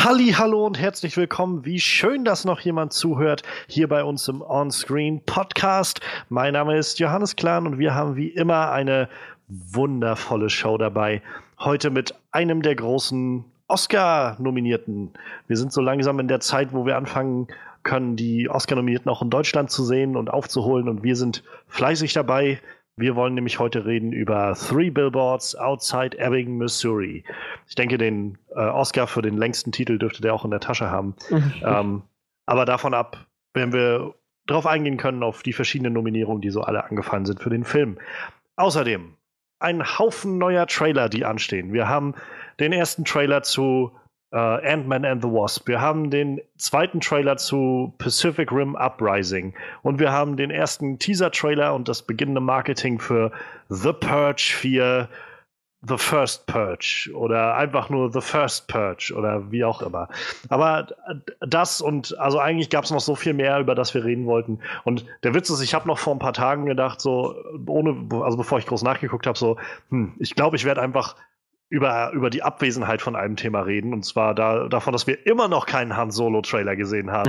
Hallo und herzlich willkommen. Wie schön, dass noch jemand zuhört hier bei uns im On-Screen Podcast. Mein Name ist Johannes Klahn und wir haben wie immer eine wundervolle Show dabei. Heute mit einem der großen Oscar-Nominierten. Wir sind so langsam in der Zeit, wo wir anfangen können, die Oscar-Nominierten auch in Deutschland zu sehen und aufzuholen. Und wir sind fleißig dabei. Wir wollen nämlich heute reden über Three Billboards Outside Ebbing, Missouri. Ich denke, den Oscar für den längsten Titel dürfte der auch in der Tasche haben. Aber davon ab werden wir drauf eingehen können, auf die verschiedenen Nominierungen, die so alle angefallen sind für den Film. Außerdem ein Haufen neuer Trailer, die anstehen. Wir haben den ersten Trailer zu Ant-Man and the Wasp. Wir haben den zweiten Trailer zu Pacific Rim Uprising. Und wir haben den ersten Teaser-Trailer und das beginnende Marketing für The Purge 4, The First Purge oder einfach nur The First Purge oder wie auch immer. Aber das und also eigentlich gab es noch so viel mehr, über das wir reden wollten. Und der Witz ist, ich habe noch vor ein paar Tagen gedacht, so bevor ich groß nachgeguckt habe, so, ich glaube, ich werde einfach über die Abwesenheit von einem Thema reden, und zwar davon, dass wir immer noch keinen Han Solo-Trailer gesehen haben.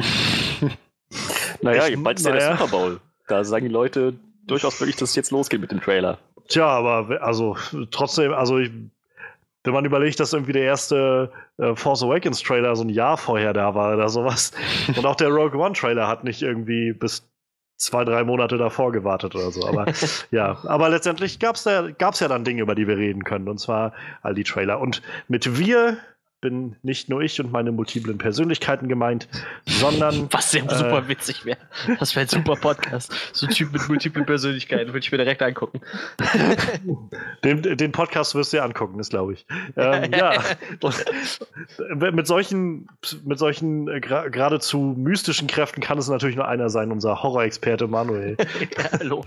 Bald ist ja der Super Bowl. Da sagen die Leute durchaus wirklich, dass es jetzt losgeht mit dem Trailer. Tja, aber also trotzdem, wenn man überlegt, dass irgendwie der erste Force Awakens Trailer so ein Jahr vorher da war oder sowas und auch der Rogue One Trailer hat nicht irgendwie bis 2-3 Monate davor gewartet oder so. Aber ja, aber letztendlich gab's ja dann Dinge, über die wir reden können, und zwar all die Trailer. Und mit wir bin nicht nur ich und meine multiplen Persönlichkeiten gemeint, sondern was ja super witzig wäre. Das wäre ein super Podcast. So ein Typ mit multiplen Persönlichkeiten würde ich mir direkt angucken. Den Podcast wirst du dir angucken, das glaube ich. Ja. Und mit solchen geradezu mystischen Kräften kann es natürlich nur einer sein, unser Horrorexperte Manuel. Ja, hallo.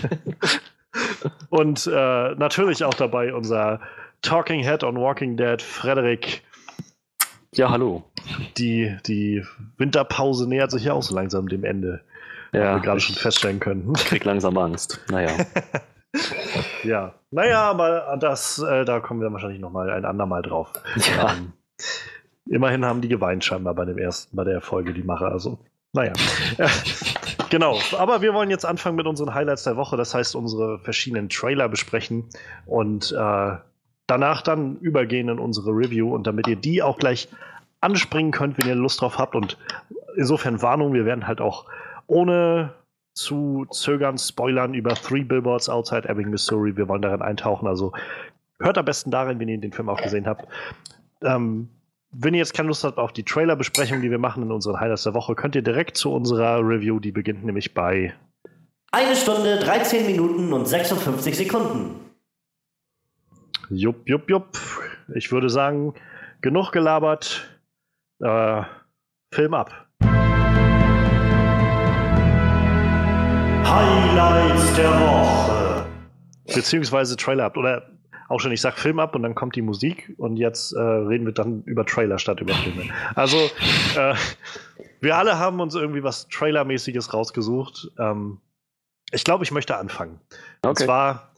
Und natürlich auch dabei unser Talking Head on Walking Dead, Frederik. Ja, hallo. Die Winterpause nähert sich ja auch so langsam dem Ende. Ja, wir gerade schon feststellen können. Ich krieg langsam Angst. Naja. Ja, aber da kommen wir wahrscheinlich nochmal ein andermal drauf. Ja. Immerhin haben die geweint scheinbar bei der Folge, die Macher. Also, naja. Genau, aber wir wollen jetzt anfangen mit unseren Highlights der Woche. Das heißt, unsere verschiedenen Trailer besprechen und danach dann übergehen in unsere Review, und damit ihr die auch gleich anspringen könnt, wenn ihr Lust drauf habt. Und insofern Warnung, wir werden halt auch ohne zu zögern spoilern über Three Billboards Outside Ebbing, Missouri. Wir wollen darin eintauchen, also hört am besten darin, wenn ihr den Film auch gesehen habt. Wenn ihr jetzt keine Lust habt auf die Trailerbesprechung, die wir machen in unseren Highlights der Woche, könnt ihr direkt zu unserer Review, die beginnt nämlich bei 1 Stunde, 13 Minuten und 56 Sekunden. Jupp. Ich würde sagen, genug gelabert. Film ab. Highlights der Woche. Beziehungsweise Trailer ab. Oder auch schon, ich sag Film ab und dann kommt die Musik und jetzt reden wir dann über Trailer statt über Filme. Also, wir alle haben uns irgendwie was Trailermäßiges rausgesucht. Ich glaube, ich möchte anfangen. Okay. Und zwar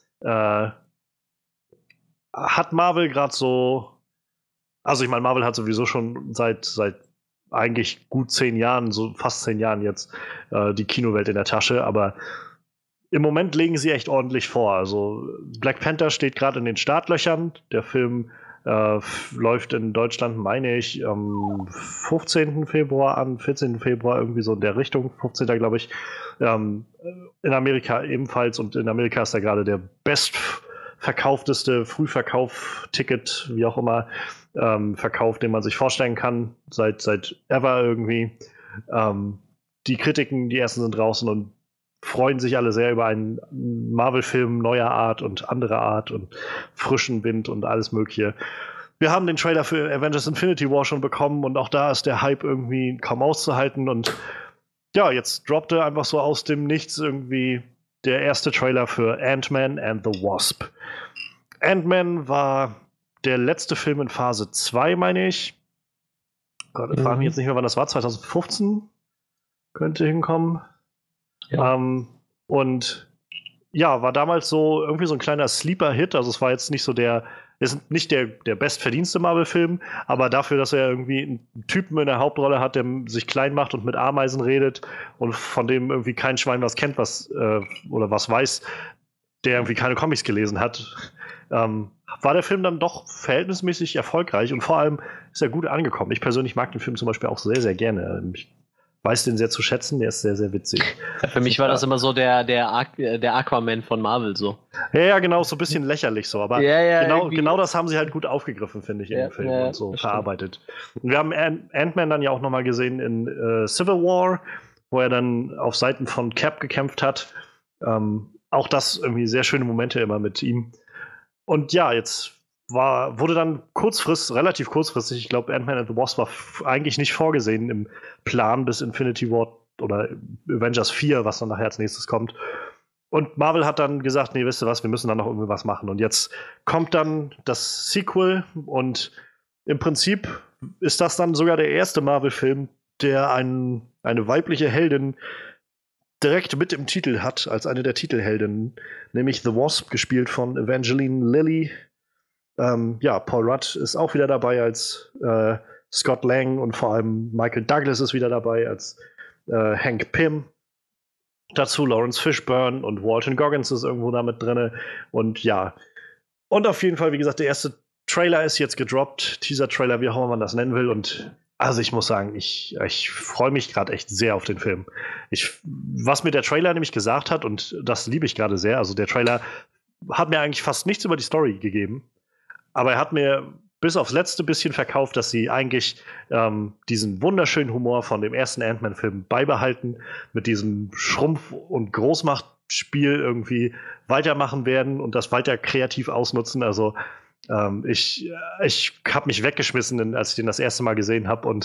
hat Marvel gerade so, also ich meine, Marvel hat sowieso schon seit eigentlich gut 10 Jahren, so fast 10 Jahren jetzt, die Kinowelt in der Tasche, aber im Moment legen sie echt ordentlich vor. Also Black Panther steht gerade in den Startlöchern. Der Film läuft in Deutschland, meine ich, am 15. Februar an, 14. Februar, irgendwie so in der Richtung, 15. glaube ich. In Amerika ebenfalls, und in Amerika ist da gerade der bestverkaufteste Frühverkauf-Ticket, wie auch immer, Verkauf, den man sich vorstellen kann, seit ever irgendwie. Die Kritiken, die ersten sind draußen und freuen sich alle sehr über einen Marvel-Film neuer Art und anderer Art und frischen Wind und alles Mögliche. Wir haben den Trailer für Avengers Infinity War schon bekommen und auch da ist der Hype irgendwie kaum auszuhalten, und ja, jetzt droppte einfach so aus dem Nichts irgendwie der erste Trailer für Ant-Man and the Wasp. Ant-Man war der letzte Film in Phase 2, meine ich. Gott, ich frage mich jetzt nicht mehr, wann das war. 2015 könnte hinkommen. Ja. Und ja, war damals so irgendwie so ein kleiner Sleeper-Hit. Also es war jetzt nicht so der ist nicht der bestverdienste Marvel-Film, aber dafür, dass er irgendwie einen Typen in der Hauptrolle hat, der sich klein macht und mit Ameisen redet und von dem irgendwie kein Schwein was kennt, oder was weiß, der irgendwie keine Comics gelesen hat, war der Film dann doch verhältnismäßig erfolgreich und vor allem ist er gut angekommen. Ich persönlich mag den Film zum Beispiel auch sehr, sehr gerne. Ich weiß den sehr zu schätzen, der ist sehr, sehr witzig. Für mich war das immer so der Aquaman von Marvel so. Ja, genau, so ein bisschen lächerlich so, aber genau das haben sie halt gut aufgegriffen, finde ich, in dem Film und so verarbeitet. Und wir haben Ant-Man dann ja auch nochmal gesehen in Civil War, wo er dann auf Seiten von Cap gekämpft hat. Auch das irgendwie sehr schöne Momente immer mit ihm. Und ja, jetzt wurde dann relativ kurzfristig, ich glaube, Ant-Man and the Wasp war eigentlich nicht vorgesehen im Plan bis Infinity War oder Avengers 4, was dann nachher als nächstes kommt. Und Marvel hat dann gesagt, nee, wisst ihr was, wir müssen dann noch irgendwie was machen. Und jetzt kommt dann das Sequel und im Prinzip ist das dann sogar der erste Marvel-Film, der eine weibliche Heldin direkt mit im Titel hat, als eine der Titelheldinnen, nämlich The Wasp, gespielt von Evangeline Lilly. Paul Rudd ist auch wieder dabei als Scott Lang und vor allem Michael Douglas ist wieder dabei als Hank Pym. Dazu Lawrence Fishburne und Walton Goggins ist irgendwo da mit drin. Und ja, und auf jeden Fall, wie gesagt, der erste Trailer ist jetzt gedroppt, Teaser-Trailer, wie auch immer man das nennen will. Und also ich muss sagen, ich freue mich gerade echt sehr auf den Film. Was mir der Trailer nämlich gesagt hat, und das liebe ich gerade sehr, also der Trailer hat mir eigentlich fast nichts über die Story gegeben, aber er hat mir bis aufs letzte bisschen verkauft, dass sie eigentlich diesen wunderschönen Humor von dem ersten Ant-Man-Film beibehalten, mit diesem Schrumpf- und Großmachtspiel irgendwie weitermachen werden und das weiter kreativ ausnutzen. Also ich habe mich weggeschmissen, als ich den das erste Mal gesehen habe und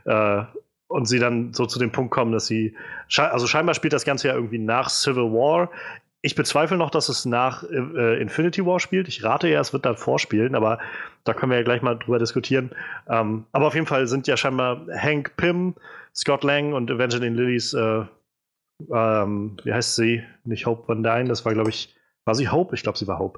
sie dann so zu dem Punkt kommen, dass sie, also scheinbar spielt das Ganze ja irgendwie nach Civil War. Ich bezweifle noch, dass es nach Infinity War spielt. Ich rate ja, es wird dann vorspielen, aber da können wir ja gleich mal drüber diskutieren. Aber auf jeden Fall sind ja scheinbar Hank Pym, Scott Lang und Evangeline Lillys, wie heißt sie? Nicht Hope Van Dyne, das war, glaube ich, war sie Hope? Ich glaube, sie war Hope.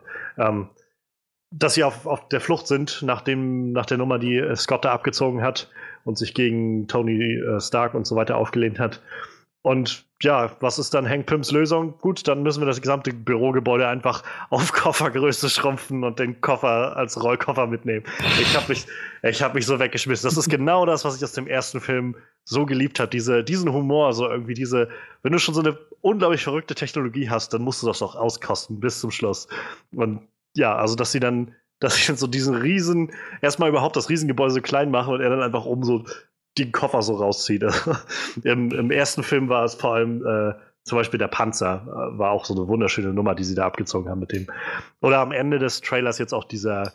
Dass sie auf der Flucht sind nach der Nummer, die Scott da abgezogen hat und sich gegen Tony Stark und so weiter aufgelehnt hat. Und ja, was ist dann Hank Pyms Lösung? Gut, dann müssen wir das gesamte Bürogebäude einfach auf Koffergröße schrumpfen und den Koffer als Rollkoffer mitnehmen. Ich hab mich so weggeschmissen. Das ist genau das, was ich aus dem ersten Film so geliebt habe. Diesen Humor, so irgendwie wenn du schon so eine unglaublich verrückte Technologie hast, dann musst du das auch auskosten bis zum Schluss. Und ja, also dass sie dann so diesen erstmal überhaupt das Riesengebäude so klein machen und er dann einfach oben so den Koffer so rauszieht. Im ersten Film war es vor allem zum Beispiel der Panzer, war auch so eine wunderschöne Nummer, die sie da abgezogen haben mit dem. Oder am Ende des Trailers jetzt auch dieser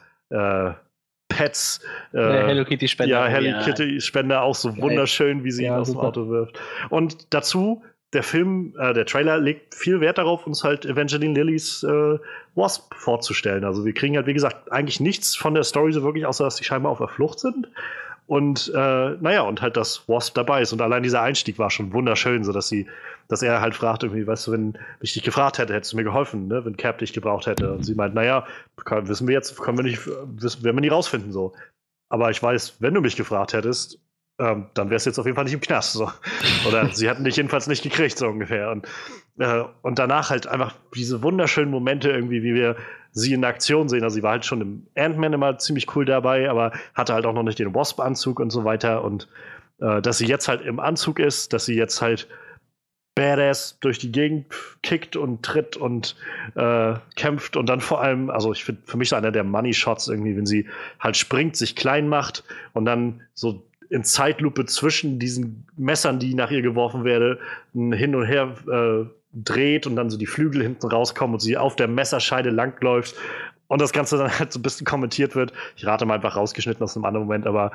Pets. Hello Kitty Spender. Ja, Hello Kitty Spender, auch so wunderschön, wie sie ihn aus dem Auto wirft. Und dazu der Trailer legt viel Wert darauf, uns halt Evangeline Lillys Wasp vorzustellen. Also wir kriegen halt, wie gesagt, eigentlich nichts von der Story so wirklich, außer dass die scheinbar auf der Flucht sind. Und und halt das Wasp dabei ist. Und allein dieser Einstieg war schon wunderschön, so dass er halt fragt, irgendwie, weißt du, wenn ich dich gefragt hätte, hättest du mir geholfen, ne? Wenn Cap dich gebraucht hätte. Und sie meint, wissen wir jetzt, werden wir nie rausfinden, so. Aber ich weiß, wenn du mich gefragt hättest, dann wärst du jetzt auf jeden Fall nicht im Knast. So. Oder sie hätten dich jedenfalls nicht gekriegt, so ungefähr. Und danach halt einfach diese wunderschönen Momente irgendwie, wie wir sie in Aktion sehen. Also sie war halt schon im Ant-Man immer ziemlich cool dabei, aber hatte halt auch noch nicht den Wasp-Anzug und so weiter. Und dass sie jetzt halt im Anzug ist, dass sie jetzt halt badass durch die Gegend kickt und tritt und kämpft und dann vor allem, also ich finde für mich so einer der Money-Shots irgendwie, wenn sie halt springt, sich klein macht und dann so in Zeitlupe zwischen diesen Messern, die nach ihr geworfen werden, hin und her dreht und dann so die Flügel hinten rauskommen und sie auf der Messerscheide langläuft und das Ganze dann halt so ein bisschen kommentiert wird. Ich rate mal einfach rausgeschnitten aus einem anderen Moment, aber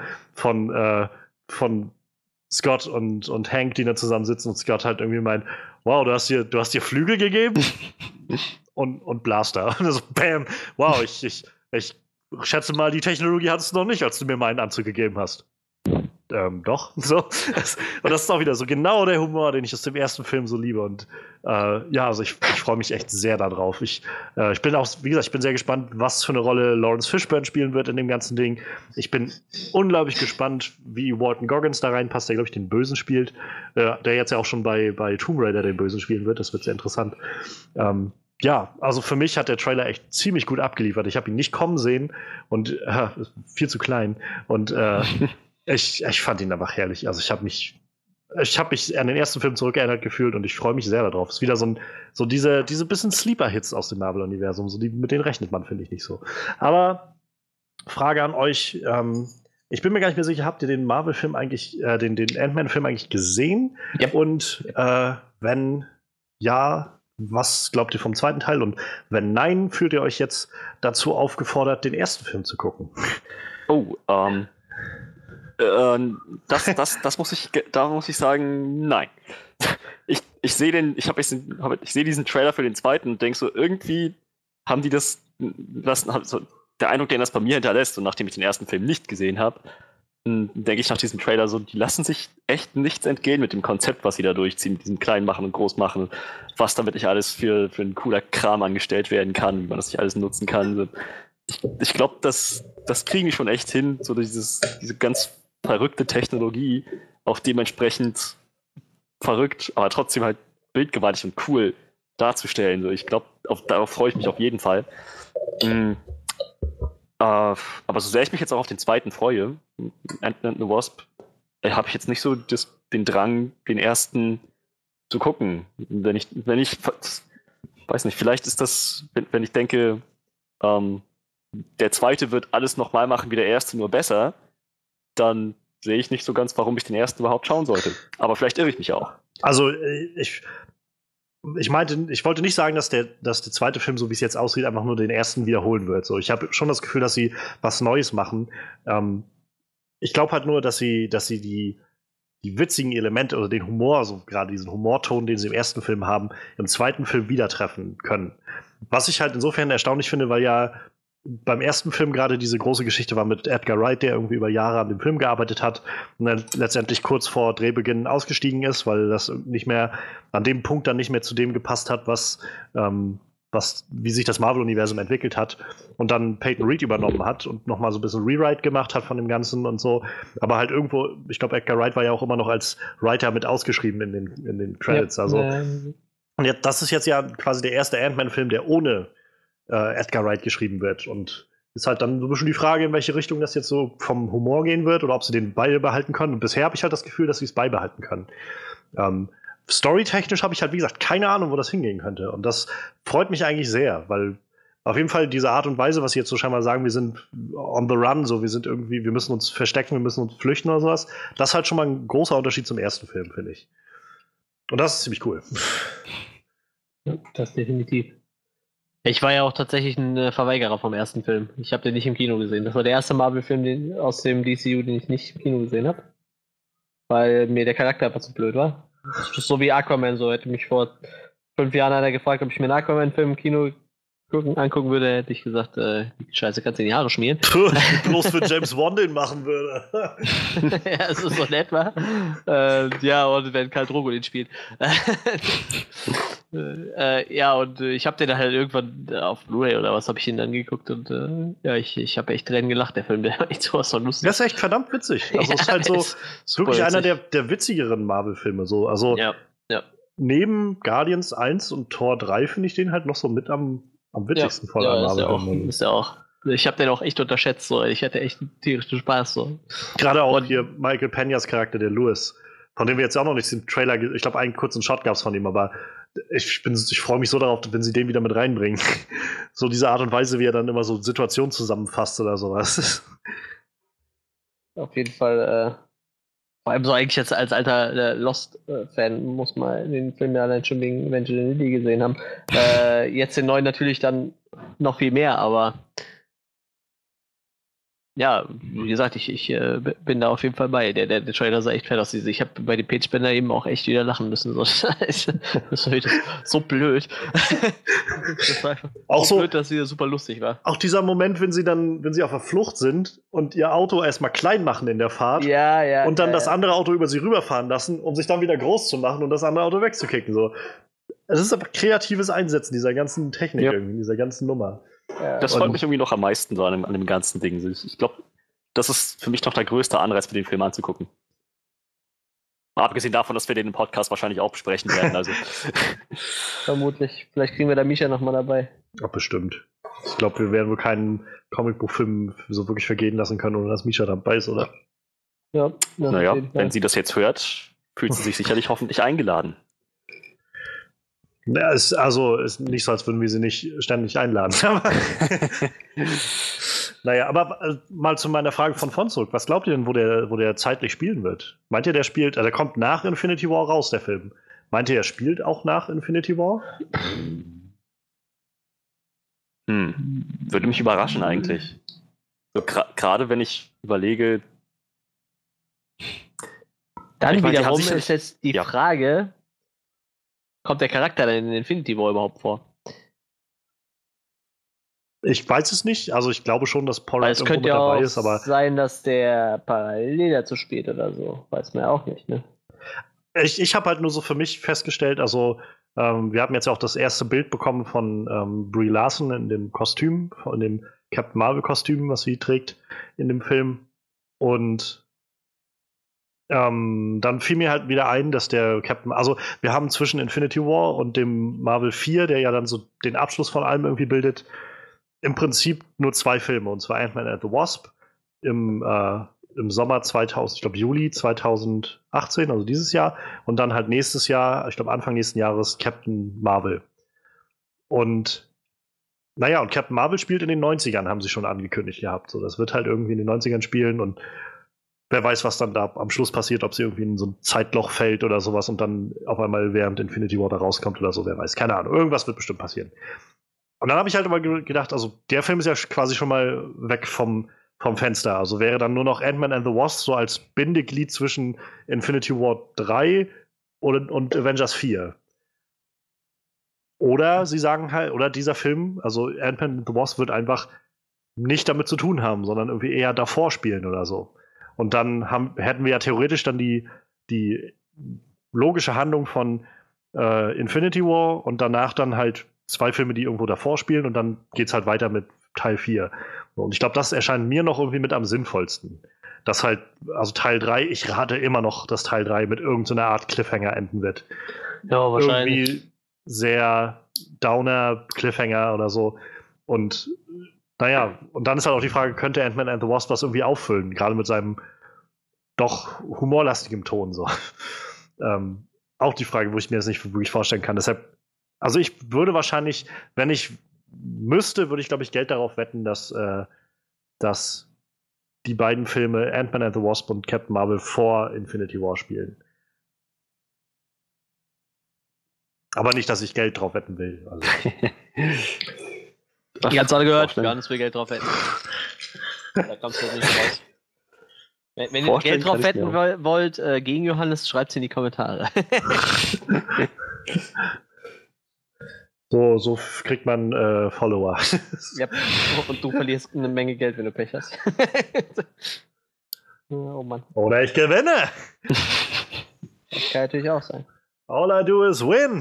von Scott und Hank, die da zusammensitzen und Scott halt irgendwie meint, wow, du hast dir Flügel gegeben? und Blaster. Und so, bam, wow, ich schätze mal, die Technologie hattest du noch nicht, als du mir meinen Anzug gegeben hast. doch. So. Und das ist auch wieder so genau der Humor, den ich aus dem ersten Film so liebe. Und also ich freue mich echt sehr darauf. Ich bin auch, wie gesagt, ich bin sehr gespannt, was für eine Rolle Lawrence Fishburne spielen wird in dem ganzen Ding. Ich bin unglaublich gespannt, wie Walton Goggins da reinpasst, der, glaube ich, den Bösen spielt. Der jetzt ja auch schon bei Tomb Raider den Bösen spielen wird. Das wird sehr interessant. Also für mich hat der Trailer echt ziemlich gut abgeliefert. Ich habe ihn nicht kommen sehen und viel zu klein. Und ich fand ihn einfach herrlich. Also ich habe mich an den ersten Film zurückerinnert gefühlt und ich freue mich sehr darauf. Es ist wieder so diese bisschen Sleeper-Hits aus dem Marvel-Universum. Mit denen rechnet man, finde ich, nicht so. Aber Frage an euch. Ich bin mir gar nicht mehr sicher, habt ihr den Marvel-Film eigentlich, den Ant-Man-Film eigentlich gesehen? Ja. Und wenn ja, was glaubt ihr vom zweiten Teil? Und wenn nein, fühlt ihr euch jetzt dazu aufgefordert, den ersten Film zu gucken? Das muss ich sagen, nein. Ich sehe diesen Trailer für den zweiten und denke so, irgendwie haben die das lassen, so, der Eindruck, den das bei mir hinterlässt, und nachdem ich den ersten Film nicht gesehen habe, denke ich nach diesem Trailer so, die lassen sich echt nichts entgehen mit dem Konzept, was sie da durchziehen, mit diesem Kleinmachen und Großmachen, was damit nicht alles für ein cooler Kram angestellt werden kann, wie man das nicht alles nutzen kann. Ich glaube, das kriegen die schon echt hin, so diese ganz verrückte Technologie auch dementsprechend verrückt, aber trotzdem halt bildgewaltig und cool darzustellen. So, ich glaube, darauf freue ich mich auf jeden Fall. Aber so sehr ich mich jetzt auch auf den zweiten freue, Ant-Man and the Wasp, habe ich jetzt nicht so den Drang, den ersten zu gucken. Wenn ich weiß nicht, vielleicht ist das, wenn ich denke, der zweite wird alles nochmal machen wie der erste, nur besser, dann sehe ich nicht so ganz, warum ich den ersten überhaupt schauen sollte. Aber vielleicht irre ich mich auch. Also ich wollte nicht sagen, dass der zweite Film, so wie es jetzt aussieht, einfach nur den ersten wiederholen wird. So, ich habe schon das Gefühl, dass sie was Neues machen. Ich glaube halt nur, dass sie die witzigen Elemente oder den Humor, also gerade diesen Humorton, den sie im ersten Film haben, im zweiten Film wieder treffen können. Was ich halt insofern erstaunlich finde, weil ja beim ersten Film gerade diese große Geschichte war mit Edgar Wright, der irgendwie über Jahre an dem Film gearbeitet hat und dann letztendlich kurz vor Drehbeginn ausgestiegen ist, weil das nicht mehr an dem Punkt dann nicht mehr zu dem gepasst hat, wie sich das Marvel-Universum entwickelt hat und dann Peyton Reed übernommen hat und nochmal so ein bisschen Rewrite gemacht hat von dem Ganzen und so. Aber halt irgendwo, ich glaube, Edgar Wright war ja auch immer noch als Writer mit ausgeschrieben in den Credits. Und jetzt, das ist jetzt ja quasi der erste Ant-Man-Film, der ohne Edgar Wright geschrieben wird. Und ist halt dann so ein bisschen die Frage, in welche Richtung das jetzt so vom Humor gehen wird oder ob sie den beibehalten können. Und bisher habe ich halt das Gefühl, dass sie es beibehalten können. Storytechnisch habe ich halt, wie gesagt, keine Ahnung, wo das hingehen könnte. Und das freut mich eigentlich sehr, weil auf jeden Fall diese Art und Weise, was sie jetzt so scheinbar sagen, wir sind on the run, so wir müssen uns verstecken, wir müssen uns flüchten oder sowas, das ist halt schon mal ein großer Unterschied zum ersten Film, finde ich. Und das ist ziemlich cool. Ja, das definitiv. Ich war ja auch tatsächlich ein Verweigerer vom ersten Film. Ich habe den nicht im Kino gesehen. Das war der erste Marvel-Film aus dem DCU, den ich nicht im Kino gesehen habe. Weil mir der Charakter einfach zu blöd war. Das ist so wie Aquaman. So hätte mich vor 5 Jahren einer gefragt, ob ich mir einen Aquaman-Film im Kino angucken würde, hätte ich gesagt, die Scheiße kannst du in die Haare schmieren. Bloß für James Wan den machen würde. Ja, es ist so nett, wa? Ja, und wenn Khal Drogo den spielt. Ja, und ich habe den halt irgendwann auf Blu-ray oder was habe ich ihn dann geguckt und ich habe echt Tränen gelacht, der Film, der war echt sowas von lustig. Das ist echt verdammt witzig. Also es ist halt so, ist wirklich einer der witzigeren Marvel-Filme. So. Also ja. Neben Guardians 1 und Thor 3 finde ich den halt noch so mit am witzigsten von allen Marvel-Filmen. Ist ja auch. Ich habe den auch echt unterschätzt. So. Ich hatte echt tierischen Spaß. So. Gerade auch hier Michael Peñas Charakter, der Lewis, von dem wir jetzt auch noch nicht im Trailer, ich glaube, einen kurzen Shot gab es von ihm, aber ich freue mich so darauf, wenn sie den wieder mit reinbringen. So diese Art und Weise, wie er dann immer so Situationen zusammenfasst oder sowas. Auf jeden Fall, vor allem so eigentlich jetzt als alter Lost-Fan muss man den Film ja allein schon wegen Evangeline gesehen haben. Jetzt den neuen natürlich dann noch viel mehr, aber Ja, wie gesagt, ich bin da auf jeden Fall bei. Der Trailer sah echt fett aus. Ich habe bei den Page-Bänder eben auch echt wieder lachen müssen. So, das war wieder so blöd. Das war einfach Auch so blöd, dass es wieder super lustig war. Auch dieser Moment, wenn sie auf der Flucht sind und ihr Auto erstmal klein machen in der Fahrt Ja. und dann das andere Auto über sie rüberfahren lassen, um sich dann wieder groß zu machen und das andere Auto wegzukicken. So. Es ist einfach kreatives Einsetzen dieser ganzen Technik irgendwie, dieser ganzen Nummer. Das freut mich irgendwie noch am meisten so an dem ganzen Ding. Ich glaube, das ist für mich noch der größte Anreiz, für den Film anzugucken. Mal abgesehen davon, dass wir den im Podcast wahrscheinlich auch besprechen werden. Also. Vermutlich. Vielleicht kriegen wir da Misha nochmal dabei. Ja, bestimmt. Ich glaube, wir werden wohl keinen Comicbuchfilm so wirklich vergehen lassen können, ohne dass Misha dabei ist, oder? Ja. Naja, wenn sie das jetzt hört, fühlt sie sich sicherlich hoffentlich eingeladen. Ja, ist nicht so, als würden wir sie nicht ständig einladen. Naja, aber mal zu meiner Frage von zurück. Was glaubt ihr denn, wo der zeitlich spielen wird? Meint ihr, der spielt, also der kommt nach Infinity War raus, der Film. Meint ihr, er spielt auch nach Infinity War? Würde mich überraschen eigentlich. So, gerade wenn ich überlege. Dann ich meine, wiederum ist jetzt die Ja. Frage, kommt der Charakter denn in Infinity War überhaupt vor? Ich weiß es nicht. Also ich glaube schon, dass Paul Weil Rudd es irgendwo könnte mit ja dabei auch ist, aber sein, dass der parallel dazu spielt oder so. Weiß man ja auch nicht, ne? ich habe halt nur so für mich festgestellt, also wir haben jetzt ja auch das erste Bild bekommen von Brie Larson in dem Kostüm, in dem Captain Marvel-Kostüm, was sie trägt in dem Film. Und dann fiel mir halt wieder ein, dass der Captain, also wir haben zwischen Infinity War und dem Marvel 4, der ja dann so den Abschluss von allem irgendwie bildet, im Prinzip nur 2 Filme, und zwar Ant-Man and the Wasp im Sommer 2000, ich glaube Juli 2018, also dieses Jahr, und dann halt nächstes Jahr, ich glaube Anfang nächsten Jahres, Captain Marvel. Und naja, und Captain Marvel spielt in den 90ern, haben sie schon angekündigt gehabt. So, das wird halt irgendwie in den 90ern spielen und wer weiß, was dann da am Schluss passiert, ob sie irgendwie in so ein Zeitloch fällt oder sowas und dann auf einmal während Infinity War da rauskommt oder so, wer weiß. Keine Ahnung, irgendwas wird bestimmt passieren. Und dann habe ich halt immer gedacht, also der Film ist ja quasi schon mal weg vom Fenster. Also wäre dann nur noch Ant-Man and the Wasp so als Bindeglied zwischen Infinity War 3 und Avengers 4. Oder sie sagen halt, oder dieser Film, also Ant-Man and the Wasp, wird einfach nicht damit zu tun haben, sondern irgendwie eher davor spielen oder so. Und dann hätten wir ja theoretisch dann die logische Handlung von Infinity War und danach dann halt 2 Filme, die irgendwo davor spielen und dann geht's halt weiter mit Teil 4. Und ich glaube, das erscheint mir noch irgendwie mit am sinnvollsten. Dass halt, also Teil 3, ich rate immer noch, dass Teil 3 mit irgendeiner Art Cliffhanger enden wird. Ja, wahrscheinlich. Irgendwie sehr Downer Cliffhanger oder so. Und naja, und dann ist halt auch die Frage, könnte Ant-Man and the Wasp was irgendwie auffüllen? Gerade mit seinem doch humorlastigem Ton so. Auch die Frage, wo ich mir das nicht wirklich vorstellen kann. Deshalb, also ich würde wahrscheinlich, wenn ich müsste, würde ich, glaube ich, Geld darauf wetten, dass die beiden Filme Ant-Man and the Wasp und Captain Marvel vor Infinity War spielen. Aber nicht, dass ich Geld drauf wetten will. Also. Ihr habt's alle gehört, Vorstellen. Johannes will Geld drauf wetten. Da kommst du jetzt nicht raus. Wenn ihr Vorstellen Geld drauf kann ich wetten mir wollt gegen Johannes, schreibt es in die Kommentare. So kriegt man Follower. Ja, und du verlierst eine Menge Geld, wenn du Pech hast. Oh Mann, Oder ich gewinne. das kann natürlich auch sein. All I do is win.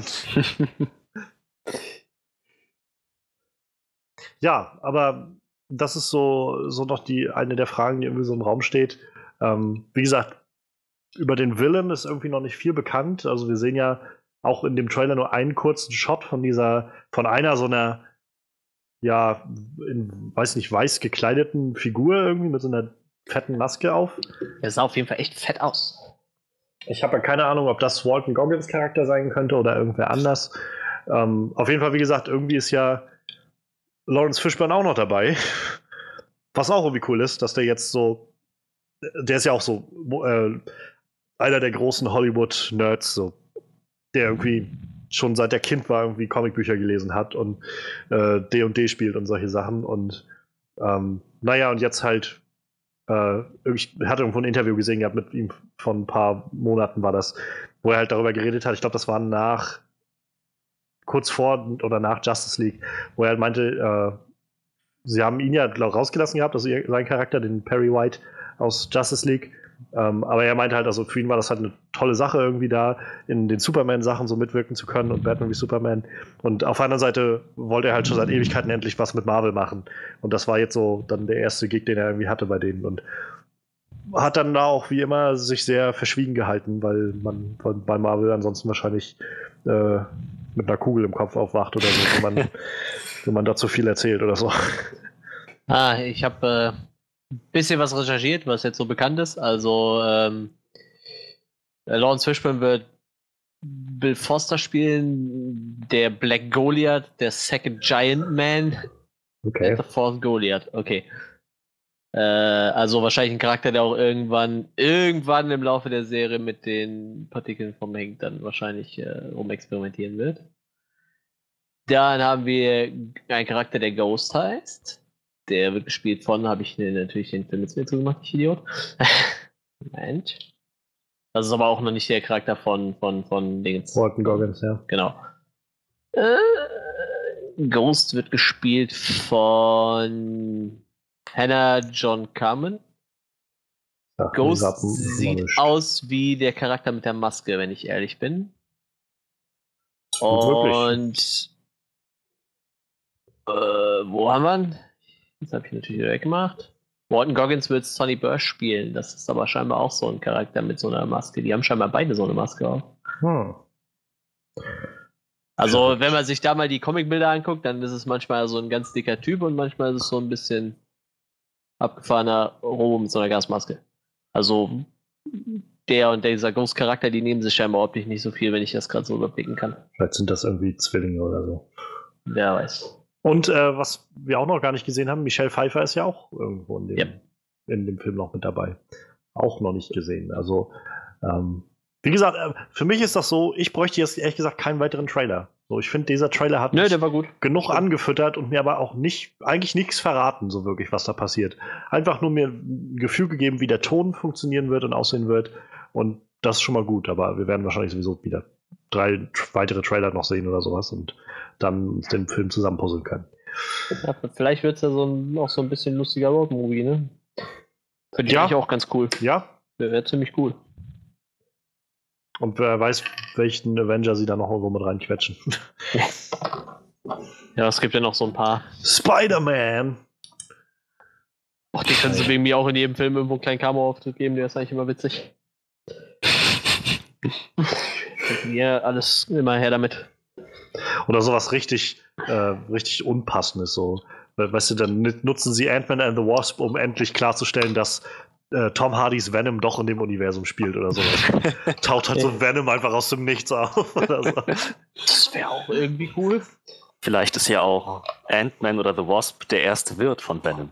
Ja, aber das ist so noch eine der Fragen, die irgendwie so im Raum steht. Wie gesagt, über den Villain ist irgendwie noch nicht viel bekannt. Also wir sehen ja auch in dem Trailer nur einen kurzen Shot von einer so einer, ja, weiß nicht, weiß gekleideten Figur irgendwie mit so einer fetten Maske auf. Er sah auf jeden Fall echt fett aus. Ich habe ja keine Ahnung, ob das Walton Goggins Charakter sein könnte oder irgendwer anders. Auf jeden Fall, wie gesagt, irgendwie ist ja Lawrence Fishburne auch noch dabei. Was auch irgendwie cool ist, dass der jetzt so, der ist ja auch so einer der großen Hollywood-Nerds, so, der irgendwie schon seit er Kind war, irgendwie Comicbücher gelesen hat und D&D spielt und solche Sachen. Und naja, und jetzt halt ich hatte irgendwo ein Interview gesehen gehabt mit ihm von ein paar Monaten war das, wo er halt darüber geredet hat. Ich glaube, das war kurz vor oder nach Justice League, wo er halt meinte, sie haben ihn ja rausgelassen gehabt, also seinen Charakter, den Perry White aus Justice League. Aber er meinte halt, also für ihn war das halt eine tolle Sache, irgendwie da in den Superman-Sachen so mitwirken zu können und Batman wie Superman. Und auf der anderen Seite wollte er halt schon seit Ewigkeiten endlich was mit Marvel machen. Und das war jetzt so dann der erste Gig, den er irgendwie hatte bei denen. Und hat dann da auch wie immer sich sehr verschwiegen gehalten, weil man bei Marvel ansonsten wahrscheinlich mit einer Kugel im Kopf aufwacht oder so, wenn man da zu viel erzählt oder so. Ich habe ein bisschen was recherchiert, was jetzt so bekannt ist. Also Lawrence Fishburne wird Bill Foster spielen, der Black Goliath, der Second Giant Man, Okay. The Fourth Goliath. Okay. Also wahrscheinlich ein Charakter, der auch irgendwann im Laufe der Serie mit den Partikeln vom Hank dann wahrscheinlich rumexperimentieren wird. Dann haben wir einen Charakter, der Ghost heißt. Der wird gespielt von, habe ich natürlich den Film jetzt mir zugemacht, ich Idiot. Mensch. Das ist aber auch noch nicht der Charakter von Dingens. Walton Goggins, ja. Genau. Ghost wird gespielt von Hannah John Carmen. Ja, Ghost sieht aus wie der Charakter mit der Maske, wenn ich ehrlich bin. Und wo haben wir ihn? Das habe ich natürlich wieder weggemacht. Walton Goggins wird Sonny Burch spielen. Das ist aber scheinbar auch so ein Charakter mit so einer Maske. Die haben scheinbar beide so eine Maske auf. Also, wenn man sich da mal die Comicbilder anguckt, dann ist es manchmal so ein ganz dicker Typ und manchmal ist es so ein bisschen abgefahrener Robo mit so einer Gasmaske. Also, der und dieser Ghost-Charakter, die nehmen sich scheinbar optisch nicht so viel, wenn ich das gerade so überblicken kann. Vielleicht sind das irgendwie Zwillinge oder so. Wer weiß. Und was wir auch noch gar nicht gesehen haben, Michelle Pfeiffer ist ja auch irgendwo in dem Film noch mit dabei. Auch noch nicht gesehen. Also, wie gesagt, für mich ist das so, ich bräuchte jetzt ehrlich gesagt keinen weiteren Trailer. So, ich finde, dieser Trailer hat der war gut. Genug angefüttert und mir aber auch eigentlich nichts verraten, so wirklich, was da passiert. Einfach nur mir ein Gefühl gegeben, wie der Ton funktionieren wird und aussehen wird. Und das ist schon mal gut, aber wir werden wahrscheinlich sowieso wieder 3 weitere Trailer noch sehen oder sowas und dann uns den Film zusammenpuzzeln können. Ja, vielleicht wird es ja auch so ein bisschen lustiger Road-Movie, ne? Finde ich eigentlich auch ganz cool. Ja. Wäre ziemlich cool. Und wer weiß, welchen Avenger sie da noch irgendwo mit reinquetschen. Ja, es gibt ja noch so ein paar. Spider-Man! Ach, die können sie wegen mir auch in jedem Film irgendwo einen kleinen Cameo-Auftritt geben, der ist eigentlich immer witzig. Mir alles immer her damit. Oder sowas richtig Unpassendes. So. Weißt du, dann nutzen sie Ant-Man and the Wasp, um endlich klarzustellen, dass Tom Hardys Venom doch in dem Universum spielt oder sowas. Taucht halt so Venom einfach aus dem Nichts auf oder so. Das wäre auch irgendwie cool. Vielleicht ist ja auch Ant-Man oder The Wasp der erste Wirt von Venom.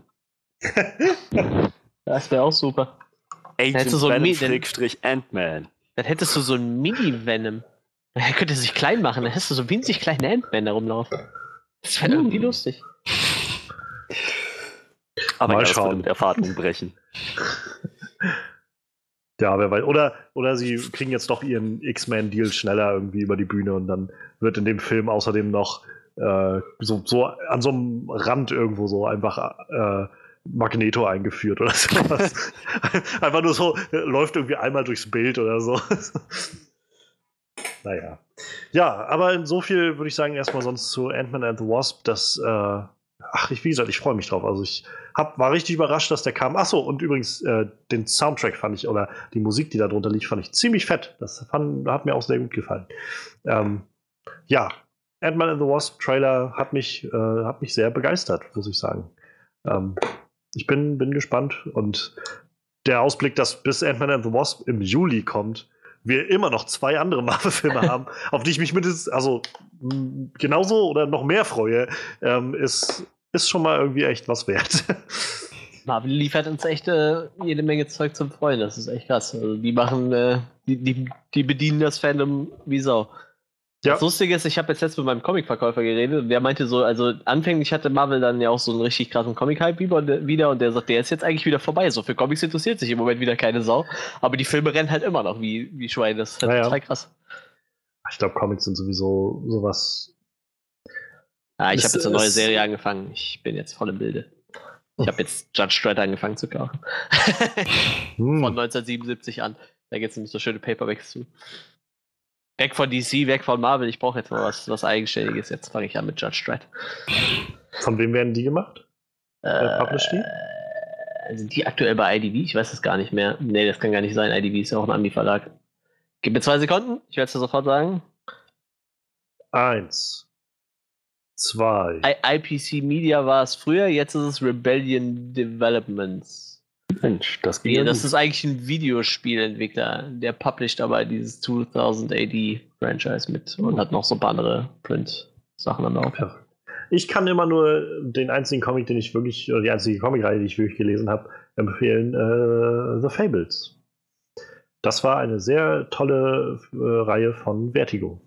Das wäre auch super. Agent so Venom Ant-Man. Dann hättest du so einen Mini-Venom. Er könnte sich klein machen, dann hättest du so winzig kleine Ant-Man da rumlaufen. Das wäre irgendwie lustig. Aber mal ja, schauen. Das würde mit Erfahrung brechen. Ja, wer weiß. Oder sie kriegen jetzt doch ihren X-Men-Deal schneller irgendwie über die Bühne und dann wird in dem Film außerdem noch so an so einem Rand irgendwo so einfach Magneto eingeführt oder sowas. Einfach nur so, läuft irgendwie einmal durchs Bild oder so. Naja. Ja, aber so viel würde ich sagen, erstmal sonst zu Ant-Man and the Wasp, dass wie gesagt, ich freue mich drauf. Also ich war richtig überrascht, dass der kam. Achso, und übrigens, den Soundtrack fand ich, oder die Musik, die da drunter liegt, fand ich ziemlich fett. Hat mir auch sehr gut gefallen. Ja, Ant-Man and the Wasp Trailer hat mich sehr begeistert, muss ich sagen. Ich bin gespannt und der Ausblick, dass bis Ant-Man and the Wasp im Juli kommt, wir immer noch 2 andere Marvel-Filme haben, auf die ich mich mindestens, genauso oder noch mehr freue, ist schon mal irgendwie echt was wert. Marvel liefert uns echt jede Menge Zeug zum Freuen, das ist echt krass. Also die machen, die bedienen das Fandom wie Sau. Ja. Das Lustige ist, ich habe jetzt letztens mit meinem Comicverkäufer geredet und der meinte so, also anfänglich hatte Marvel dann ja auch so einen richtig krassen Comic-Hype wieder und der sagt, der ist jetzt eigentlich wieder vorbei. So für Comics interessiert sich im Moment wieder keine Sau, aber die Filme rennen halt immer noch wie Schweine. Das ist halt total krass. Ich glaube, Comics sind sowieso sowas. Ja, ich habe jetzt eine neue Serie angefangen. Ich bin jetzt voll im Bilde. Ich habe jetzt Judge Dredd angefangen zu kaufen. Von 1977 an. Da gibt es nämlich so schöne Paperbacks zu. Weg von DC, weg von Marvel. Ich brauche jetzt mal was Eigenständiges. Jetzt fange ich an mit Judge Dredd. Von wem werden die gemacht? Published die? Sind die aktuell bei IDV? Ich weiß es gar nicht mehr. Nee, das kann gar nicht sein. IDV ist ja auch ein Ami-Verlag. Gib mir 2 Sekunden. Ich werde es dir sofort sagen. 1, 2. IPC Media war es früher. Jetzt ist es Rebellion Developments. Mensch, das Ja, das ist eigentlich ein Videospielentwickler, der published aber dieses 2000 AD Franchise mit und hat noch so ein paar andere Print-Sachen am Laufen. Ich kann immer nur den einzigen Comic, den ich wirklich, oder die einzige Comicreihe, die ich wirklich gelesen habe, empfehlen, The Fables. Das war eine sehr tolle Reihe von Vertigo.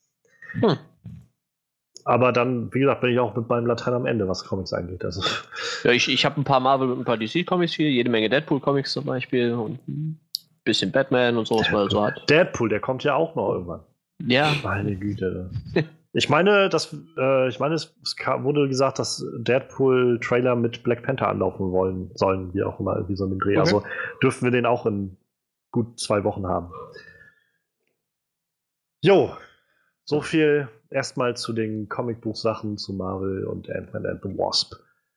Aber dann, wie gesagt, bin ich auch mit meinem Latein am Ende, was Comics angeht. Also. Ja, ich habe ein paar Marvel und ein paar DC-Comics hier, jede Menge Deadpool-Comics zum Beispiel und ein bisschen Batman und so, was man so hat. Deadpool, der kommt ja auch noch irgendwann. Ja. Meine Güte. Ich meine, es wurde gesagt, dass Deadpool-Trailer mit Black Panther anlaufen sollen, wie auch immer, irgendwie so einen Dreh. Okay. Also dürften wir den auch in gut 2 Wochen haben. Jo, so viel erstmal zu den Comicbuchsachen zu Marvel und Ant-Man and the Wasp.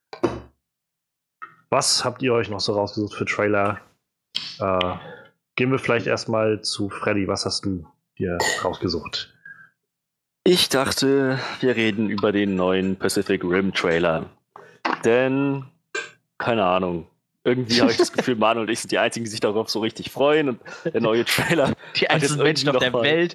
Was habt ihr euch noch so rausgesucht für Trailer? Gehen wir vielleicht erstmal zu Freddy. Was hast du dir rausgesucht? Ich dachte, wir reden über den neuen Pacific Rim Trailer. Denn, keine Ahnung, irgendwie habe ich das Gefühl, Manu und ich sind die Einzigen, die sich darauf so richtig freuen. Und der neue Trailer. Die einzelnen Menschen auf der Welt.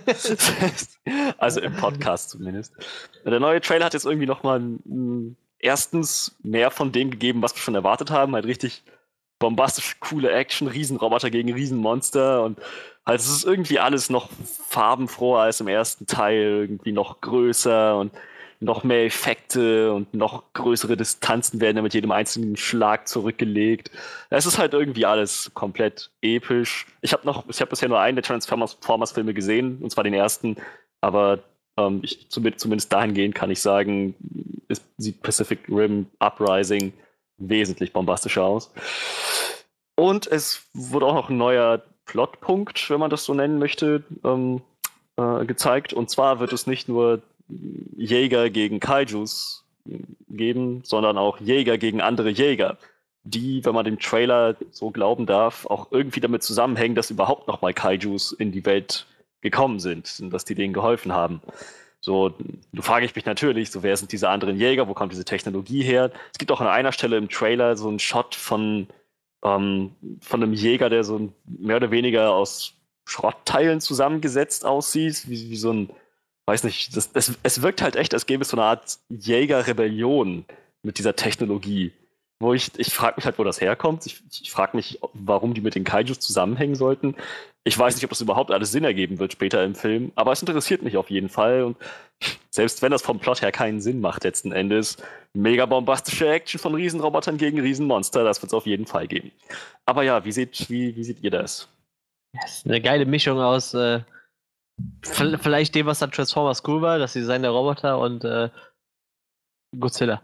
Also im Podcast zumindest. Der neue Trailer hat jetzt irgendwie nochmal erstens mehr von dem gegeben, was wir schon erwartet haben. Halt richtig bombastische, coole Action, Riesenroboter gegen Riesenmonster. Und halt, es ist irgendwie alles noch farbenfroher als im ersten Teil. Irgendwie noch größer und noch mehr Effekte und noch größere Distanzen werden mit jedem einzelnen Schlag zurückgelegt. Es ist halt irgendwie alles komplett episch. Ich habe bisher nur einen der Transformers-Filme gesehen, und zwar den ersten, aber zumindest dahingehend kann ich sagen, sieht Pacific Rim Uprising wesentlich bombastischer aus. Und es wurde auch noch ein neuer Plotpunkt, wenn man das so nennen möchte, gezeigt. Und zwar wird es nicht nur Jäger gegen Kaijus geben, sondern auch Jäger gegen andere Jäger, die, wenn man dem Trailer so glauben darf, auch irgendwie damit zusammenhängen, dass überhaupt nochmal Kaijus in die Welt gekommen sind und dass die denen geholfen haben. So, du frage ich mich natürlich, so wer sind diese anderen Jäger, wo kommt diese Technologie her? Es gibt auch an einer Stelle im Trailer so einen Shot von einem Jäger, der so mehr oder weniger aus Schrottteilen zusammengesetzt aussieht, wie so ein, weiß nicht, es wirkt halt echt, als gäbe es so eine Art Jägerrebellion mit dieser Technologie. Wo ich frage mich halt, wo das herkommt. Ich frage mich, warum die mit den Kaijus zusammenhängen sollten. Ich weiß nicht, ob das überhaupt alles Sinn ergeben wird später im Film, aber es interessiert mich auf jeden Fall. Und selbst wenn das vom Plot her keinen Sinn macht letzten Endes, mega bombastische Action von Riesenrobotern gegen Riesenmonster, das wird es auf jeden Fall geben. Aber ja, wie seht ihr das? Das ist eine geile Mischung aus vielleicht dem, was an Transformers cool war, das Design der Roboter und Godzilla.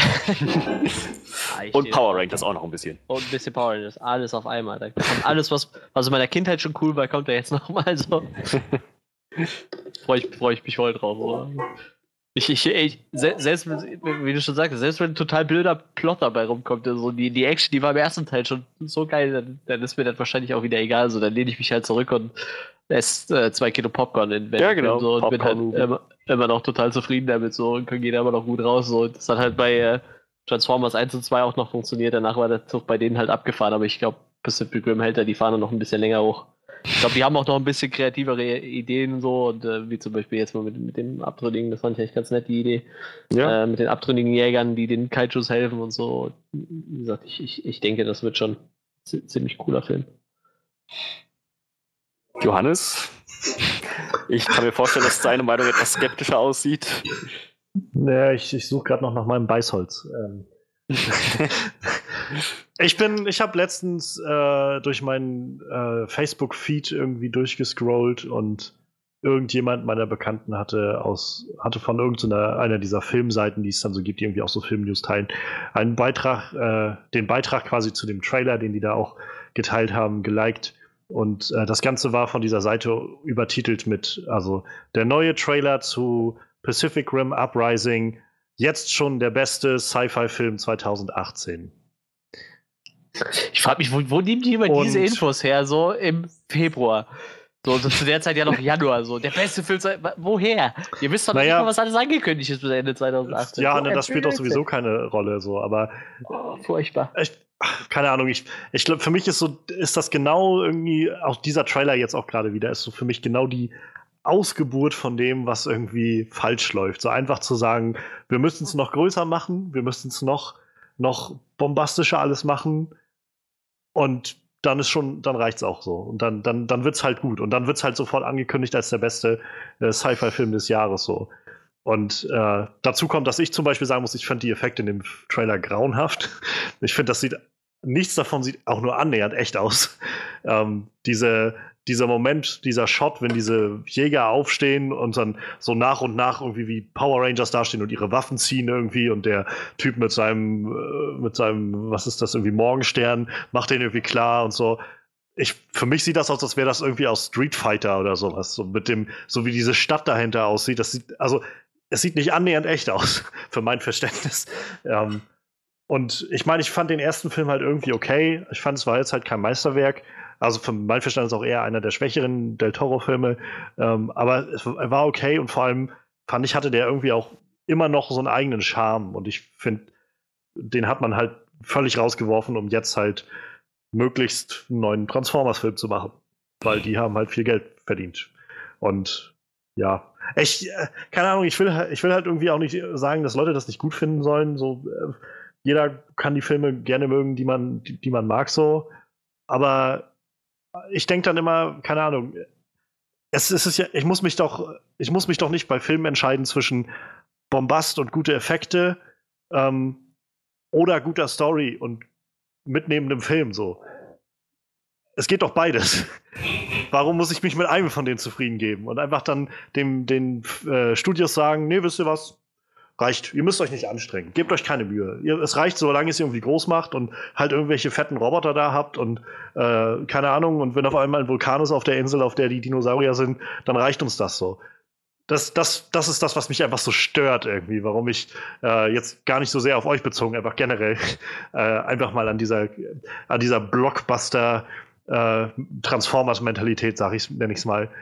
Und Power Rangers auch noch ein bisschen. Und ein bisschen Power Rangers, alles auf einmal. Da kommt alles, was in meiner Kindheit schon cool war, kommt da jetzt nochmal so. Freue ich mich voll drauf. Oder? Selbst, wie du schon sagst, selbst wenn ein total blöder Plot dabei rumkommt, also die Action, die war im ersten Teil schon so geil, dann ist mir das wahrscheinlich auch wieder egal. So, dann lehne ich mich halt zurück und esse 2 Kilo Popcorn in Bett. Ja, genau. So, und bin halt immer noch total zufrieden damit so und geht immer noch gut raus. So. Das hat halt bei Transformers 1 und 2 auch noch funktioniert. Danach war der Zug bei denen halt abgefahren, aber ich glaube, Pacific Rim hält da die Fahne noch ein bisschen länger hoch. Ich glaube, die haben auch noch ein bisschen kreativere Ideen so und wie zum Beispiel jetzt mal mit dem Abtrünnigen, das fand ich echt ganz nett, die Idee. Ja. Mit den abtrünnigen Jägern, die den Kaijus helfen und so. Wie gesagt, ich denke, das wird schon ein ziemlich cooler Film. Johannes, Ich kann mir vorstellen, dass seine Meinung etwas skeptischer aussieht. Naja, ich suche gerade noch nach meinem Beißholz. Ich habe letztens durch meinen Facebook-Feed irgendwie durchgescrollt und irgendjemand meiner Bekannten hatte von einer dieser Filmseiten, die es dann so gibt, die irgendwie auch so Filmnews teilen, den Beitrag quasi zu dem Trailer, den die da auch geteilt haben, geliked. Und das Ganze war von dieser Seite übertitelt mit, also der neue Trailer zu Pacific Rim Uprising, jetzt schon der beste Sci-Fi-Film 2018. Ich frage mich, wo nehmen die immer diese Infos her, so im Februar? So zu der Zeit ja noch Januar, so. Der beste Film, woher? Ihr wisst doch nicht mal, was alles angekündigt ist bis Ende 2018. Ja, das spielt doch sowieso keine Rolle, so, aber. Oh, furchtbar. Keine Ahnung, ich glaube, für mich ist das genau irgendwie, auch dieser Trailer jetzt auch gerade wieder, ist so für mich genau die Ausgeburt von dem, was irgendwie falsch läuft. So einfach zu sagen, wir müssen es noch größer machen, wir müssen es noch bombastischer alles machen und dann reicht's auch so. Und dann wird's halt gut. Und dann wird's halt sofort angekündigt als der beste Sci-Fi-Film des Jahres so. Und dazu kommt, dass ich zum Beispiel sagen muss, ich fand die Effekte in dem Trailer grauenhaft. Ich finde, nichts davon sieht auch nur annähernd echt aus. Dieser Moment, dieser Shot, wenn diese Jäger aufstehen und dann so nach und nach irgendwie wie Power Rangers dastehen und ihre Waffen ziehen irgendwie und der Typ mit seinem, was ist das, irgendwie Morgenstern, macht den irgendwie klar und so. Für mich sieht das aus, als wäre das irgendwie aus Street Fighter oder sowas. So wie diese Stadt dahinter aussieht. Es sieht nicht annähernd echt aus, für mein Verständnis. Und ich meine, ich fand den ersten Film halt irgendwie okay. Ich fand, es war jetzt halt kein Meisterwerk. Also für mein Verständnis auch eher einer der schwächeren Del Toro-Filme. Aber er war okay und vor allem fand ich, hatte der irgendwie auch immer noch so einen eigenen Charme. Und ich finde, den hat man halt völlig rausgeworfen, um jetzt halt möglichst einen neuen Transformers-Film zu machen. Weil die haben halt viel Geld verdient. Und ja, keine Ahnung, ich will halt irgendwie auch nicht sagen, dass Leute das nicht gut finden sollen. So, jeder kann die Filme gerne mögen, die man mag so. Aber ich denke dann immer, keine Ahnung, ich muss mich doch nicht bei Filmen entscheiden zwischen Bombast und gute Effekte oder guter Story und mitnehmendem Film so. Es geht doch beides. Warum muss ich mich mit einem von denen zufrieden geben und einfach dann den Studios sagen, nee, wisst ihr was? Reicht, ihr müsst euch nicht anstrengen. Gebt euch keine Mühe. Es reicht, solange ihr es irgendwie groß macht und halt irgendwelche fetten Roboter da habt und keine Ahnung, und wenn auf einmal ein Vulkan ist auf der Insel, auf der die Dinosaurier sind, dann reicht uns das so. Das ist das, was mich einfach so stört irgendwie, warum ich jetzt gar nicht so sehr auf euch bezogen, einfach generell einfach mal an dieser Blockbuster Transformers-Mentalität, nenne ich es mal.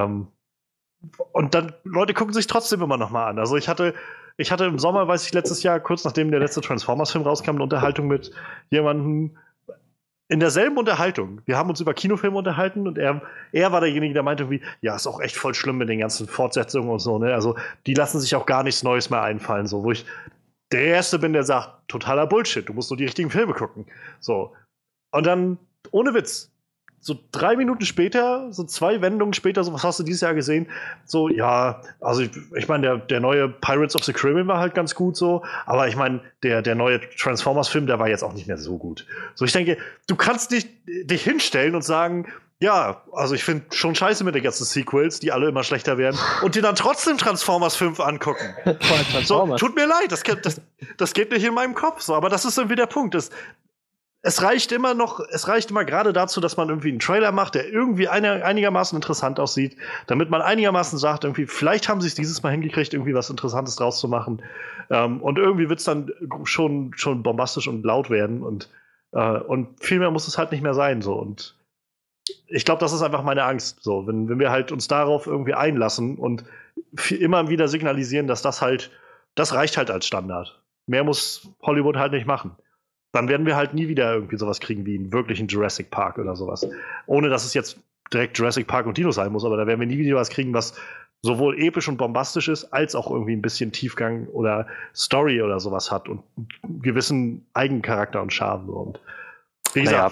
Und dann, Leute gucken sich trotzdem immer noch mal an. Also ich hatte im Sommer, weiß ich, letztes Jahr, kurz nachdem der letzte Transformers-Film rauskam, eine Unterhaltung mit jemandem in derselben Unterhaltung. Wir haben uns über Kinofilme unterhalten und er war derjenige, der meinte wie, ja, ist auch echt voll schlimm mit den ganzen Fortsetzungen und so, ne? Also die lassen sich auch gar nichts Neues mehr einfallen, so, wo ich der Erste bin, der sagt, totaler Bullshit, du musst nur die richtigen Filme gucken. So. Und dann, ohne Witz, so 3 Minuten später, so 2 Wendungen später, so was hast du dieses Jahr gesehen? So, ja, also ich meine, der neue Pirates of the Caribbean war halt ganz gut so, aber ich meine, der neue Transformers-Film, der war jetzt auch nicht mehr so gut. So, ich denke, du kannst dich hinstellen und sagen, ja, also ich finde schon scheiße mit den ganzen Sequels, die alle immer schlechter werden, und dir dann trotzdem Transformers 5 angucken. So, tut mir leid, das geht nicht in meinem Kopf, so, aber das ist irgendwie der Punkt. Es reicht immer gerade dazu, dass man irgendwie einen Trailer macht, der irgendwie einigermaßen interessant aussieht, damit man einigermaßen sagt, irgendwie, vielleicht haben sie es dieses Mal hingekriegt, irgendwie was Interessantes draus zu machen. Und irgendwie wird es dann schon bombastisch und laut werden und viel mehr muss es halt nicht mehr sein. So. Und ich glaube, das ist einfach meine Angst. So, wenn wir halt uns darauf irgendwie einlassen und immer wieder signalisieren, dass das reicht halt als Standard. Mehr muss Hollywood halt nicht machen. Dann werden wir halt nie wieder irgendwie sowas kriegen wie einen wirklichen Jurassic Park oder sowas. Ohne dass es jetzt direkt Jurassic Park und Dino sein muss, aber da werden wir nie wieder was kriegen, was sowohl episch und bombastisch ist, als auch irgendwie ein bisschen Tiefgang oder Story oder sowas hat und einen gewissen Eigencharakter und Charme. Und wie gesagt,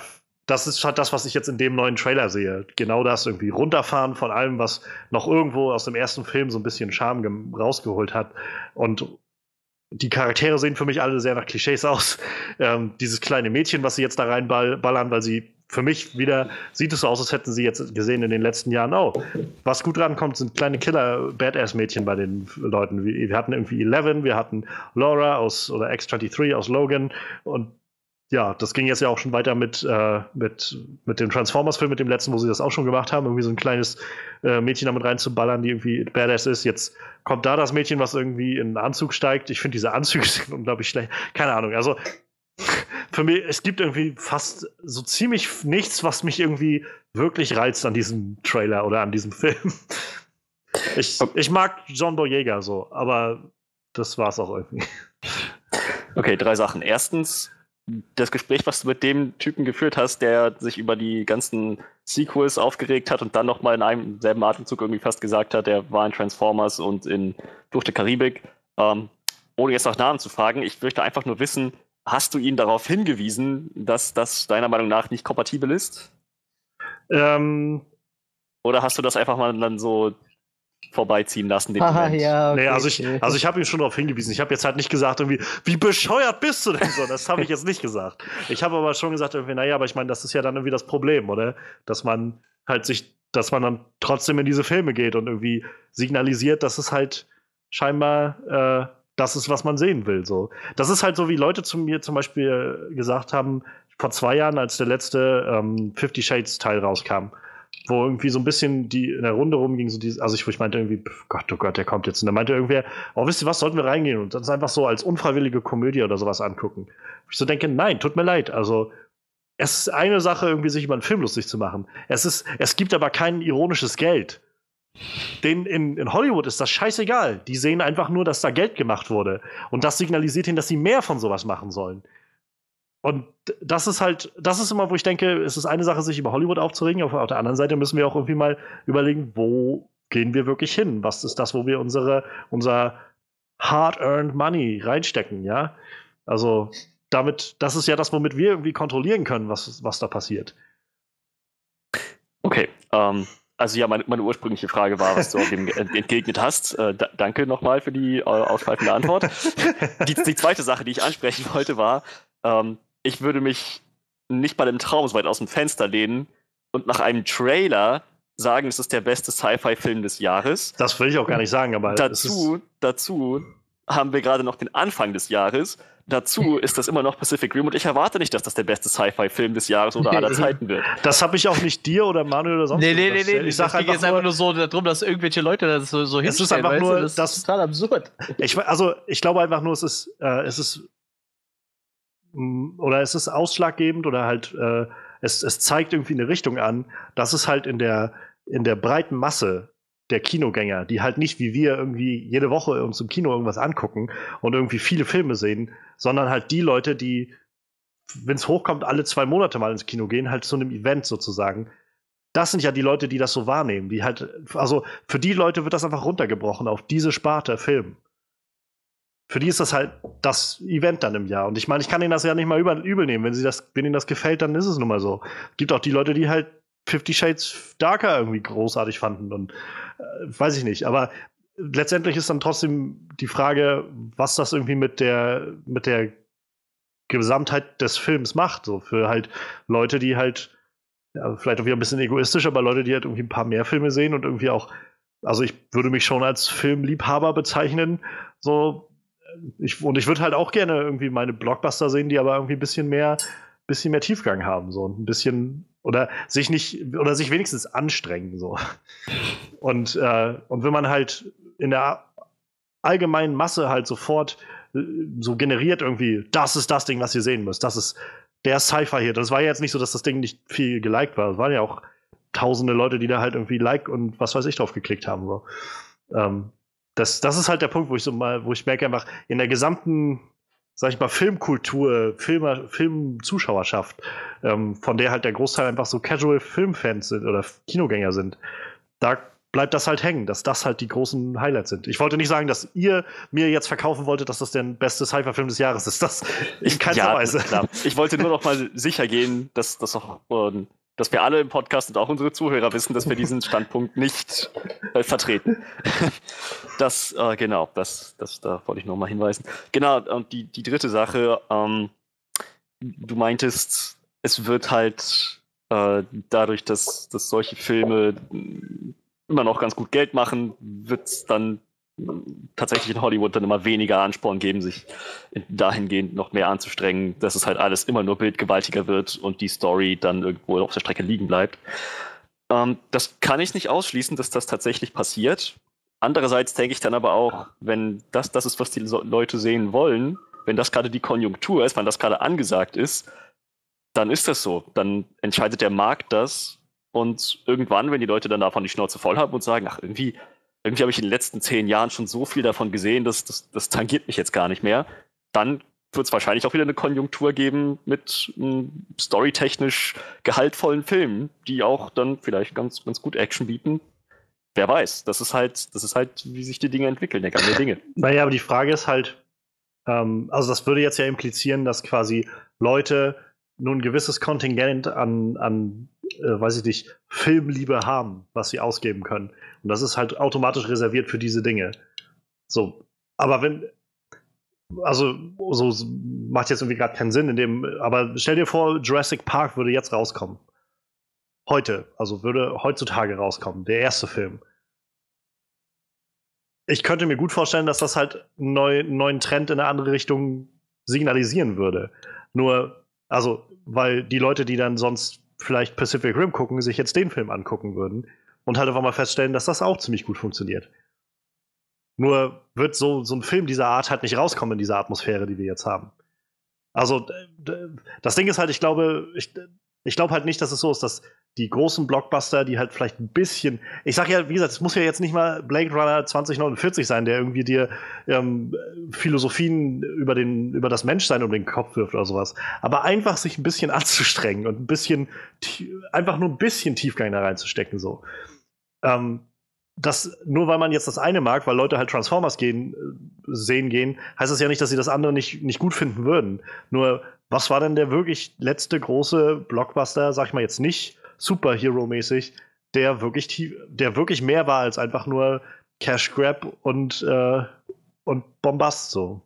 das ist halt das, was ich jetzt in dem neuen Trailer sehe. Genau das, irgendwie runterfahren von allem, was noch irgendwo aus dem ersten Film so ein bisschen Charme rausgeholt hat. Und die Charaktere sehen für mich alle sehr nach Klischees aus. Dieses kleine Mädchen, was sie jetzt da reinballern, weil sie für mich wieder, sieht es so aus, als hätten sie jetzt gesehen in den letzten Jahren, was gut rankommt, sind kleine Killer-Badass-Mädchen bei den Leuten. Wir hatten irgendwie Eleven, wir hatten Laura oder X-23 aus Logan und ja, das ging jetzt ja auch schon weiter mit dem Transformers-Film, mit dem letzten, wo sie das auch schon gemacht haben, irgendwie so ein kleines Mädchen damit reinzuballern, die irgendwie Badass ist. Jetzt kommt da das Mädchen, was irgendwie in einen Anzug steigt. Ich finde, diese Anzüge sind unglaublich schlecht. Keine Ahnung, also für mich, es gibt irgendwie fast so ziemlich nichts, was mich irgendwie wirklich reizt an diesem Trailer oder an diesem Film. Ich mag John Boyega so, aber das war's auch irgendwie. Okay, 3 Sachen. Erstens, das Gespräch, was du mit dem Typen geführt hast, der sich über die ganzen Sequels aufgeregt hat und dann nochmal in einem selben Atemzug irgendwie fast gesagt hat, er war in Transformers und in Fluch der Karibik. Ohne jetzt nach Namen zu fragen, ich möchte einfach nur wissen, hast du ihn darauf hingewiesen, dass das deiner Meinung nach nicht kompatibel ist? Oder hast du das einfach mal dann so vorbeiziehen lassen? Ja, okay. Nee, also ich habe ihm schon darauf hingewiesen. Ich habe jetzt halt nicht gesagt, irgendwie, wie bescheuert bist du denn so? Das habe ich jetzt nicht gesagt. Ich habe aber schon gesagt, irgendwie, naja, aber ich meine, das ist ja dann irgendwie das Problem, oder? Dass man dann trotzdem in diese Filme geht und irgendwie signalisiert, dass es halt scheinbar das ist, was man sehen will. So. Das ist halt so, wie Leute zu mir zum Beispiel gesagt haben, vor 2 Jahren, als der letzte 50 Shades Teil rauskam, wo irgendwie so ein bisschen die in der Runde rumging, so wo ich meinte irgendwie, oh Gott, der kommt jetzt. Und dann meinte irgendwer, wisst ihr was, sollten wir reingehen und das einfach so als unfreiwillige Komödie oder sowas angucken. Ich so denke, nein, tut mir leid. Also, es ist eine Sache, irgendwie sich über einen Film lustig zu machen. Es gibt aber kein ironisches Geld. Denen in Hollywood ist das scheißegal. Die sehen einfach nur, dass da Geld gemacht wurde. Und das signalisiert ihnen, dass sie mehr von sowas machen sollen. Und das ist immer, wo ich denke, es ist eine Sache, sich über Hollywood aufzuregen, aber auf der anderen Seite müssen wir auch irgendwie mal überlegen, wo gehen wir wirklich hin? Was ist das, wo wir unser hard-earned money reinstecken, ja? Also, das ist ja das, womit wir irgendwie kontrollieren können, was da passiert. Okay, also ja, meine ursprüngliche Frage war, was du dem entgegnet hast. Danke nochmal für die ausschweifende Antwort. Die zweite Sache, die ich ansprechen wollte, war, ich würde mich nicht bei dem Traum so weit aus dem Fenster lehnen und nach einem Trailer sagen, es ist der beste Sci-Fi-Film des Jahres. Das will ich auch gar nicht sagen, aber dazu haben wir gerade noch den Anfang des Jahres. Dazu ist das immer noch Pacific Rim und ich erwarte nicht, dass das der beste Sci-Fi-Film des Jahres oder aller Zeiten wird. Das habe ich auch nicht dir oder Manuel oder sonst Nee. Ich sage jetzt einfach nur so darum, dass irgendwelche Leute das so hinstellen. Es ist einfach nur, das ist total absurd. Ich glaube einfach nur, es ist ausschlaggebend oder halt es zeigt irgendwie eine Richtung an, dass es halt in der breiten Masse der Kinogänger, die halt nicht wie wir irgendwie jede Woche uns im Kino irgendwas angucken und irgendwie viele Filme sehen, sondern halt die Leute, die, wenn es hochkommt, alle 2 Monate mal ins Kino gehen, halt zu einem Event sozusagen. Das sind ja die Leute, die das so wahrnehmen, die halt, also für die Leute wird das einfach runtergebrochen auf diese Sparte Film. Für die ist das halt das Event dann im Jahr. Und ich meine, ich kann ihnen das ja nicht mal übel nehmen. Wenn ihnen das gefällt, dann ist es nun mal so. Es gibt auch die Leute, die halt 50 Shades Darker irgendwie großartig fanden und weiß ich nicht. Aber letztendlich ist dann trotzdem die Frage, was das irgendwie mit der Gesamtheit des Films macht. So für halt Leute, die halt, ja, vielleicht auch wieder ein bisschen egoistisch, aber Leute, die halt irgendwie ein paar mehr Filme sehen und irgendwie auch, also ich würde mich schon als Filmliebhaber bezeichnen. So, ich würde halt auch gerne irgendwie meine Blockbuster sehen, die aber irgendwie ein bisschen mehr Tiefgang haben, so ein bisschen oder sich wenigstens anstrengen, so. Und wenn man halt in der allgemeinen Masse halt sofort so generiert irgendwie, das ist das Ding, was ihr sehen müsst, das ist der Sci-Fi hier. Das war ja jetzt nicht so, dass das Ding nicht viel geliked war. Es waren ja auch tausende Leute, die da halt irgendwie Like und was weiß ich drauf geklickt haben, so. Das ist halt der Punkt, wo ich merke einfach, in der gesamten, sag ich mal, Filmkultur, Filmzuschauerschaft, von der halt der Großteil einfach so Casual-Filmfans sind oder Kinogänger sind, da bleibt das halt hängen, dass das halt die großen Highlights sind. Ich wollte nicht sagen, dass ihr mir jetzt verkaufen wolltet, dass das der beste Sci-Fi-Film des Jahres ist. Das in keinster Weise. Klar. Ich wollte nur noch mal sicher gehen, dass wir alle im Podcast und auch unsere Zuhörer wissen, dass wir diesen Standpunkt nicht vertreten. Da wollte ich noch mal hinweisen. Genau, und die dritte Sache, du meintest, es wird halt dadurch, dass solche Filme immer noch ganz gut Geld machen, wird es dann tatsächlich in Hollywood dann immer weniger Ansporn geben, sich dahingehend noch mehr anzustrengen, dass es halt alles immer nur bildgewaltiger wird und die Story dann irgendwo auf der Strecke liegen bleibt. Das kann ich nicht ausschließen, dass das tatsächlich passiert. Andererseits denke ich dann aber auch, wenn das ist, was die Leute sehen wollen, wenn das gerade die Konjunktur ist, wenn das gerade angesagt ist, dann ist das so. Dann entscheidet der Markt das und irgendwann, wenn die Leute dann davon die Schnauze voll haben und sagen, ach, irgendwie habe ich in den letzten 10 Jahren schon so viel davon gesehen, das tangiert mich jetzt gar nicht mehr, dann wird es wahrscheinlich auch wieder eine Konjunktur geben mit storytechnisch gehaltvollen Filmen, die auch dann vielleicht ganz, ganz gut Action bieten. Wer weiß. Das ist halt, wie sich die Dinge entwickeln, der ganze Dinge. Naja, aber die Frage ist halt, also das würde jetzt ja implizieren, dass quasi Leute nur ein gewisses Kontingent an weiß ich nicht, Filmliebe haben, was sie ausgeben können. Und das ist halt automatisch reserviert für diese Dinge. So, aber so macht jetzt irgendwie gerade keinen Sinn aber stell dir vor, Jurassic Park würde jetzt rauskommen. Würde heutzutage rauskommen, der erste Film. Ich könnte mir gut vorstellen, dass das halt einen neuen Trend in eine andere Richtung signalisieren würde. Nur, weil die Leute, die dann sonst vielleicht Pacific Rim gucken, sich jetzt den Film angucken würden und halt einfach mal feststellen, dass das auch ziemlich gut funktioniert. Nur wird so ein Film dieser Art halt nicht rauskommen in dieser Atmosphäre, die wir jetzt haben. Also, das Ding ist halt, ich glaube halt nicht, dass es so ist, dass die großen Blockbuster, die halt vielleicht ein bisschen, ich sag ja, wie gesagt, es muss ja jetzt nicht mal Blade Runner 2049 sein, der irgendwie dir Philosophien über das Menschsein um den Kopf wirft oder sowas. Aber einfach sich ein bisschen anzustrengen und einfach nur ein bisschen Tiefgang da reinzustecken, so. Nur weil man jetzt das eine mag, weil Leute halt Transformers sehen gehen, heißt das ja nicht, dass sie das andere nicht gut finden würden. Nur, was war denn der wirklich letzte große Blockbuster, sag ich mal jetzt nicht Superhero-mäßig, der wirklich mehr war als einfach nur Cash Grab und Bombast so.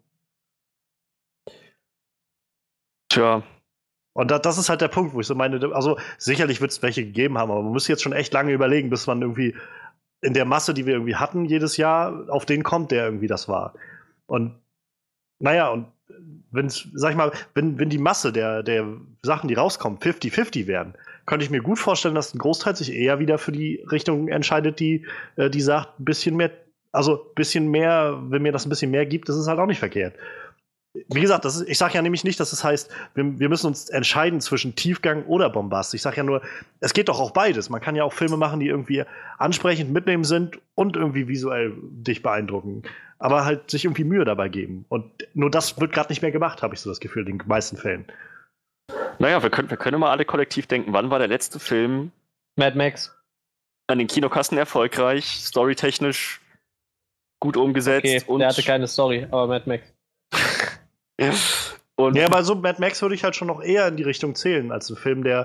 Tja. Und das ist halt der Punkt, wo ich so meine, also sicherlich wird es welche gegeben haben, aber man muss jetzt schon echt lange überlegen, bis man irgendwie in der Masse, die wir irgendwie hatten jedes Jahr, auf den kommt, der irgendwie das war. Und naja, und wenn die Masse der Sachen, die rauskommen, 50-50 werden, könnte ich mir gut vorstellen, dass ein Großteil sich eher wieder für die Richtung entscheidet, die sagt, ein bisschen mehr, wenn mir das ein bisschen mehr gibt, das ist halt auch nicht verkehrt. Wie gesagt, ich sage ja nämlich nicht, dass es heißt, wir müssen uns entscheiden zwischen Tiefgang oder Bombast. Ich sage ja nur, es geht doch auch beides. Man kann ja auch Filme machen, die irgendwie ansprechend mitnehmen sind und irgendwie visuell dich beeindrucken. Aber halt sich irgendwie Mühe dabei geben. Und nur das wird gerade nicht mehr gemacht, habe ich so das Gefühl, in den meisten Fällen. Naja, wir können mal alle kollektiv denken, wann war der letzte Film Mad Max. An den Kinokassen erfolgreich, storytechnisch gut umgesetzt. Okay, und der hatte keine Story, aber Mad Max. Und ja, aber so Mad Max würde ich halt schon noch eher in die Richtung zählen, als ein Film, der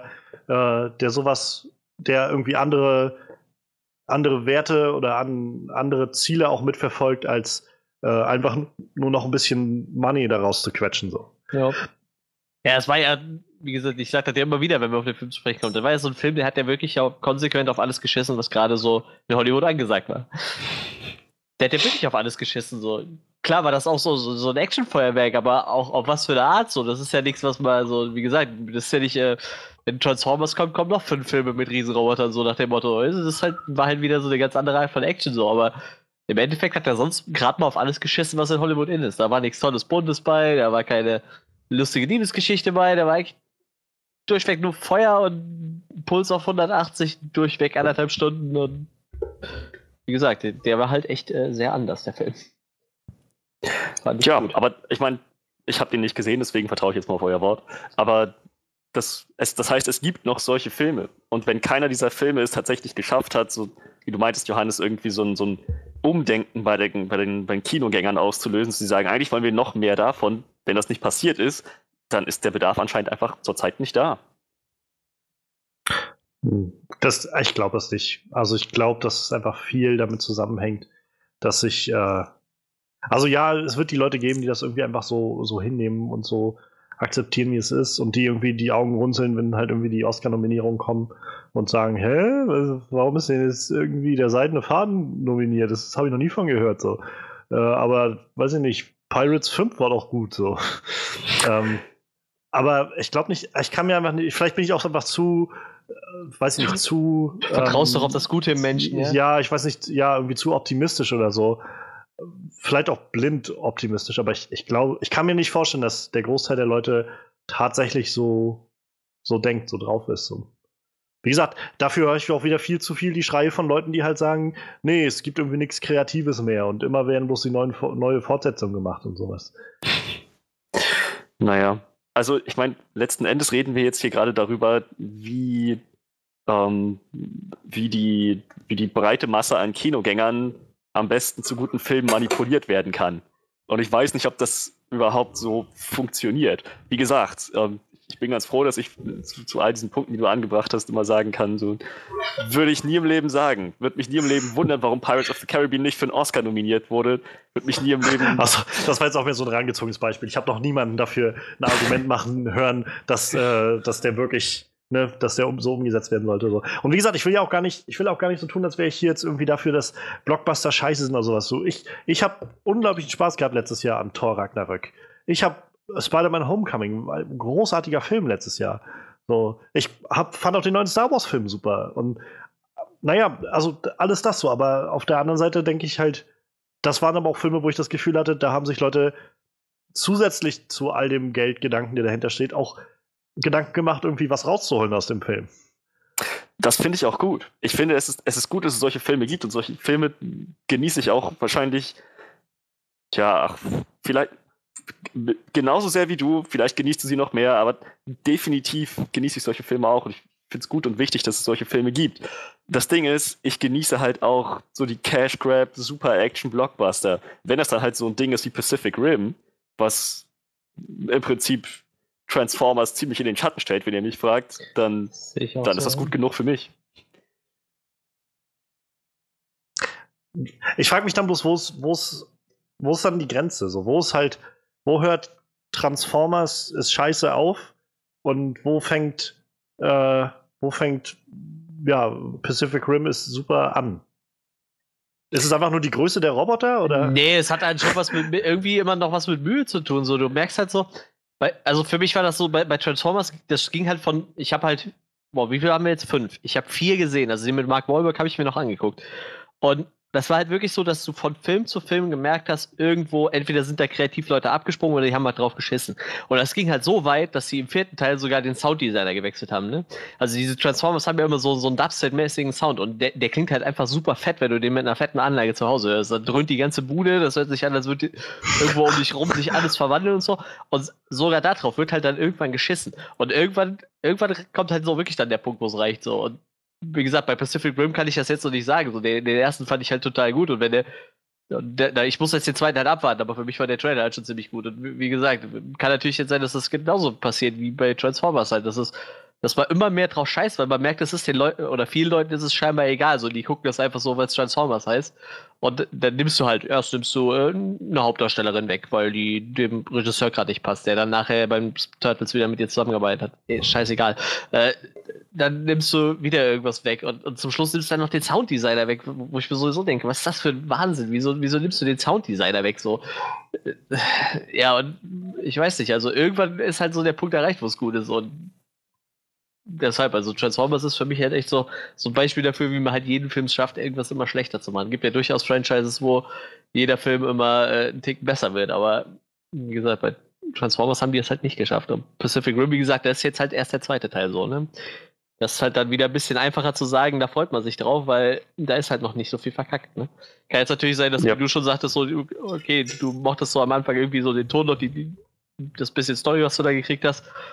irgendwie andere Werte oder andere Ziele auch mitverfolgt, als einfach nur noch ein bisschen Money daraus zu quetschen. So. Ja, es war ja, wie gesagt, ich sag das ja immer wieder, wenn wir auf den Film zu sprechen kommen, das war ja so ein Film, der hat ja wirklich auch konsequent auf alles geschissen, was gerade so in Hollywood angesagt war. Der hat ja wirklich auf alles geschissen, so. Klar war das auch so ein Actionfeuerwerk, aber auch auf was für eine Art so. Das ist ja nichts, was mal so, wie gesagt, das ist ja nicht, wenn Transformers kommen noch 5 Filme mit Riesenrobotern, so nach dem Motto. War halt wieder so eine ganz andere Art von Action, so, aber im Endeffekt hat er sonst gerade mal auf alles geschissen, was in Hollywood in ist. Da war nichts Tolles Buntes bei, da war keine lustige Liebesgeschichte bei, da war eigentlich durchweg nur Feuer und Puls auf 180, durchweg 1,5 Stunden und wie gesagt, der war halt echt sehr anders, der Film. Tja, aber ich meine, ich habe den nicht gesehen, deswegen vertraue ich jetzt mal auf euer Wort. Aber das heißt, es gibt noch solche Filme. Und wenn keiner dieser Filme es tatsächlich geschafft hat, so wie du meintest, Johannes, irgendwie so ein Umdenken bei den Kinogängern auszulösen, sie sagen, eigentlich wollen wir noch mehr davon. Wenn das nicht passiert ist, dann ist der Bedarf anscheinend einfach zurzeit nicht da. Ich glaube das nicht. Also ich glaube, dass es einfach viel damit zusammenhängt, dass es wird die Leute geben, die das irgendwie einfach so hinnehmen und so akzeptieren, wie es ist, und die irgendwie die Augen runzeln, wenn halt irgendwie die Oscar-Nominierungen kommen und sagen, warum ist denn jetzt irgendwie der Seidene Faden nominiert? Das habe ich noch nie von gehört. So. Aber, weiß ich nicht, Pirates 5 war doch gut. So. Aber ich glaube nicht, ich kann mir einfach nicht, vielleicht bin ich auch einfach Vertraust doch auf das Gute im Menschen, ja? Ja, ich weiß nicht, irgendwie zu optimistisch oder so. Vielleicht auch blind optimistisch, aber ich glaube, ich kann mir nicht vorstellen, dass der Großteil der Leute tatsächlich so denkt, so drauf ist. So. Wie gesagt, dafür höre ich auch wieder viel zu viel die Schreie von Leuten, die halt sagen, nee, es gibt irgendwie nichts Kreatives mehr und immer werden bloß die neue Fortsetzungen gemacht und sowas. Naja, also ich meine, letzten Endes reden wir jetzt hier gerade darüber, wie die breite Masse an Kinogängern am besten zu guten Filmen manipuliert werden kann. Und ich weiß nicht, ob das überhaupt so funktioniert. Wie gesagt, ich bin ganz froh, dass ich zu all diesen Punkten, die du angebracht hast, immer sagen kann, so würde ich nie im Leben sagen. Würde mich nie im Leben wundern, warum Pirates of the Caribbean nicht für einen Oscar nominiert wurde. Würde mich nie im Leben... Also, das war jetzt auch wieder so ein rangezogenes Beispiel. Ich habe noch niemanden dafür ein Argument machen hören, dass der wirklich... dass der so umgesetzt werden sollte. So. Und wie gesagt, ich will auch gar nicht so tun, als wäre ich hier jetzt irgendwie dafür, dass Blockbuster scheiße sind oder sowas. So, ich habe unglaublichen Spaß gehabt letztes Jahr an Thor Ragnarök. Ich habe Spider-Man Homecoming, ein großartiger Film letztes Jahr. So, ich fand auch den neuen Star Wars Film super. Und naja, also alles das so. Aber auf der anderen Seite denke ich halt, das waren aber auch Filme, wo ich das Gefühl hatte, da haben sich Leute zusätzlich zu all dem Geldgedanken, der dahinter steht, auch Gedanken gemacht, irgendwie was rauszuholen aus dem Film. Das finde ich auch gut. Ich finde, es ist gut, dass es solche Filme gibt und solche Filme genieße ich auch wahrscheinlich, vielleicht genauso sehr wie du, vielleicht genießt du sie noch mehr, aber definitiv genieße ich solche Filme auch und ich finde es gut und wichtig, dass es solche Filme gibt. Das Ding ist, ich genieße halt auch so die Cash Grab, Super Action Blockbuster. Wenn das dann halt so ein Ding ist wie Pacific Rim, was im Prinzip Transformers ziemlich in den Schatten stellt, wenn ihr mich fragt, dann ist das gut genug für mich. Ich frage mich dann bloß, wo ist dann die Grenze? So, wo hört Transformers ist scheiße auf und wo fängt Pacific Rim ist super an? Ist es einfach nur die Größe der Roboter? Oder? Nee, es hat halt schon irgendwie immer noch was mit Mühe zu tun. So, du merkst halt so, also für mich war das so, bei Transformers, das ging halt ich habe halt, wie viel haben wir jetzt? 5. Ich habe 4 gesehen, also den mit Mark Wahlberg habe ich mir noch angeguckt. Und das war halt wirklich so, dass du von Film zu Film gemerkt hast, irgendwo, entweder sind da Kreativleute abgesprungen oder die haben halt drauf geschissen. Und das ging halt so weit, dass sie im 4. Teil sogar den Sounddesigner gewechselt haben, ne? Also diese Transformers haben ja immer so einen Dubstep-mäßigen Sound und der klingt halt einfach super fett, wenn du den mit einer fetten Anlage zu Hause hörst. Da dröhnt die ganze Bude, das hört sich an, als würde irgendwo um dich rum sich alles verwandeln und so. Und sogar darauf wird halt dann irgendwann geschissen. Und irgendwann kommt halt so wirklich dann der Punkt, wo es reicht, so. Und wie gesagt, bei Pacific Rim kann ich das jetzt noch nicht sagen. So, den ersten fand ich halt total gut und wenn ich muss jetzt den zweiten halt abwarten, aber für mich war der Trailer halt schon ziemlich gut. Und wie gesagt, kann natürlich jetzt sein, dass das genauso passiert wie bei Transformers halt. Dass man immer mehr drauf scheißt, weil man merkt, das ist den Leuten oder vielen Leuten ist es scheinbar egal. So, die gucken das einfach so, weil es Transformers heißt. Und dann nimmst du eine Hauptdarstellerin weg, weil die dem Regisseur gerade nicht passt, der dann nachher beim Turtles wieder mit dir zusammengearbeitet hat. Scheißegal. Dann nimmst du wieder irgendwas weg und zum Schluss nimmst du dann noch den Sounddesigner weg, wo ich mir sowieso denke, was ist das für ein Wahnsinn? Wieso nimmst du den Sounddesigner weg so? Ja, und ich weiß nicht, also irgendwann ist halt so der Punkt erreicht, wo es gut ist und deshalb, also Transformers ist für mich halt echt so ein Beispiel dafür, wie man halt jeden Film schafft, irgendwas immer schlechter zu machen. Es gibt ja durchaus Franchises, wo jeder Film immer einen Tick besser wird, aber wie gesagt, bei Transformers haben die es halt nicht geschafft. Und Pacific Rim, wie gesagt, das ist jetzt halt erst der 2. Teil so, ne? Das ist halt dann wieder ein bisschen einfacher zu sagen, da freut man sich drauf, weil da ist halt noch nicht so viel verkackt, ne? Kann jetzt natürlich sein, dass wie du schon sagtest, so, okay, du mochtest so am Anfang irgendwie so den Ton und das bisschen Story, was du da gekriegt hast.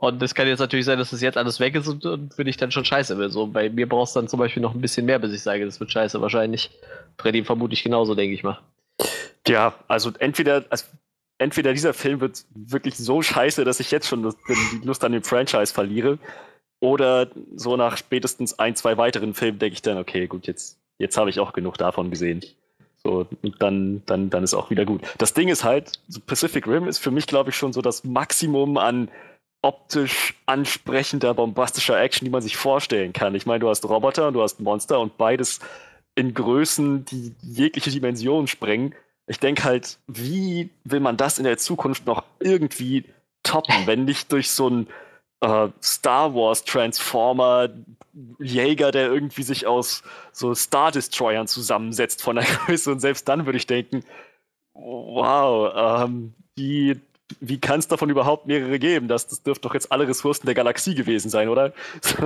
Und es kann jetzt natürlich sein, dass das jetzt alles weg ist und wenn ich dann schon scheiße will. So, bei mir brauchst du dann zum Beispiel noch ein bisschen mehr, bis ich sage, das wird scheiße. Wahrscheinlich. Freddy vermutlich genauso, denke ich mal. Ja, also entweder dieser Film wird wirklich so scheiße, dass ich jetzt schon die Lust an dem Franchise verliere. Oder so nach spätestens 1, 2 weiteren Filmen denke ich dann, okay, gut, jetzt habe ich auch genug davon gesehen. So, und dann ist auch wieder gut. Das Ding ist halt, so Pacific Rim ist für mich, glaube ich, schon so das Maximum an optisch ansprechender, bombastischer Action, die man sich vorstellen kann. Ich meine, du hast Roboter und du hast Monster und beides in Größen, die jegliche Dimension sprengen. Ich denke halt, wie will man das in der Zukunft noch irgendwie toppen, wenn nicht durch so ein Star Wars Transformer Jäger, der irgendwie sich aus so Star Destroyern zusammensetzt von der Größe, und selbst dann würde ich denken, wow, wie kann es davon überhaupt mehrere geben? Das dürften doch jetzt alle Ressourcen der Galaxie gewesen sein, oder?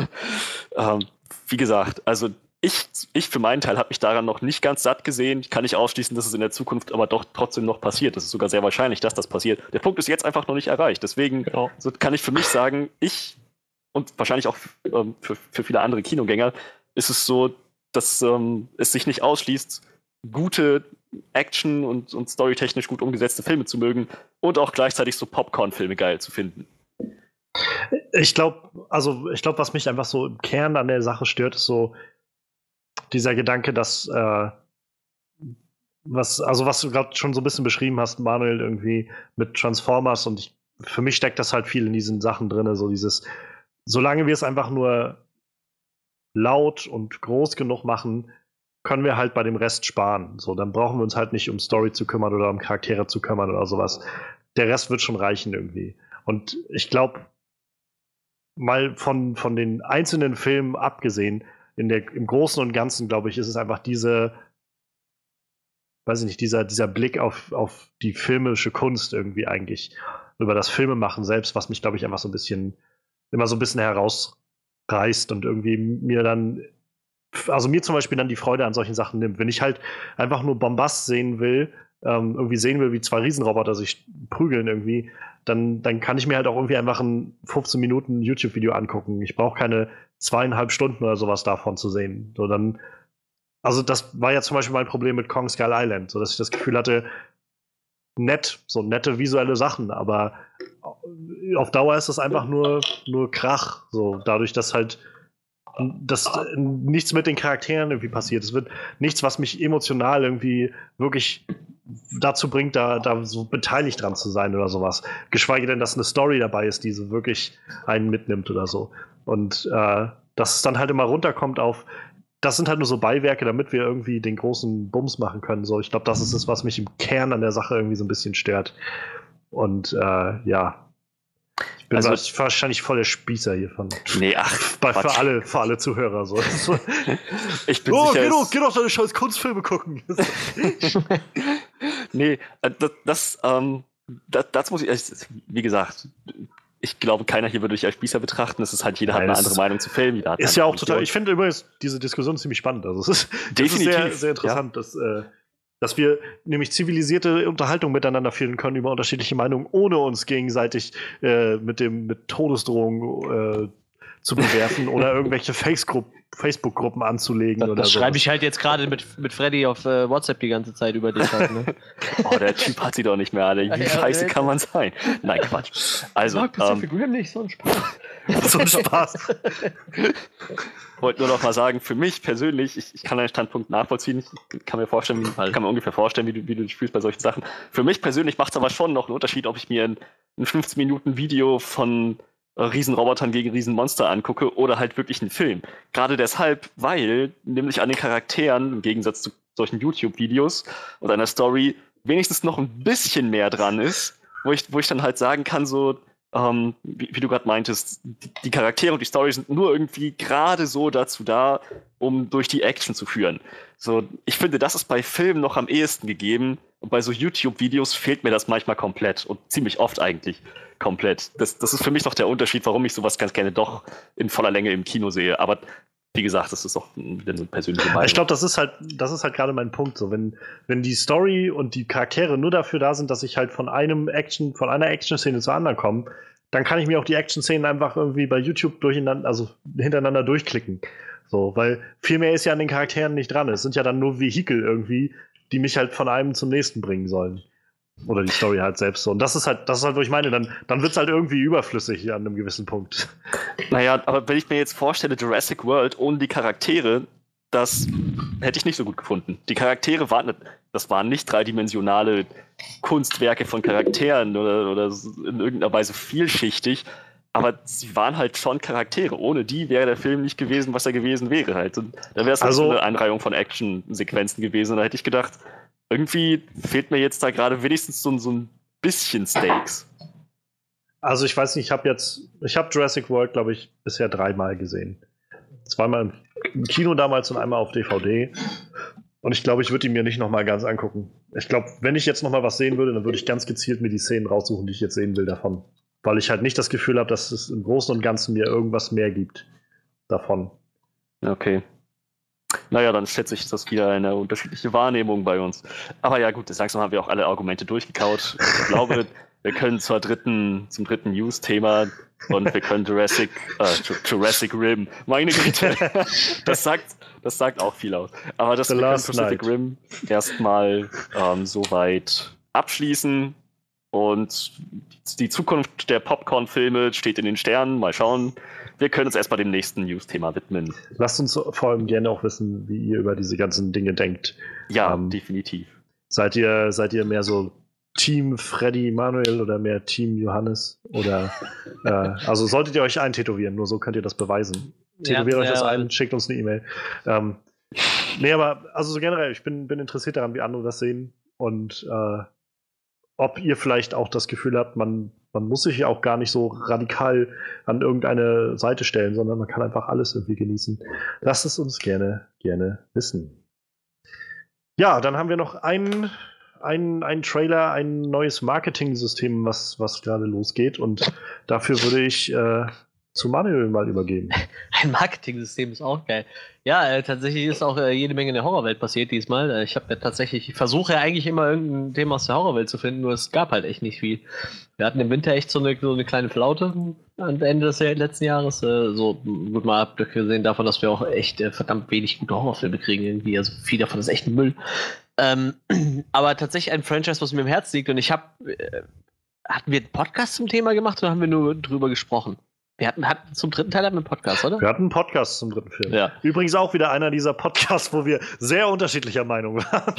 Wie gesagt, also ich für meinen Teil habe mich daran noch nicht ganz satt gesehen. Ich kann nicht ausschließen, dass es in der Zukunft aber doch trotzdem noch passiert. Es ist sogar sehr wahrscheinlich, dass das passiert. Der Punkt ist jetzt einfach noch nicht erreicht. Deswegen so kann ich für mich sagen, und wahrscheinlich auch für viele andere Kinogänger, ist es so, dass es sich nicht ausschließt, gute Action und storytechnisch gut umgesetzte Filme zu mögen und auch gleichzeitig so Popcorn-Filme geil zu finden. Ich glaube, was mich einfach so im Kern an der Sache stört, ist so dieser Gedanke, dass was du gerade schon so ein bisschen beschrieben hast, Manuel, irgendwie mit Transformers, und für mich steckt das halt viel in diesen Sachen drin, so dieses, solange wir es einfach nur laut und groß genug machen, können wir halt bei dem Rest sparen. So, dann brauchen wir uns halt nicht um Story zu kümmern oder um Charaktere zu kümmern oder sowas. Der Rest wird schon reichen irgendwie. Und ich glaube, mal von den einzelnen Filmen abgesehen, im Großen und Ganzen, glaube ich, ist es einfach dieser Blick auf die filmische Kunst irgendwie eigentlich, über das Filmemachen selbst, was mich, glaube ich, einfach immer so ein bisschen herausreißt und irgendwie mir zum Beispiel dann die Freude an solchen Sachen nimmt. Wenn ich halt einfach nur Bombast sehen will, irgendwie sehen will, wie 2 Riesenroboter sich prügeln irgendwie, dann kann ich mir halt auch irgendwie einfach ein 15 Minuten YouTube-Video angucken. Ich brauche keine 2,5 Stunden oder sowas davon zu sehen. Also das war ja zum Beispiel mein Problem mit Kong Skull Island, so dass ich das Gefühl hatte, nette visuelle Sachen, aber auf Dauer ist das einfach nur Krach, so dadurch, dass halt nichts mit den Charakteren irgendwie passiert. Es wird nichts, was mich emotional irgendwie wirklich dazu bringt, da so beteiligt dran zu sein oder sowas. Geschweige denn, dass eine Story dabei ist, die so wirklich einen mitnimmt oder so. Und dass es dann halt immer runterkommt auf, das sind halt nur so Beiwerke, damit wir irgendwie den großen Bums machen können. So, ich glaube, das ist es, was mich im Kern an der Sache irgendwie so ein bisschen stört. Und ja. Ich bin wahrscheinlich voll der Spießer hiervon. Nee, für alle Zuhörer so. Ich bin sicher, geh doch deine scheiß Kunstfilme gucken. Nee, das muss ich, wie gesagt, ich glaube, keiner hier würde dich als Spießer betrachten. Es ist halt, jeder hat eine andere Meinung zu Filmen. Ist ja auch total, ich finde übrigens diese Diskussion ziemlich spannend. Also es ist definitiv sehr, sehr interessant, dass wir nämlich zivilisierte Unterhaltung miteinander führen können über unterschiedliche Meinungen, ohne uns gegenseitig mit Todesdrohungen zu bewerfen oder irgendwelche Facebook-Gruppen anzulegen. Das schreibe ich halt jetzt gerade mit Freddy auf WhatsApp die ganze Zeit über dich halt, ne? Oh, der Typ hat sie doch nicht mehr alle. Wie scheiße kann man sein? Nein, Quatsch. Also, Pacific Rim nicht, so ein Spaß. So ein Spaß. Wollte nur noch mal sagen, für mich persönlich, ich kann deinen Standpunkt nachvollziehen. Ich kann mir ungefähr vorstellen, wie du dich fühlst bei solchen Sachen. Für mich persönlich macht es aber schon noch einen Unterschied, ob ich mir ein 15-Minuten-Video von Riesenrobotern gegen Riesenmonster angucke oder halt wirklich einen Film. Gerade deshalb, weil nämlich an den Charakteren, im Gegensatz zu solchen YouTube-Videos und einer Story, wenigstens noch ein bisschen mehr dran ist, wo ich dann halt sagen kann, so, wie du gerade meintest, die Charaktere und die Story sind nur irgendwie gerade so dazu da, um durch die Action zu führen. So, ich finde, das ist bei Filmen noch am ehesten gegeben, und bei so YouTube-Videos fehlt mir das manchmal komplett und ziemlich oft eigentlich komplett. Das ist für mich noch der Unterschied, warum ich sowas ganz gerne doch in voller Länge im Kino sehe. Aber wie gesagt, das ist auch wieder eine persönliche Meinung. Ich glaube, das ist halt gerade mein Punkt. So, wenn die Story und die Charaktere nur dafür da sind, dass ich halt von einer Action-Szene zur anderen komme, dann kann ich mir auch die Action-Szenen einfach irgendwie bei YouTube hintereinander durchklicken. So, weil viel mehr ist ja an den Charakteren nicht dran. Es sind ja dann nur Vehikel irgendwie, die mich halt von einem zum nächsten bringen sollen. Oder die Story halt selbst so. Und das ist halt, wo ich meine, dann wird es halt irgendwie überflüssig an einem gewissen Punkt. Naja, aber wenn ich mir jetzt vorstelle, Jurassic World ohne die Charaktere, das hätte ich nicht so gut gefunden. Die Charaktere waren nicht dreidimensionale Kunstwerke von Charakteren oder in irgendeiner Weise vielschichtig, aber sie waren halt schon Charaktere. Ohne die wäre der Film nicht gewesen, was er gewesen wäre halt. Und da wäre es halt so eine Einreihung von Action-Sequenzen gewesen. Und da hätte ich gedacht, irgendwie fehlt mir jetzt da gerade wenigstens so ein bisschen Stakes. Also ich weiß nicht, ich habe Jurassic World, glaube ich, bisher 3-mal gesehen. 2-mal im Kino damals und einmal auf DVD. Und ich glaube, ich würde ihn mir nicht nochmal ganz angucken. Ich glaube, wenn ich jetzt nochmal was sehen würde, dann würde ich ganz gezielt mir die Szenen raussuchen, die ich jetzt sehen will davon. Weil ich halt nicht das Gefühl habe, dass es im Großen und Ganzen mir irgendwas mehr gibt davon. Okay. Naja, dann schätze ich das wieder eine unterschiedliche Wahrnehmung bei uns. Aber ja gut, langsam haben wir auch alle Argumente durchgekaut. Ich glaube, wir können zum dritten News-Thema und wir können Jurassic Rim. Meine Güte. Das sagt auch viel aus. Aber wir können Pacific Rim erstmal soweit abschließen. Und die Zukunft der Popcorn-Filme steht in den Sternen. Mal schauen. Wir können uns erstmal dem nächsten News-Thema widmen. Lasst uns vor allem gerne auch wissen, wie ihr über diese ganzen Dinge denkt. Ja, definitiv. Seid ihr mehr so Team Freddy Manuel oder mehr Team Johannes? Oder also solltet ihr euch eintätowieren, nur so könnt ihr das beweisen. Tätowiert euch das ein, schickt uns eine E-Mail. Nee, aber also so generell, ich bin interessiert daran, wie andere das sehen und ob ihr vielleicht auch das Gefühl habt, man muss sich ja auch gar nicht so radikal an irgendeine Seite stellen, sondern man kann einfach alles irgendwie genießen. Lasst es uns gerne wissen. Ja, dann haben wir noch einen Trailer, ein neues Marketing-System, was gerade losgeht. Und dafür würde ich zu Manuel mal übergeben. Ein Marketing-System ist auch geil. Ja, tatsächlich ist auch jede Menge in der Horrorwelt passiert diesmal. Ich versuche ja eigentlich immer irgendein Thema aus der Horrorwelt zu finden, nur es gab halt echt nicht viel. Wir hatten im Winter echt so eine kleine Flaute am Ende des letzten Jahres. So gut mal abgesehen davon, dass wir auch echt verdammt wenig gute Horrorfilme kriegen irgendwie. Also viel davon ist echt Müll. Aber tatsächlich ein Franchise, was mir im Herzen liegt. Und hatten wir einen Podcast zum Thema gemacht oder haben wir nur drüber gesprochen? Wir hatten zum dritten Teil einen Podcast, oder? Wir hatten einen Podcast zum dritten Film. Ja. Übrigens auch wieder einer dieser Podcasts, wo wir sehr unterschiedlicher Meinung waren.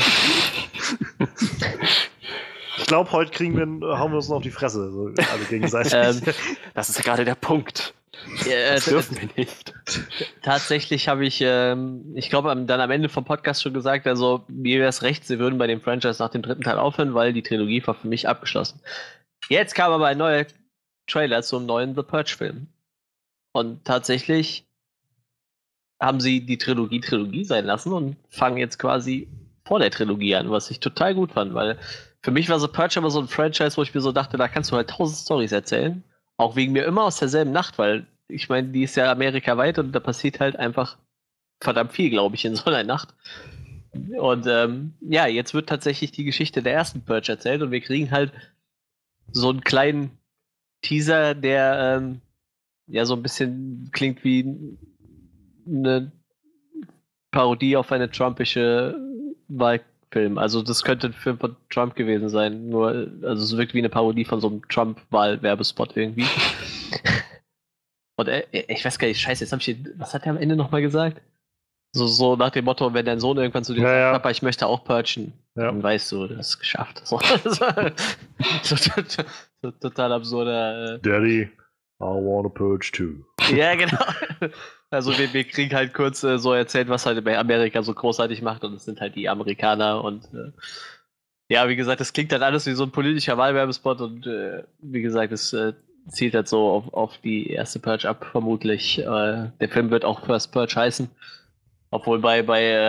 Ich glaube, heute hauen wir uns noch auf die Fresse, so alle gegenseitig. Das ist ja gerade der Punkt. Das dürfen wir nicht. Tatsächlich habe ich glaube, dann am Ende vom Podcast schon gesagt, also mir wäre es recht, sie würden bei dem Franchise nach dem dritten Teil aufhören, weil die Trilogie war für mich abgeschlossen. Jetzt kam aber ein neuer Trailer zum neuen The Purge-Film. Und tatsächlich haben sie die Trilogie sein lassen und fangen jetzt quasi vor der Trilogie an, was ich total gut fand, weil für mich war The Purge immer so ein Franchise, wo ich mir so dachte, da kannst du halt 1000 Storys erzählen. Auch wegen mir immer aus derselben Nacht, weil ich meine, die ist ja amerikaweit und da passiert halt einfach verdammt viel, glaube ich, in so einer Nacht. Und jetzt wird tatsächlich die Geschichte der ersten Purge erzählt und wir kriegen halt so einen kleinen Teaser, der so ein bisschen klingt wie eine Parodie auf eine trumpische Wahlfilm. Also das könnte ein Film von Trump gewesen sein, also es wirkt wie eine Parodie von so einem Trump-Wahl-Werbespot irgendwie. Und ich weiß gar nicht, scheiße, was hat er am Ende nochmal gesagt? So nach dem Motto, wenn dein Sohn irgendwann zu dir sagt, Papa, ich möchte auch purgen, dann weißt du, das ist geschafft. So total absurder. Daddy, I wanna purge too. Ja, genau. Also wir kriegen halt kurz so erzählt, was halt bei Amerika so großartig macht und es sind halt die Amerikaner und wie gesagt, das klingt halt alles wie so ein politischer Wahlwerbespot und wie gesagt, es zielt halt so auf die erste Purge ab, vermutlich. Der Film wird auch First Purge heißen. Obwohl bei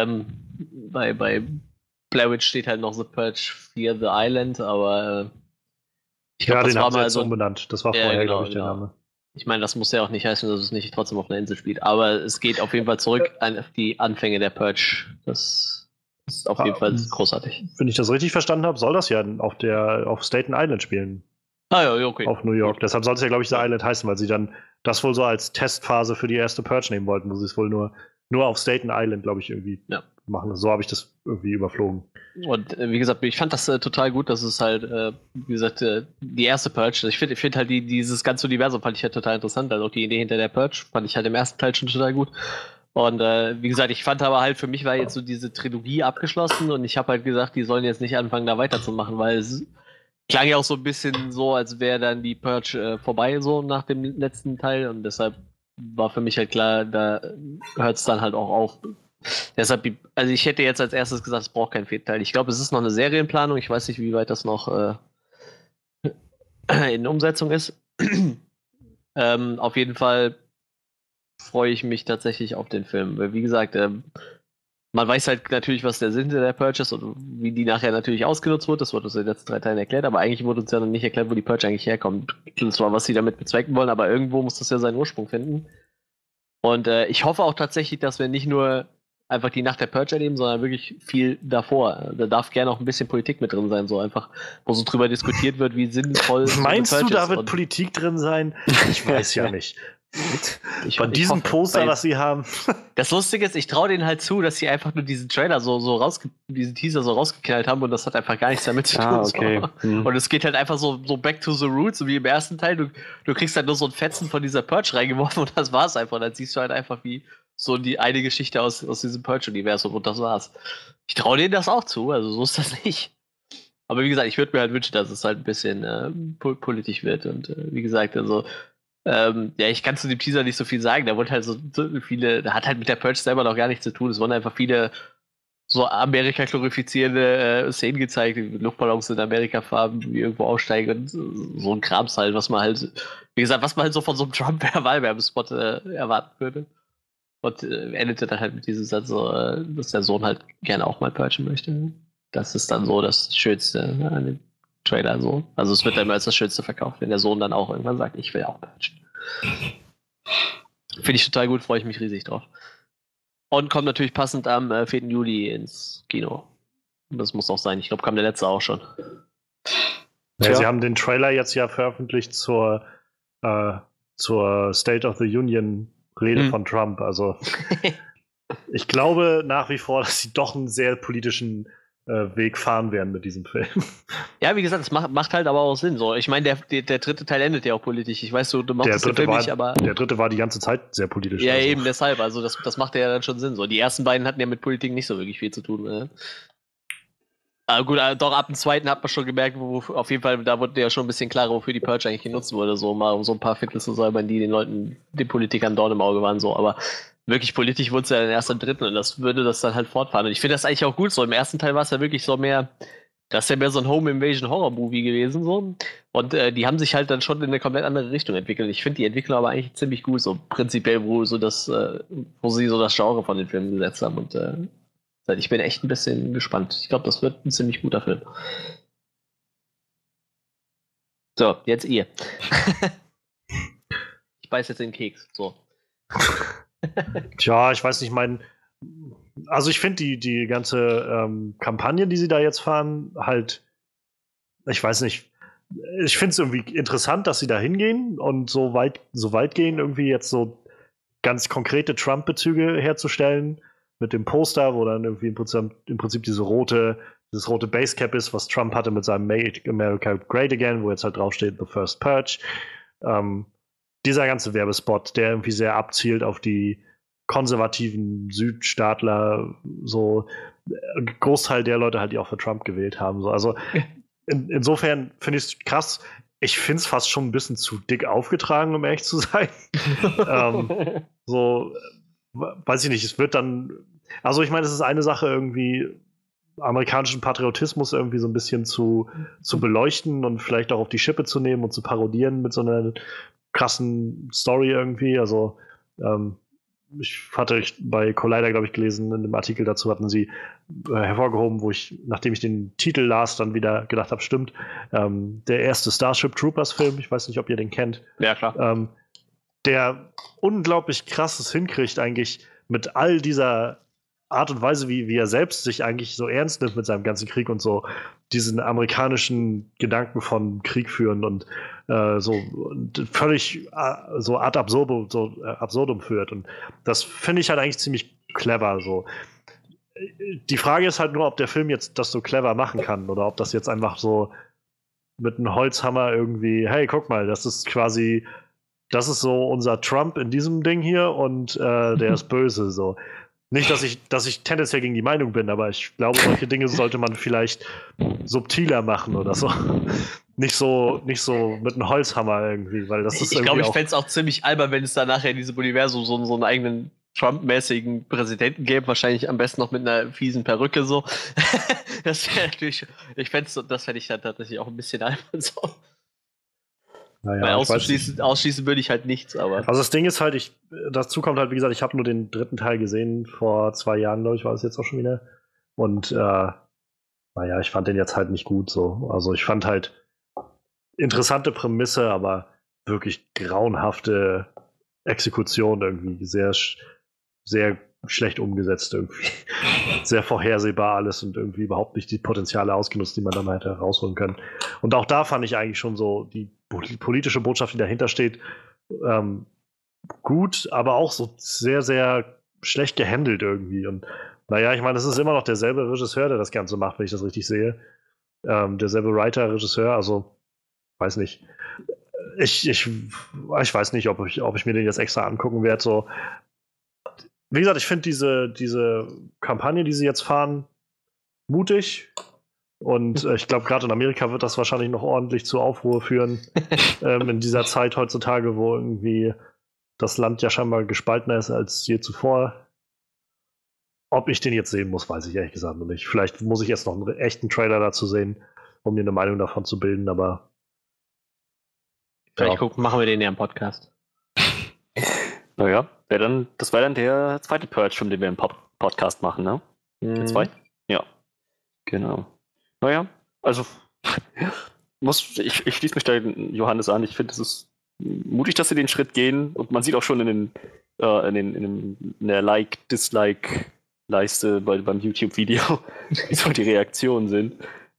Blair Witch steht halt noch The Purge Fear the Island, aber ich glaube, das den war haben sie mal jetzt so umbenannt. Das war vorher, glaube ich, der Name. Ich meine, das muss ja auch nicht heißen, dass es nicht trotzdem auf einer Insel spielt, aber es geht auf jeden Fall zurück auf die Anfänge der Purge. Das ist auf jeden Fall großartig. Wenn ich das richtig verstanden habe, soll das ja auf Staten Island spielen. Ja, okay. auf New York. Deshalb soll es ja, glaube ich, The Island heißen, weil sie dann das wohl so als Testphase für die erste Purge nehmen wollten, wo sie es wohl nur auf Staten Island, glaube ich, irgendwie machen. So habe ich das irgendwie überflogen. Und wie gesagt, ich fand das total gut, dass es halt, wie gesagt, die erste Purge, ich finde halt dieses ganze Universum fand ich halt total interessant, also auch die Idee hinter der Purge fand ich halt im ersten Teil schon total gut. Und wie gesagt, ich fand aber halt, für mich war jetzt so diese Trilogie abgeschlossen und ich habe halt gesagt, die sollen jetzt nicht anfangen, da weiterzumachen, weil es klang ja auch so ein bisschen so, als wäre dann die Purge vorbei, so nach dem letzten Teil und deshalb war für mich halt klar, da hört es dann halt auch auf. Deshalb, also ich hätte jetzt als erstes gesagt, es braucht keinen vierten Teil. Ich glaube, es ist noch eine Serienplanung. Ich weiß nicht, wie weit das noch in Umsetzung ist. Auf jeden Fall freue ich mich tatsächlich auf den Film. Weil, wie gesagt, man weiß halt natürlich, was der Sinn der Purge ist und wie die nachher natürlich ausgenutzt wird. Das wurde uns in den letzten 3 Teilen erklärt, aber eigentlich wurde uns ja noch nicht erklärt, wo die Purge eigentlich herkommt. Und zwar, was sie damit bezwecken wollen, aber irgendwo muss das ja seinen Ursprung finden. Und ich hoffe auch tatsächlich, dass wir nicht nur einfach die Nacht der Purge erleben, sondern wirklich viel davor. Da darf gerne auch ein bisschen Politik mit drin sein, so einfach, wo so drüber diskutiert wird, wie sinnvoll. Meinst du, da wird Politik drin sein? Ich weiß ja nicht. Von diesem Poster, was sie haben. Das Lustige ist, ich traue denen halt zu, dass sie einfach nur diesen Trailer diesen Teaser so rausgeknallt haben und das hat einfach gar nichts damit zu tun. Okay. So. Und es geht halt einfach so back to the roots, wie im ersten Teil. Du kriegst halt nur so ein Fetzen von dieser Purge reingeworfen und das war's einfach. Und dann siehst du halt einfach, wie so die eine Geschichte aus diesem Purge-Universum und das war's. Ich traue denen das auch zu, also so ist das nicht. Aber wie gesagt, ich würde mir halt wünschen, dass es halt ein bisschen politisch wird und wie gesagt, also ich kann zu dem Teaser nicht so viel sagen. Da wurde halt so viele, da hat halt mit der Purge selber noch gar nichts zu tun. Es wurden einfach viele so Amerika glorifizierende Szenen gezeigt, wie Luftballons in Amerika-Farben, wie irgendwo aussteigen und so ein Krams halt, was man halt, wie gesagt, was man halt so von so einem Trump-Wahlwerbespot erwarten würde. Und endete dann halt mit diesem Satz so, dass der Sohn halt gerne auch mal purgen möchte. Das ist dann so das Schönste an dem Trailer so. Also es wird dann immer als das Schönste verkauft, wenn der Sohn dann auch irgendwann sagt, ich will auch purgen. Finde ich total gut, freue ich mich riesig drauf. Und kommt natürlich passend am 4. Juli ins Kino. Das muss auch sein. Ich glaube, kam der letzte auch schon. Ja, sie haben den Trailer jetzt ja veröffentlicht zur State of the Union Rede von Trump. Also ich glaube nach wie vor, dass sie doch einen sehr politischen Weg fahren werden mit diesem Film. Ja, wie gesagt, das macht halt aber auch Sinn. So, ich meine, der dritte Teil endet ja auch politisch. Ich weiß, du machst das ja Film nicht, aber der dritte war die ganze Zeit sehr politisch. Ja, also. Eben deshalb. Also das macht ja dann schon Sinn. So, die ersten beiden hatten ja mit Politik nicht so wirklich viel zu tun. Ne? Aber gut, doch ab dem zweiten hat man schon gemerkt, wo auf jeden Fall, da wurde ja schon ein bisschen klarer, wofür die Purge eigentlich genutzt wurde. So mal um so ein paar Viertel zu säubern, die den Politikern Dorn im Auge waren. So, aber wirklich politisch wurde es ja erst im dritten und das würde das dann halt fortfahren. Und ich finde das eigentlich auch gut so. Im ersten Teil war es ja wirklich so mehr, das ist ja mehr so ein Home Invasion Horror Movie gewesen so. Und die haben sich halt dann schon in eine komplett andere Richtung entwickelt. Ich finde die Entwicklung aber eigentlich ziemlich gut, so prinzipiell, wo sie so das Genre von den Filmen gesetzt haben. Und ich bin echt ein bisschen gespannt. Ich glaube, das wird ein ziemlich guter Film. So, jetzt ihr. Ich beiß jetzt den Keks. So. Tja, ich weiß nicht, also ich finde die ganze Kampagne, die sie da jetzt fahren, halt, ich weiß nicht, ich finde es irgendwie interessant, dass sie da hingehen und so weit gehen, irgendwie jetzt so ganz konkrete Trump-Bezüge herzustellen mit dem Poster, wo dann irgendwie im Prinzip dieses rote Basecap ist, was Trump hatte mit seinem Make America Great Again, wo jetzt halt draufsteht The First Purge. Dieser ganze Werbespot, der irgendwie sehr abzielt auf die konservativen Südstaatler, so Großteil der Leute halt, die auch für Trump gewählt haben. So. Also insofern finde ich es krass. Ich finde es fast schon ein bisschen zu dick aufgetragen, um ehrlich zu sein. Weiß ich nicht, es wird dann, also ich meine, es ist eine Sache irgendwie, amerikanischen Patriotismus irgendwie so ein bisschen zu beleuchten und vielleicht auch auf die Schippe zu nehmen und zu parodieren mit so einer krassen Story irgendwie. Also hatte bei Collider, glaube ich, gelesen, in dem Artikel dazu hatten sie hervorgehoben, wo ich, nachdem ich den Titel las, dann wieder gedacht habe, stimmt, der erste Starship Troopers Film, ich weiß nicht, ob ihr den kennt. Ja, klar. Der unglaublich krasses hinkriegt eigentlich mit all dieser Art und Weise, wie er selbst sich eigentlich so ernst nimmt mit seinem ganzen Krieg und so diesen amerikanischen Gedanken von Krieg führen und so und völlig so ad absurdum führt. Und das finde ich halt eigentlich ziemlich clever. So. Die Frage ist halt nur, ob der Film jetzt das so clever machen kann oder ob das jetzt einfach so mit einem Holzhammer irgendwie, hey, guck mal, das ist so unser Trump in diesem Ding hier und der ist böse. So. Nicht, dass ich tendenziell gegen die Meinung bin, aber ich glaube, solche Dinge sollte man vielleicht subtiler machen oder so. Nicht so mit einem Holzhammer irgendwie, weil das ist ich glaube, ich fände es auch ziemlich albern, wenn es da nachher in diesem Universum so einen eigenen Trump-mäßigen Präsidenten gäbe, wahrscheinlich am besten noch mit einer fiesen Perücke so. Das wäre natürlich, das fände ich dann tatsächlich auch ein bisschen albern so. Naja, weil ausschließen würde ich halt nichts, aber. Also das Ding ist halt, dazu kommt halt, wie gesagt, ich habe nur den 3. Teil gesehen, vor 2 Jahren, glaube ich, war es jetzt auch schon wieder. Und naja, ich fand den jetzt halt nicht gut so. Also ich fand halt interessante Prämisse, aber wirklich grauenhafte Exekution irgendwie. Sehr, sehr schlecht umgesetzt irgendwie. Sehr vorhersehbar alles und irgendwie überhaupt nicht die Potenziale ausgenutzt, die man dann hätte rausholen können. Und auch da fand ich eigentlich schon so die politische Botschaft, die dahinter steht, gut, aber auch so sehr, sehr schlecht gehandelt irgendwie. Und naja, ich meine, es ist immer noch derselbe Regisseur, der das Ganze macht, wenn ich das richtig sehe. Derselbe Writer, Regisseur, also weiß nicht. Ich weiß nicht, ob ich mir den jetzt extra angucken werde. So. Wie gesagt, ich finde diese Kampagne, die sie jetzt fahren, mutig. Und ich glaube, gerade in Amerika wird das wahrscheinlich noch ordentlich zu Aufruhr führen. In dieser Zeit heutzutage, wo irgendwie das Land ja scheinbar gespaltener ist als je zuvor. Ob ich den jetzt sehen muss, weiß ich ehrlich gesagt noch nicht. Vielleicht muss ich jetzt noch einen echten Trailer dazu sehen, um mir eine Meinung davon zu bilden, aber vielleicht machen wir den ja im Podcast. Naja, das wäre dann der zweite Purge-Film, den wir im Podcast machen, ne? Der 2? Ja. Genau. Naja, also ich schließe mich da Johannes an. Ich finde, es ist mutig, dass sie den Schritt gehen und man sieht auch schon in der Like-Dislike-Leiste beim YouTube-Video, wie so die Reaktionen sind.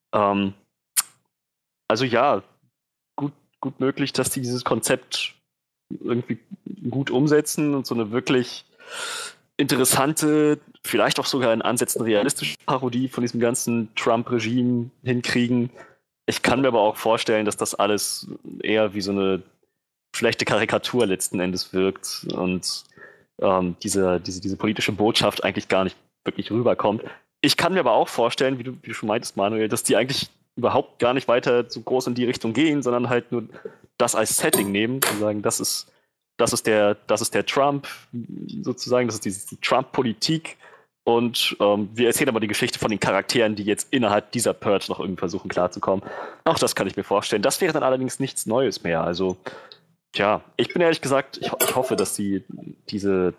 Also ja, gut möglich, dass die dieses Konzept irgendwie gut umsetzen und so eine wirklich interessante, vielleicht auch sogar in Ansätzen realistische Parodie von diesem ganzen Trump-Regime hinkriegen. Ich kann mir aber auch vorstellen, dass das alles eher wie so eine schlechte Karikatur letzten Endes wirkt und diese politische Botschaft eigentlich gar nicht wirklich rüberkommt. Ich kann mir aber auch vorstellen, wie du schon meintest, Manuel, dass die eigentlich überhaupt gar nicht weiter so groß in die Richtung gehen, sondern halt nur das als Setting nehmen und sagen, das ist der Trump sozusagen, das ist die Trump-Politik und wir erzählen aber die Geschichte von den Charakteren, die jetzt innerhalb dieser Purge noch irgendwie versuchen klarzukommen. Auch das kann ich mir vorstellen. Das wäre dann allerdings nichts Neues mehr. Also, tja, ich bin ehrlich gesagt, ich hoffe, dass sie diesen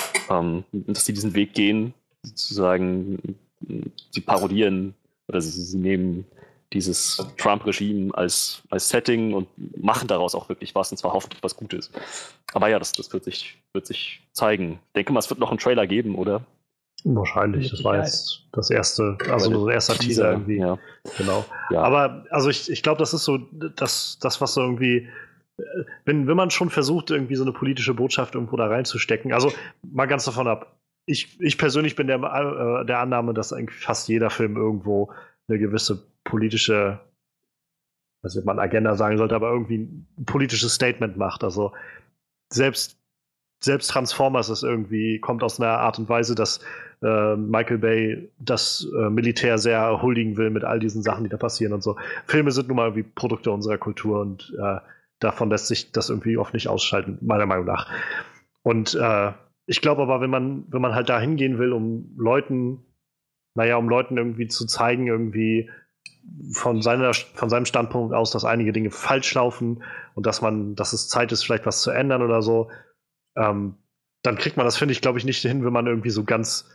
Weg gehen, sozusagen, sie parodieren oder sie nehmen dieses Trump-Regime als Setting und machen daraus auch wirklich was, und zwar hoffentlich was Gutes. Aber ja, das wird sich zeigen. Ich denke mal, es wird noch einen Trailer geben, oder? Wahrscheinlich, das war jetzt das erste, also so ein erster Teaser irgendwie. Ja. Genau. Ja. Aber also ich glaube, das ist so das, was so irgendwie, wenn man schon versucht, irgendwie so eine politische Botschaft irgendwo da reinzustecken, also mal ganz davon ab. Ich persönlich bin der Annahme, dass eigentlich fast jeder Film irgendwo eine gewisse politische, was man Agenda sagen sollte, aber irgendwie ein politisches Statement macht. Also selbst Transformers kommt aus einer Art und Weise, dass Michael Bay das Militär sehr huldigen will mit all diesen Sachen, die da passieren und so. Filme sind nun mal irgendwie Produkte unserer Kultur und davon lässt sich das irgendwie oft nicht ausschalten, meiner Meinung nach. Und ich glaube aber, wenn man halt da hingehen will, um Leuten irgendwie zu zeigen, irgendwie von seinem Standpunkt aus, dass einige Dinge falsch laufen und dass es Zeit ist, vielleicht was zu ändern oder so, dann kriegt man das, finde ich, glaube ich, nicht hin, wenn man irgendwie so ganz,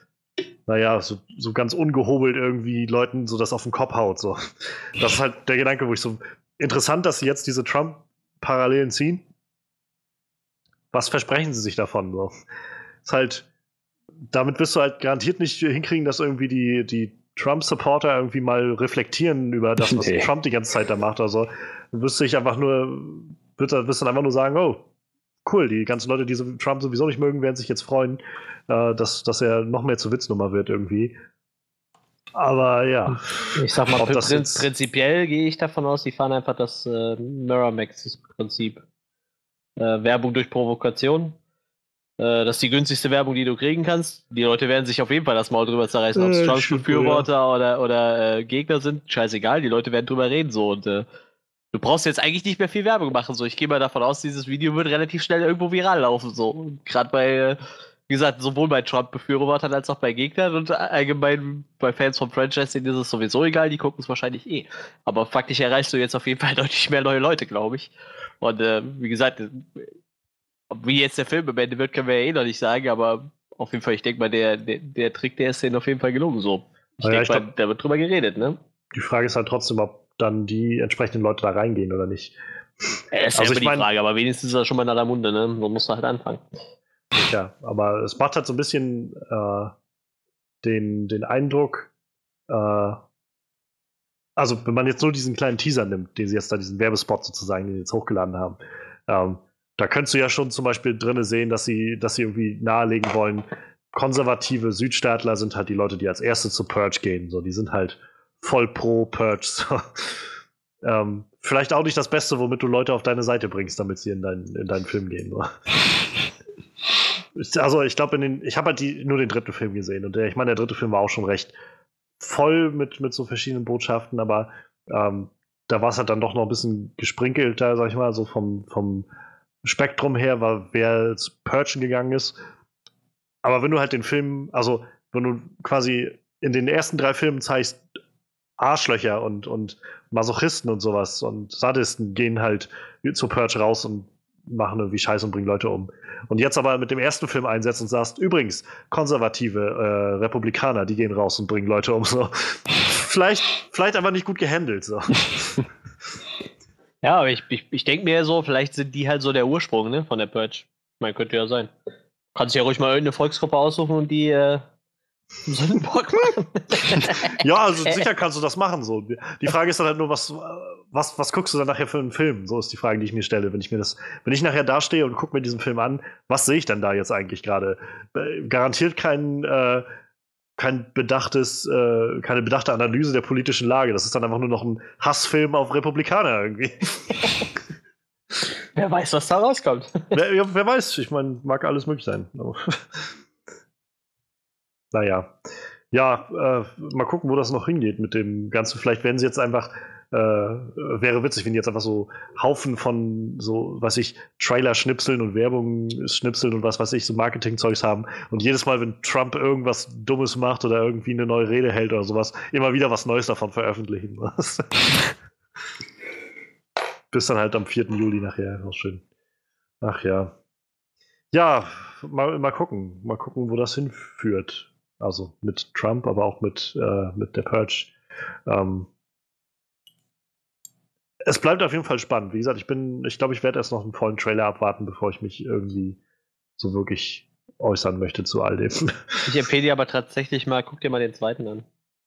so ganz ungehobelt irgendwie Leuten so das auf den Kopf haut. So. Das ist halt der Gedanke, wo ich so interessant, dass sie jetzt diese Trump-Parallelen ziehen. Was versprechen sie sich davon? So? Ist halt, damit wirst du halt garantiert nicht hinkriegen, dass irgendwie die Trump-Supporter irgendwie mal reflektieren über das, was Trump die ganze Zeit da macht. Also du wirst dann einfach nur sagen, oh, cool, die ganzen Leute, die Trump sowieso nicht mögen, werden sich jetzt freuen, dass er noch mehr zur Witznummer wird irgendwie. Aber ja. Ich sag mal, prinzipiell gehe ich davon aus, die fahren einfach das Miramax-Prinzip. Werbung durch Provokation. Das ist die günstigste Werbung, die du kriegen kannst. Die Leute werden sich auf jeden Fall das Maul drüber zerreißen, ob es Trump-Befürworter oder Gegner sind. Scheißegal, die Leute werden drüber reden so. Und du brauchst jetzt eigentlich nicht mehr viel Werbung machen. So, ich gehe mal davon aus, dieses Video wird relativ schnell irgendwo viral laufen. So, gerade bei, wie gesagt, sowohl bei Trump-Befürwortern als auch bei Gegnern und allgemein bei Fans vom Franchise, denen ist es sowieso egal, die gucken es wahrscheinlich eh. Aber faktisch erreichst du jetzt auf jeden Fall deutlich mehr neue Leute, glaube ich. Und wie gesagt, wie jetzt der Film am Ende wird, können wir ja eh noch nicht sagen, aber auf jeden Fall, ich denke mal, der Trick, der ist denen auf jeden Fall gelungen so. Ich denke mal, da wird drüber geredet, ne? Die Frage ist halt trotzdem, ob dann die entsprechenden Leute da reingehen oder nicht. Das ist ja immer die Frage, aber wenigstens ist das schon mal in aller Munde, ne? So musst du halt anfangen. Ja, aber es macht halt so ein bisschen den Eindruck, also wenn man jetzt nur diesen kleinen Teaser nimmt, den sie jetzt da, diesen Werbespot sozusagen, den sie jetzt hochgeladen haben, da könntest du ja schon zum Beispiel drin sehen, dass sie irgendwie nahelegen wollen, konservative Südstaatler sind halt die Leute, die als Erste zu Purge gehen. So, die sind halt voll pro Purge. So. Vielleicht auch nicht das Beste, womit du Leute auf deine Seite bringst, damit sie in deinen Film gehen. So. Also ich glaube, ich habe halt nur den dritten Film gesehen und ich meine, der dritte Film war auch schon recht voll mit so verschiedenen Botschaften, aber da war es halt dann doch noch ein bisschen gesprinkelter, sag ich mal, so vom Spektrum her, wer zu Purgen gegangen ist. Aber wenn du halt den Film, also wenn du quasi in den ersten 3 Filmen zeigst, Arschlöcher und Masochisten und sowas und Sadisten gehen halt zur Purge raus und machen irgendwie Scheiße und bringen Leute um. Und jetzt aber mit dem ersten Film einsetzt und sagst, übrigens, konservative Republikaner, die gehen raus und bringen Leute um. So. Vielleicht einfach nicht gut gehandelt. So. Ja, aber ich denke mir so, vielleicht sind die halt so der Ursprung, ne, von der Purge. Ich meine, könnte ja sein. Kannst ja ruhig mal irgendeine Volksgruppe aussuchen und die Sündenbock machen. Ja, also sicher kannst du das machen. So. Die Frage ist dann halt nur, was guckst du dann nachher für einen Film? So ist die Frage, die ich mir stelle. Wenn ich nachher dastehe und gucke mir diesen Film an, was sehe ich denn da jetzt eigentlich gerade? Garantiert keine bedachte Analyse der politischen Lage. Das ist dann einfach nur noch ein Hassfilm auf Republikaner irgendwie. Wer weiß, was da rauskommt. Wer weiß, ich meine, mag alles möglich sein. Naja. Ja, mal gucken, wo das noch hingeht mit dem Ganzen. Vielleicht werden sie jetzt einfach, wäre witzig, wenn die jetzt einfach so Haufen von so, was ich, Trailer-Schnipseln und Werbung-Schnipseln und was weiß ich, so Marketing-Zeugs haben und jedes Mal, wenn Trump irgendwas Dummes macht oder irgendwie eine neue Rede hält oder sowas, immer wieder was Neues davon veröffentlichen. Bis dann halt am 4. Juli nachher. Auch schön. Ach ja. Ja, mal gucken. Mal gucken, wo das hinführt. Also mit Trump, aber auch mit der Purge. Es bleibt auf jeden Fall spannend. Wie gesagt, ich glaube, ich werde erst noch einen vollen Trailer abwarten, bevor ich mich irgendwie so wirklich äußern möchte zu all dem. Ich empfehle dir aber tatsächlich mal, guck dir mal den zweiten an.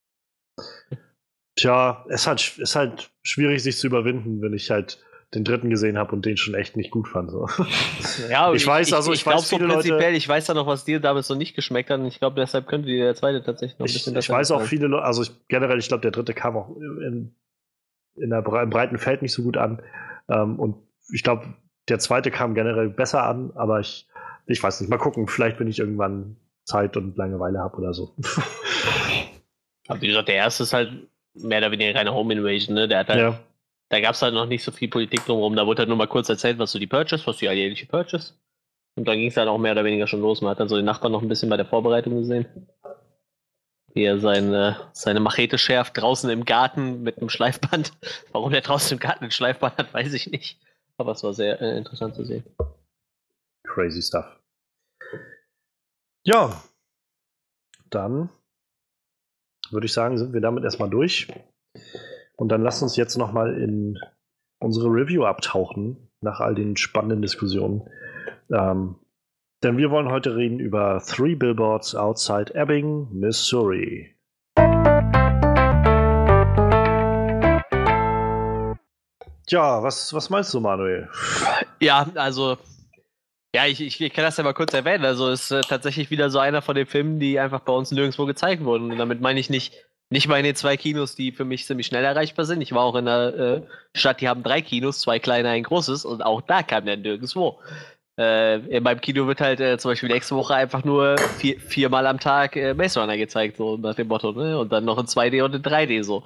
Tja, es ist halt schwierig, sich zu überwinden, wenn ich halt den dritten gesehen habe und den schon echt nicht gut fand. So. Ja, ich weiß, glaube so prinzipiell, ich weiß ja noch, was dir damals so nicht geschmeckt hat und ich glaube, deshalb könnte dir der zweite tatsächlich noch ein bisschen besser Ich weiß auch viele Leute, also generell, ich glaube, der dritte kam auch im breiten Feld nicht so gut an und ich glaube, der zweite kam generell besser an, aber ich weiß nicht, mal gucken, vielleicht wenn ich irgendwann Zeit und Langeweile habe oder so. Aber wie gesagt, der erste ist halt mehr oder weniger eine Home Invasion, ne? Der hat halt, da gab es halt noch nicht so viel Politik drumherum, da wurde halt nur mal kurz erzählt, was so die Purge ist, was die alljährliche Purge ist. Und dann ging es halt auch mehr oder weniger schon los. Man hat dann so den Nachbarn noch ein bisschen bei der Vorbereitung gesehen. Wie er seine Machete schärft, draußen im Garten mit einem Schleifband. Warum der draußen im Garten ein Schleifband hat, weiß ich nicht. Aber es war sehr interessant zu sehen. Crazy stuff. Ja, dann würde ich sagen, sind wir damit erstmal durch. Und dann lasst uns jetzt nochmal in unsere Review abtauchen, nach all den spannenden Diskussionen. Denn wir wollen heute reden über Three Billboards Outside Ebbing, Missouri. Ja, was meinst du, Manuel? Ja, also, ja, ich kann das ja mal kurz erwähnen. Also, es ist tatsächlich wieder so einer von den Filmen, die einfach bei uns nirgendwo gezeigt wurden. Und damit meine ich nicht mal in den 2 Kinos, die für mich ziemlich schnell erreichbar sind. Ich war auch in einer Stadt, die haben 3 Kinos, 2 kleine, ein großes. Und auch da kam der nirgendwo. In meinem Kino wird halt zum Beispiel nächste Woche einfach nur 4-mal am Tag Maze Runner gezeigt, so nach dem Motto, ne? Und dann noch in 2D und in 3D so.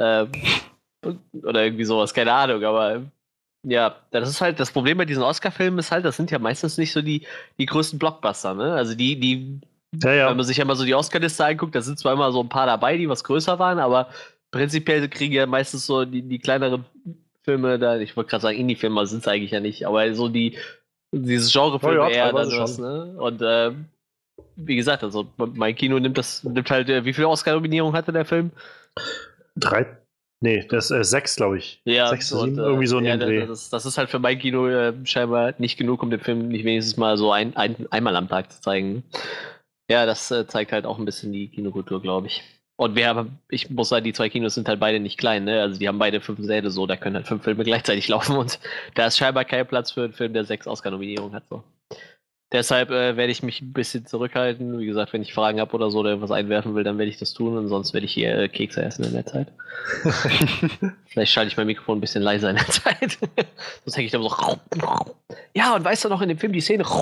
Oder irgendwie sowas, keine Ahnung, aber ja, das ist halt, das Problem bei diesen Oscar-Filmen ist halt, das sind ja meistens nicht so die größten Blockbuster, ne? Also Ja. wenn man sich ja mal so die Oscar-Liste anguckt, da sind zwar immer so ein paar dabei, die was größer waren, aber prinzipiell kriegen ja meistens so die kleineren Filme da, ich wollte gerade sagen, Indie-Filme sind es eigentlich ja nicht, aber so dieses Genre-Filme eher dann was, ne? Und wie gesagt, also mein Kino nimmt halt, wie viele Oscar-Nominierungen hatte der Film? 3? Nee, das ist 6, glaube ich. Ja, 6, 7, irgendwie so in dem Dreh. Das ist halt für mein Kino scheinbar nicht genug, um den Film nicht wenigstens mal so einmal am Tag zu zeigen. Ja, das zeigt halt auch ein bisschen die Kinokultur, glaube ich. Und ich muss sagen, die 2 Kinos sind halt beide nicht klein, ne? Also die haben beide 5 Säle so, da können halt 5 Filme gleichzeitig laufen und da ist scheinbar kein Platz für einen Film, der 6 Oscar-Nominierungen hat. So. Deshalb werde ich mich ein bisschen zurückhalten. Wie gesagt, wenn ich Fragen habe oder so oder irgendwas einwerfen will, dann werde ich das tun und sonst werde ich hier Kekse essen in der Zeit. Vielleicht schalte ich mein Mikrofon ein bisschen leiser in der Zeit. Sonst denke ich dann so. Ja, und weißt du noch in dem Film die Szene?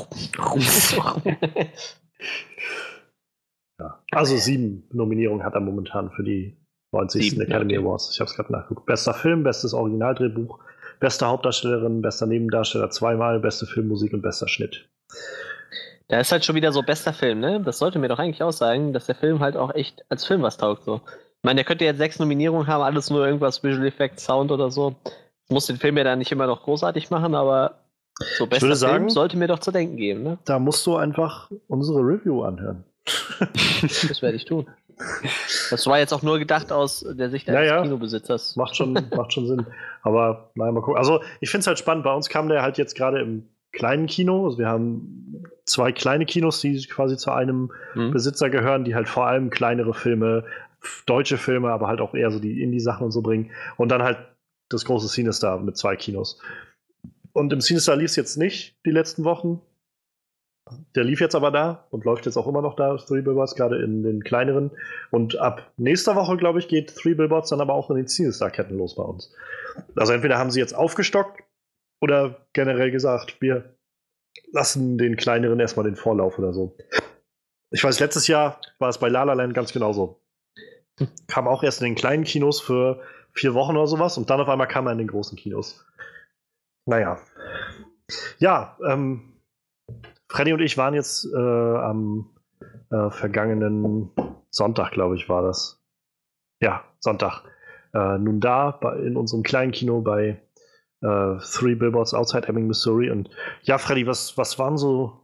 Ja. Also 7 Nominierungen hat er momentan für die 90. 7, Academy okay. Awards. Ich habe es gerade nachgeguckt. Bester Film, bestes Originaldrehbuch, beste Hauptdarstellerin, bester Nebendarsteller 2-mal, beste Filmmusik und bester Schnitt. Da ist halt schon wieder so bester Film, ne? Das sollte mir doch eigentlich auch sagen, dass der Film halt auch echt als Film was taugt. So. Ich meine, der könnte jetzt 6 Nominierungen haben, alles nur irgendwas Visual Effects, Sound oder so. Muss den Film ja dann nicht immer noch großartig machen, aber so bester würde sagen, Film sollte mir doch zu denken geben, ne? Da musst du einfach unsere Review anhören. Das werde ich tun. Das war jetzt auch nur gedacht aus der Sicht eines Kinobesitzers. Macht schon Sinn. Aber naja, mal gucken. Also ich finde es halt spannend. Bei uns kam der halt jetzt gerade im kleinen Kino. Also wir haben 2 kleine Kinos, die quasi zu einem Besitzer gehören, die halt vor allem kleinere Filme, deutsche Filme, aber halt auch eher so die Indie-Sachen und so bringen. Und dann halt das große Cinestar mit 2 Kinos. Und im Cinestar lief es jetzt nicht die letzten Wochen. Der lief jetzt aber da und läuft jetzt auch immer noch da, Three Billboards, gerade in den kleineren. Und ab nächster Woche, glaube ich, geht Three Billboards dann aber auch in den Cinestar-Ketten los bei uns. Also entweder haben sie jetzt aufgestockt oder generell gesagt, wir lassen den kleineren erstmal den Vorlauf oder so. Ich weiß, letztes Jahr war es bei La La Land ganz genauso. Kam auch erst in den kleinen Kinos für 4 Wochen oder sowas und dann auf einmal kam er in den großen Kinos. Naja. Ja, Freddy und ich waren jetzt am vergangenen Sonntag, glaube ich, war das. Ja, Sonntag. Nun da in unserem kleinen Kino bei Three Billboards Outside Ebbing, Missouri. Und ja, Freddy, was waren so,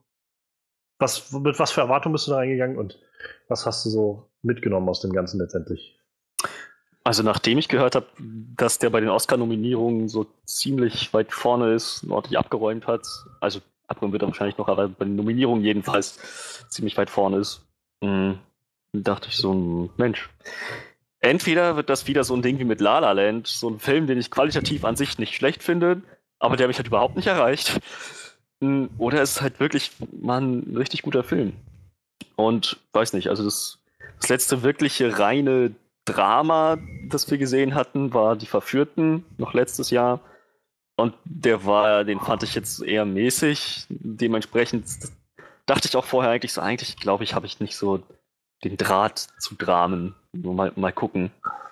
mit was für Erwartungen bist du da reingegangen und was hast du so mitgenommen aus dem Ganzen letztendlich? Also nachdem ich gehört habe, dass der bei den Oscar-Nominierungen so ziemlich weit vorne ist und ordentlich abgeräumt hat, also abgeräumt wird er wahrscheinlich noch, aber bei den Nominierungen jedenfalls ziemlich weit vorne ist, dachte ich so, Mensch, entweder wird das wieder so ein Ding wie mit La La Land, so ein Film, den ich qualitativ an sich nicht schlecht finde, aber der mich halt überhaupt nicht erreicht, oder es ist halt wirklich mal ein richtig guter Film. Und weiß nicht, also das letzte wirkliche reine Drama, das wir gesehen hatten, war Die Verführten, noch letztes Jahr. Und den fand ich jetzt eher mäßig. Dementsprechend dachte ich auch vorher eigentlich glaube ich, habe ich nicht so den Draht zu Dramen. Mal gucken.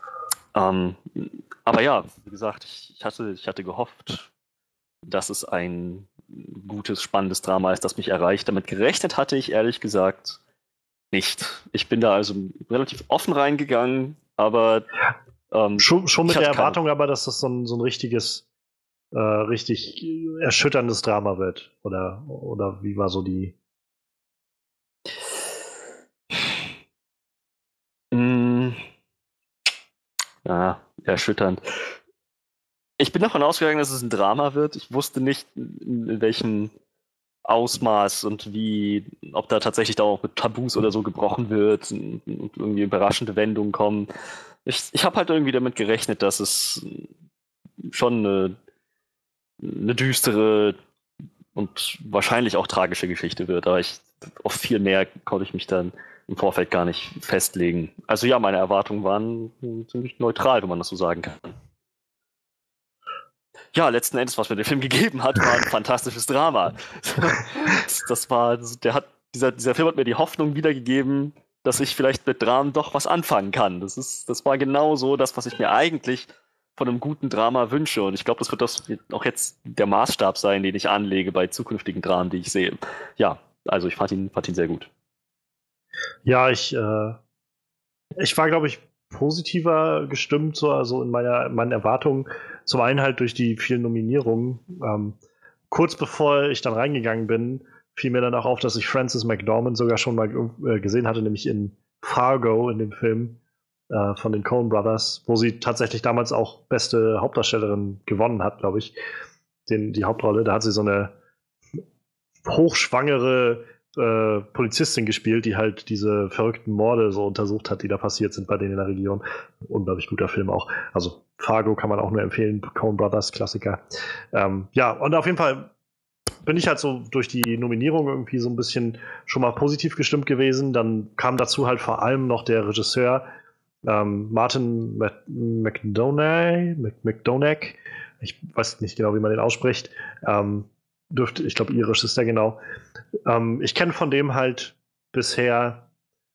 Aber ja, wie gesagt, ich hatte gehofft, dass es ein gutes, spannendes Drama ist, das mich erreicht. Damit gerechnet hatte ich ehrlich gesagt nicht. Ich bin da also relativ offen reingegangen, aber schon mit der Erwartung aber, dass das so ein richtiges, richtig erschütterndes Drama wird. Oder wie war so die? Ja, erschütternd. Ich bin davon ausgegangen, dass es ein Drama wird. Ich wusste nicht, in welchem Ausmaß und ob da tatsächlich da auch mit Tabus oder so gebrochen wird und irgendwie überraschende Wendungen kommen. Ich habe halt irgendwie damit gerechnet, dass es schon eine düstere und wahrscheinlich auch tragische Geschichte wird, aber auf viel mehr konnte ich mich dann im Vorfeld gar nicht festlegen. Also ja, meine Erwartungen waren ziemlich neutral, wenn man das so sagen kann. Ja, letzten Endes, was mir der Film gegeben hat, war ein fantastisches Drama. Dieser Film hat mir die Hoffnung wiedergegeben, dass ich vielleicht mit Dramen doch was anfangen kann. Das war genau so das, was ich mir eigentlich von einem guten Drama wünsche. Und ich glaube, das wird auch jetzt der Maßstab sein, den ich anlege bei zukünftigen Dramen, die ich sehe. Ja, also ich fand ihn sehr gut. Ja, ich war, glaube ich, positiver gestimmt, so, also in meinen Erwartungen. Zum einen halt durch die vielen Nominierungen. Kurz bevor ich dann reingegangen bin, fiel mir dann auch auf, dass ich Frances McDormand sogar schon mal gesehen hatte, nämlich in Fargo, in dem Film von den Coen Brothers, wo sie tatsächlich damals auch beste Hauptdarstellerin gewonnen hat, glaube ich, die Hauptrolle. Da hat sie so eine hochschwangere Polizistin gespielt, die halt diese verrückten Morde so untersucht hat, die da passiert sind bei denen in der Region. Unglaublich guter Film auch. Also Fargo kann man auch nur empfehlen, Coen Brothers Klassiker. Ja, und auf jeden Fall bin ich halt so durch die Nominierung irgendwie so ein bisschen schon mal positiv gestimmt gewesen. Dann kam dazu halt vor allem noch der Regisseur Martin McDonagh. Ich weiß nicht genau, wie man den ausspricht. Ich glaube, irisch ist der genau. Ich kenne von dem halt bisher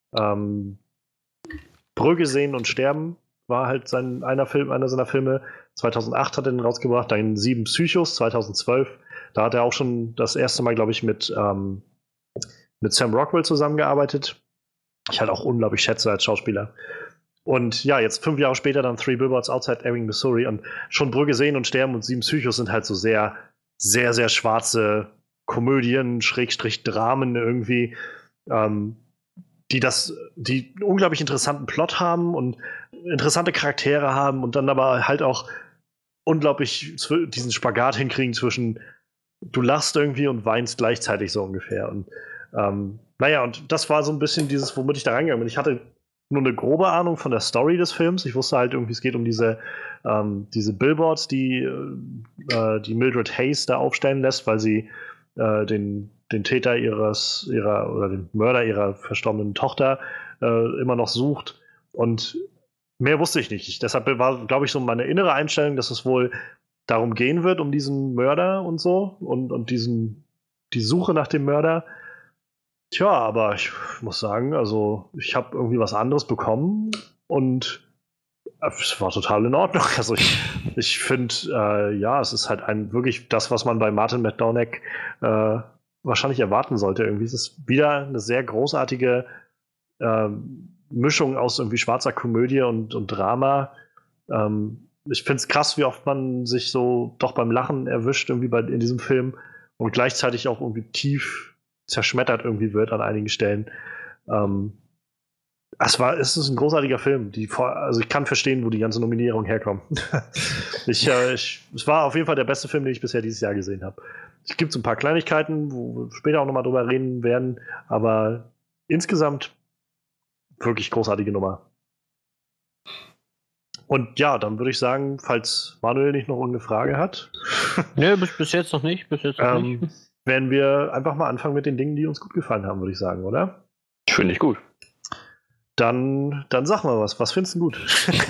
Brügge sehen und sterben, war halt einer seiner Filme. 2008 hat er den rausgebracht, dann 7 Psychos, 2012. Da hat er auch schon das erste Mal, glaube ich, mit Sam Rockwell zusammengearbeitet. Ich halt auch unglaublich schätze als Schauspieler. Und ja, jetzt 5 Jahre später dann 3 Billboards Outside Ebbing, Missouri. Und schon Brügge sehen und sterben und 7 Psychos sind halt so sehr, sehr, sehr schwarze Komödien, Schrägstrich Dramen irgendwie, die einen unglaublich interessanten Plot haben und interessante Charaktere haben und dann aber halt auch unglaublich diesen Spagat hinkriegen zwischen du lachst irgendwie und weinst gleichzeitig so ungefähr. Und naja, und das war so ein bisschen dieses, womit ich da reingegangen bin. Ich hatte nur eine grobe Ahnung von der Story des Films. Ich wusste halt irgendwie, es geht um diese Billboards, die Mildred Hayes da aufstellen lässt, weil sie den Täter oder den Mörder ihrer verstorbenen Tochter immer noch sucht. Und mehr wusste ich nicht. Deshalb war, glaube ich, so meine innere Einstellung, dass es wohl darum gehen wird, um diesen Mörder und so und die Suche nach dem Mörder. Tja, aber ich muss sagen, also ich habe irgendwie was anderes bekommen und es war total in Ordnung. Also ich finde, ja, es ist halt wirklich das, was man bei Martin McDonagh wahrscheinlich erwarten sollte. Irgendwie ist es wieder eine sehr großartige Mischung aus irgendwie schwarzer Komödie und Drama. Ich finde es krass, wie oft man sich so doch beim Lachen erwischt irgendwie in diesem Film und gleichzeitig auch irgendwie tief zerschmettert irgendwie wird an einigen Stellen. Es ist ein großartiger Film. Also ich kann verstehen, wo die ganze Nominierung herkommt. Es war auf jeden Fall der beste Film, den ich bisher dieses Jahr gesehen habe. Es gibt so ein paar Kleinigkeiten, wo wir später auch nochmal drüber reden werden, aber insgesamt wirklich großartige Nummer. Und ja, dann würde ich sagen, falls Manuel nicht noch irgendeine Frage hat. Nö, bis jetzt noch nicht. Werden wir einfach mal anfangen mit den Dingen, die uns gut gefallen haben, würde ich sagen, oder? Finde ich gut. Dann sag mal was. Was findest du gut?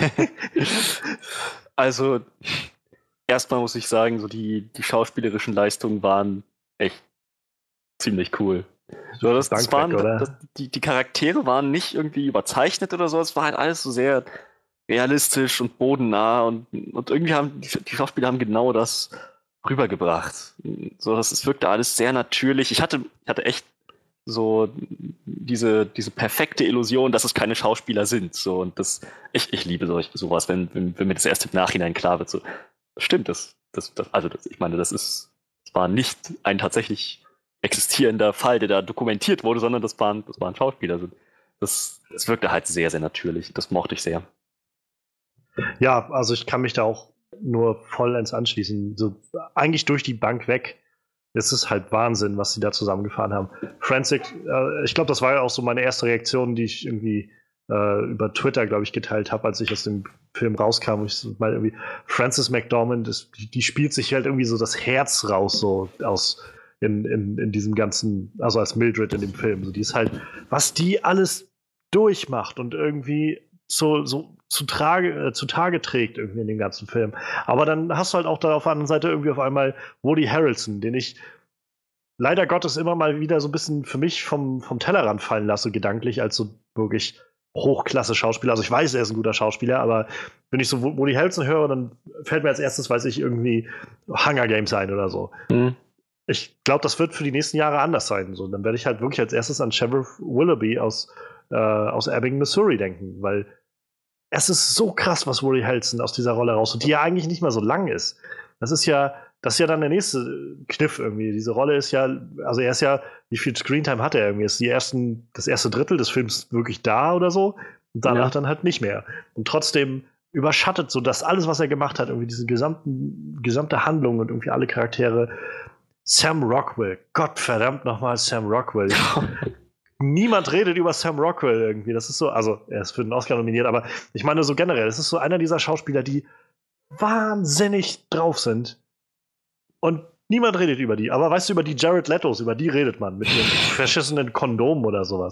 Also, erstmal muss ich sagen, so die schauspielerischen Leistungen waren echt ziemlich cool. Die Charaktere waren nicht irgendwie überzeichnet oder so, es war halt alles so sehr realistisch und bodennah und irgendwie haben die Schauspieler haben genau das rübergebracht. So, es wirkte alles sehr natürlich. Ich hatte echt so diese perfekte Illusion, dass es keine Schauspieler sind. So, und ich liebe sowas, wenn mir das erst im Nachhinein klar wird. So, stimmt, ich meine, das war nicht ein tatsächlich existierender Fall, der da dokumentiert wurde, sondern das waren Schauspieler. Das wirkte halt sehr, sehr natürlich. Das mochte ich sehr. Ja, also ich kann mich da auch nur vollends anschließen. So, eigentlich durch die Bank weg es ist halt Wahnsinn, was sie da zusammengefahren haben. Frantic, ich glaube, das war ja auch so meine erste Reaktion, die ich irgendwie über Twitter, glaube ich, geteilt habe, als ich aus dem Film rauskam. Ich mal irgendwie, Frances McDormand, die spielt sich halt irgendwie so das Herz raus, so in diesem ganzen, also als Mildred in dem Film. So, die ist halt, was die alles durchmacht und irgendwie zutage trägt irgendwie in dem ganzen Film. Aber dann hast du halt auch da auf der anderen Seite irgendwie auf einmal Woody Harrelson, den ich leider Gottes immer mal wieder so ein bisschen für mich vom Tellerrand fallen lasse, gedanklich, als so wirklich Hochklasse-Schauspieler. Also ich weiß, er ist ein guter Schauspieler, aber wenn ich so Woody Harrelson höre, dann fällt mir als erstes, weiß ich, irgendwie Hunger Games ein oder so. Mhm. Ich glaube, das wird für die nächsten Jahre anders sein. So, dann werde ich halt wirklich als erstes an Sheriff Willoughby aus Ebbing, Missouri denken, weil es ist so krass, was Woody Harrelson aus dieser Rolle rausholt, die ja eigentlich nicht mal so lang ist. Das ist ja dann der nächste Kniff irgendwie. Diese Rolle ist ja, also er ist ja, wie viel Screentime hat er irgendwie? Ist das erste Drittel des Films wirklich da oder so? Und danach dann halt nicht mehr. Und trotzdem überschattet so das alles, was er gemacht hat, irgendwie diese gesamte Handlung und irgendwie alle Charaktere. Sam Rockwell, Gottverdammt nochmal Sam Rockwell. Niemand redet über Sam Rockwell irgendwie. Das ist so, also er ist für den Oscar nominiert, aber ich meine so generell, das ist so einer dieser Schauspieler, die wahnsinnig drauf sind. Und niemand redet über die. Aber weißt du, über die Jared Letos, über die redet man mit ihren verschissenen Kondomen oder sowas.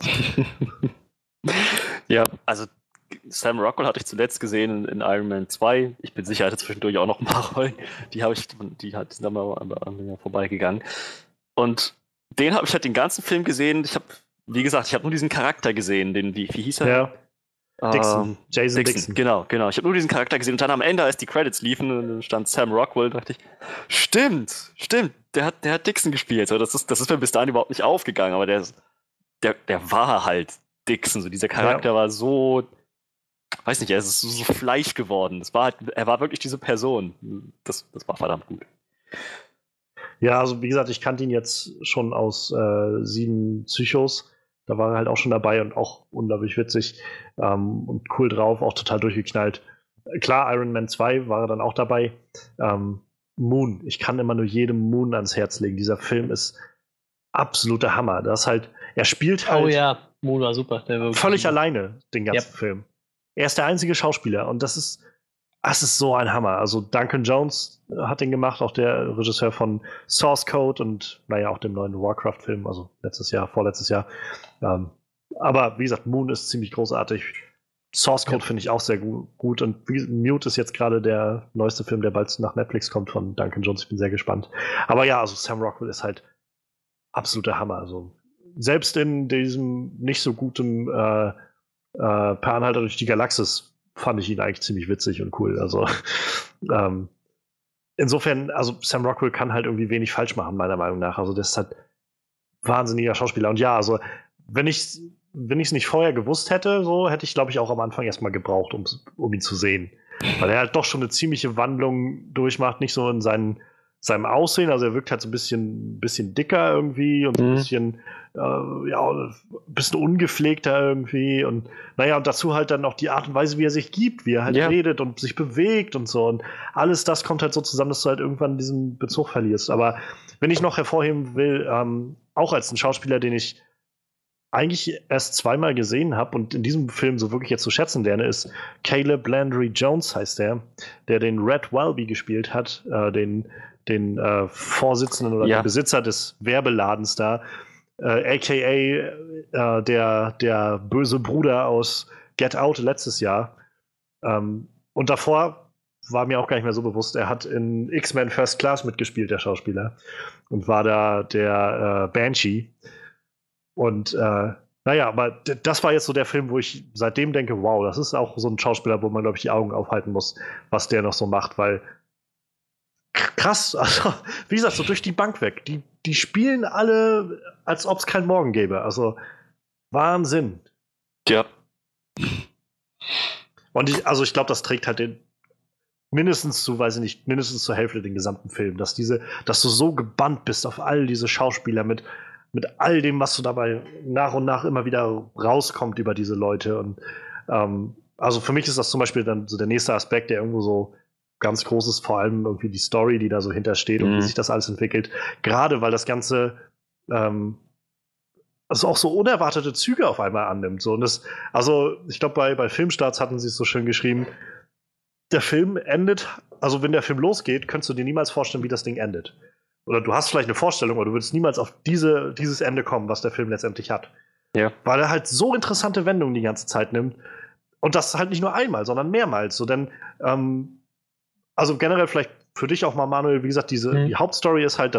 Ja, also Sam Rockwell hatte ich zuletzt gesehen in Iron Man 2. Ich bin sicher, er hatte zwischendurch auch noch ein paar Rollen. Die sind dann mal an mir vorbeigegangen. Und den habe ich halt den ganzen Film gesehen. Wie gesagt, ich habe nur diesen Charakter gesehen. Wie hieß er? Ja. Jason Dixon. Genau. Ich habe nur diesen Charakter gesehen und dann am Ende, als die Credits liefen, stand Sam Rockwell, dachte ich, stimmt, der hat Dixon gespielt. So, das ist mir bis dahin überhaupt nicht aufgegangen, aber der war halt Dixon. So, dieser Charakter war so, weiß nicht, er ist so Fleisch geworden. Er war wirklich diese Person. Das war verdammt gut. Ja, also wie gesagt, ich kannte ihn jetzt schon aus 7 Psychos. Da war er halt auch schon dabei und auch unglaublich witzig und cool drauf, auch total durchgeknallt. Klar, Iron Man 2 war er dann auch dabei. Moon, ich kann immer nur jedem Moon ans Herz legen. Dieser Film ist absoluter Hammer. Er spielt halt. Oh ja, Moon war super. Völlig alleine den ganzen Film. Er ist der einzige Schauspieler und das ist so ein Hammer. Also Duncan Jones hat den gemacht, auch der Regisseur von Source Code und auch dem neuen Warcraft-Film, also vorletztes Jahr. Aber wie gesagt, Moon ist ziemlich großartig. Source Code finde ich auch sehr gut und Mute ist jetzt gerade der neueste Film, der bald nach Netflix kommt von Duncan Jones. Ich bin sehr gespannt. Aber ja, also Sam Rockwell ist halt absoluter Hammer. Also selbst in diesem nicht so guten Per Anhalter durch die Galaxis fand ich ihn eigentlich ziemlich witzig und cool. Also insofern, also Sam Rockwell kann halt irgendwie wenig falsch machen, meiner Meinung nach. Also das ist halt wahnsinniger Schauspieler. Und ja, also wenn ich es nicht vorher gewusst hätte, so hätte ich, glaube ich, auch am Anfang erstmal gebraucht, um ihn zu sehen. Weil er halt doch schon eine ziemliche Wandlung durchmacht, nicht so in seinem Aussehen, also er wirkt halt so ein bisschen dicker irgendwie und ein bisschen ungepflegter irgendwie und und dazu halt dann auch die Art und Weise, wie er sich gibt, wie er halt redet und sich bewegt und so und alles das kommt halt so zusammen, dass du halt irgendwann diesen Bezug verlierst. Aber wenn ich noch hervorheben will, auch als ein Schauspieler, den ich eigentlich erst zweimal gesehen habe und in diesem Film so wirklich jetzt zu schätzen lerne, ist Caleb Landry Jones, heißt der den Red Welby gespielt hat, den Vorsitzenden oder den Besitzer des Werbeladens da, a.k.a. der böse Bruder aus Get Out letztes Jahr. Und davor war mir auch gar nicht mehr so bewusst, er hat in X-Men First Class mitgespielt, der Schauspieler, und war da der Banshee. Und aber das war jetzt so der Film, wo ich seitdem denke, wow, das ist auch so ein Schauspieler, wo man, glaube ich, die Augen aufhalten muss, was der noch so macht, weil krass, also wie gesagt, so durch die Bank weg. Die spielen alle, als ob es keinen Morgen gäbe. Also Wahnsinn. Ja. Und ich glaube, das trägt halt mindestens zur Hälfte den gesamten Film, dass du so gebannt bist auf all diese Schauspieler mit all dem, was so dabei nach und nach immer wieder rauskommt über diese Leute. Und also für mich ist das zum Beispiel dann so der nächste Aspekt, der irgendwo so ganz groß ist vor allem irgendwie die Story, die da so hintersteht und wie sich das alles entwickelt. Gerade weil das Ganze also auch so unerwartete Züge auf einmal annimmt. So. Und also ich glaube, bei Filmstarts hatten sie es so schön geschrieben, der Film endet, also wenn der Film losgeht, könntest du dir niemals vorstellen, wie das Ding endet. Oder du hast vielleicht eine Vorstellung, aber du würdest niemals auf dieses Ende kommen, was der Film letztendlich hat. Ja. Weil er halt so interessante Wendungen die ganze Zeit nimmt. Und das halt nicht nur einmal, sondern mehrmals. So, denn, also generell vielleicht für dich auch mal, Manuel, wie gesagt, die Hauptstory ist halt,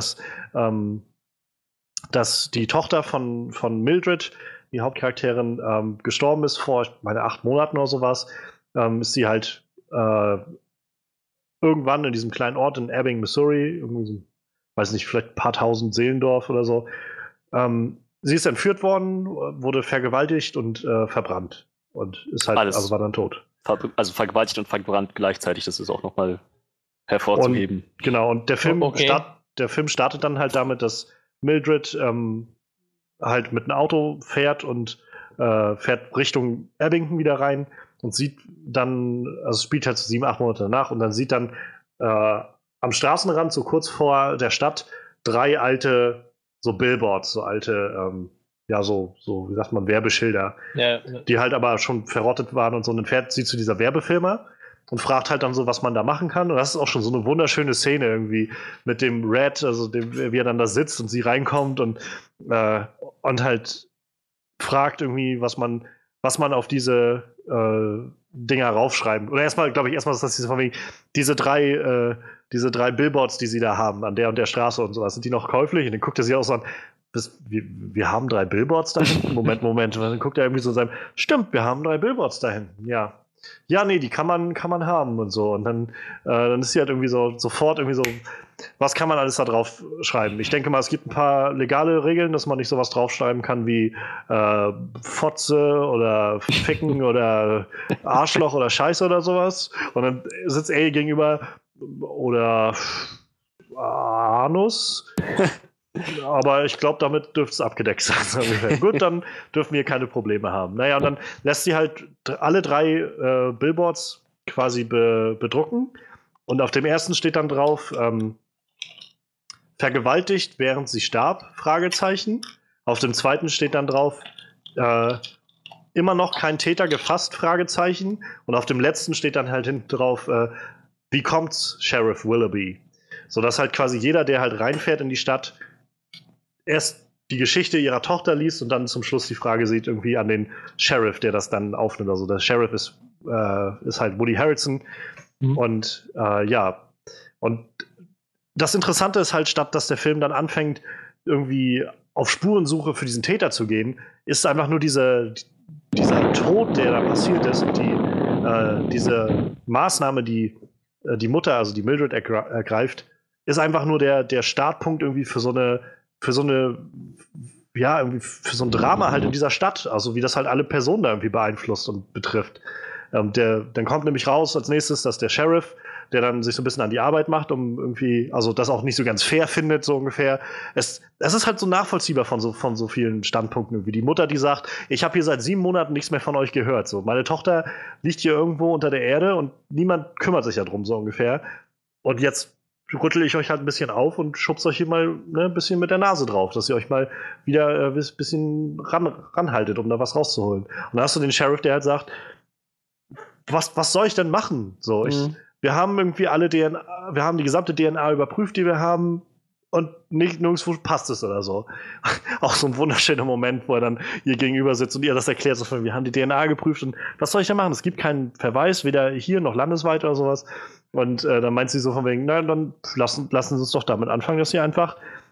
dass die Tochter von Mildred, die Hauptcharakterin, gestorben ist vor, ich meine, 8 Monaten oder sowas, ist sie halt irgendwann in diesem kleinen Ort in Ebbing, Missouri, irgendwie so, weiß nicht, vielleicht ein paar tausend Seelendorf oder so. Sie ist entführt worden, wurde vergewaltigt und verbrannt. Und ist halt, also war dann tot. Also vergewaltigt und verbrannt gleichzeitig, das ist auch nochmal hervorzuheben. Und, genau, und der Film startet dann halt damit, dass Mildred halt mit einem Auto fährt und fährt Richtung Abington wieder rein und sieht dann, also spielt halt so 7, 8 Monate danach und dann sieht dann am Straßenrand, so kurz vor der Stadt, 3 alte so Billboards, so alte, so, wie sagt man, Werbeschilder, die halt aber schon verrottet waren und so. Und dann fährt sie zu dieser Werbefirma und fragt halt dann so, was man da machen kann. Und das ist auch schon so eine wunderschöne Szene irgendwie mit dem Red, also wie er dann da sitzt und sie reinkommt und halt fragt irgendwie, was man auf diese Dinger raufschreiben. Oder erstmal, glaube ich, ist das von wegen, diese drei Billboards, die sie da haben, an der und der Straße und sowas, sind die noch käuflich? Und dann guckt er sich auch so an, wir haben 3 Billboards da hinten? Moment. Und dann guckt er irgendwie so und sagt, stimmt, wir haben 3 Billboards da hinten, ja. Ja, nee, die kann man haben und so. Und dann ist sie halt irgendwie so sofort irgendwie so, was kann man alles da drauf schreiben? Ich denke mal, es gibt ein paar legale Regeln, dass man nicht sowas draufschreiben kann wie Fotze oder Ficken oder Arschloch oder Scheiße oder sowas. Und dann sitzt er ihr gegenüber oder Anus. Aber ich glaube, damit dürfte es abgedeckt sein. Gut, dann dürfen wir keine Probleme haben. Naja, und dann lässt sie halt alle 3 Billboards quasi bedrucken. Und auf dem ersten steht dann drauf, vergewaltigt, während sie starb, Fragezeichen. Auf dem zweiten steht dann drauf, immer noch kein Täter gefasst, Fragezeichen. Und auf dem letzten steht dann halt hinten drauf, wie kommt's, Sheriff Willoughby? Sodass halt quasi jeder, der halt reinfährt in die Stadt, erst die Geschichte ihrer Tochter liest und dann zum Schluss die Frage sieht irgendwie an den Sheriff, der das dann aufnimmt. Also der Sheriff ist halt Woody Harrelson. Und und das Interessante ist halt, statt dass der Film dann anfängt, irgendwie auf Spurensuche für diesen Täter zu gehen, ist einfach nur dieser Tod, der da passiert ist und diese Maßnahme, die die Mutter, also die Mildred ergreift, ist einfach nur der Startpunkt irgendwie für so ein Drama halt in dieser Stadt, also wie das halt alle Personen da irgendwie beeinflusst und betrifft. Dann kommt nämlich raus als nächstes, dass der Sheriff, der dann sich so ein bisschen an die Arbeit macht, um irgendwie, also das auch nicht so ganz fair findet, so ungefähr. Es ist halt so nachvollziehbar von so vielen Standpunkten. Wie die Mutter, die sagt, ich habe hier seit 7 Monaten nichts mehr von euch gehört. So, meine Tochter liegt hier irgendwo unter der Erde und niemand kümmert sich darum, so ungefähr. Und jetzt rüttel ich euch halt ein bisschen auf und schubst euch hier mal ein bisschen mit der Nase drauf, dass ihr euch mal wieder ein bisschen ranhaltet, um da was rauszuholen. Und dann hast du den Sheriff, der halt sagt, was soll ich denn machen? So, wir haben irgendwie wir haben die gesamte DNA überprüft, die wir haben, und nirgendwo passt es oder so. Auch so ein wunderschöner Moment, wo er dann ihr gegenüber sitzt und ihr das erklärt, so, wir haben die DNA geprüft und was soll ich da machen? Es gibt keinen Verweis, weder hier noch landesweit oder sowas. Und dann meint sie so von wegen, na, dann lassen Sie uns doch damit anfangen, dass Sie einfach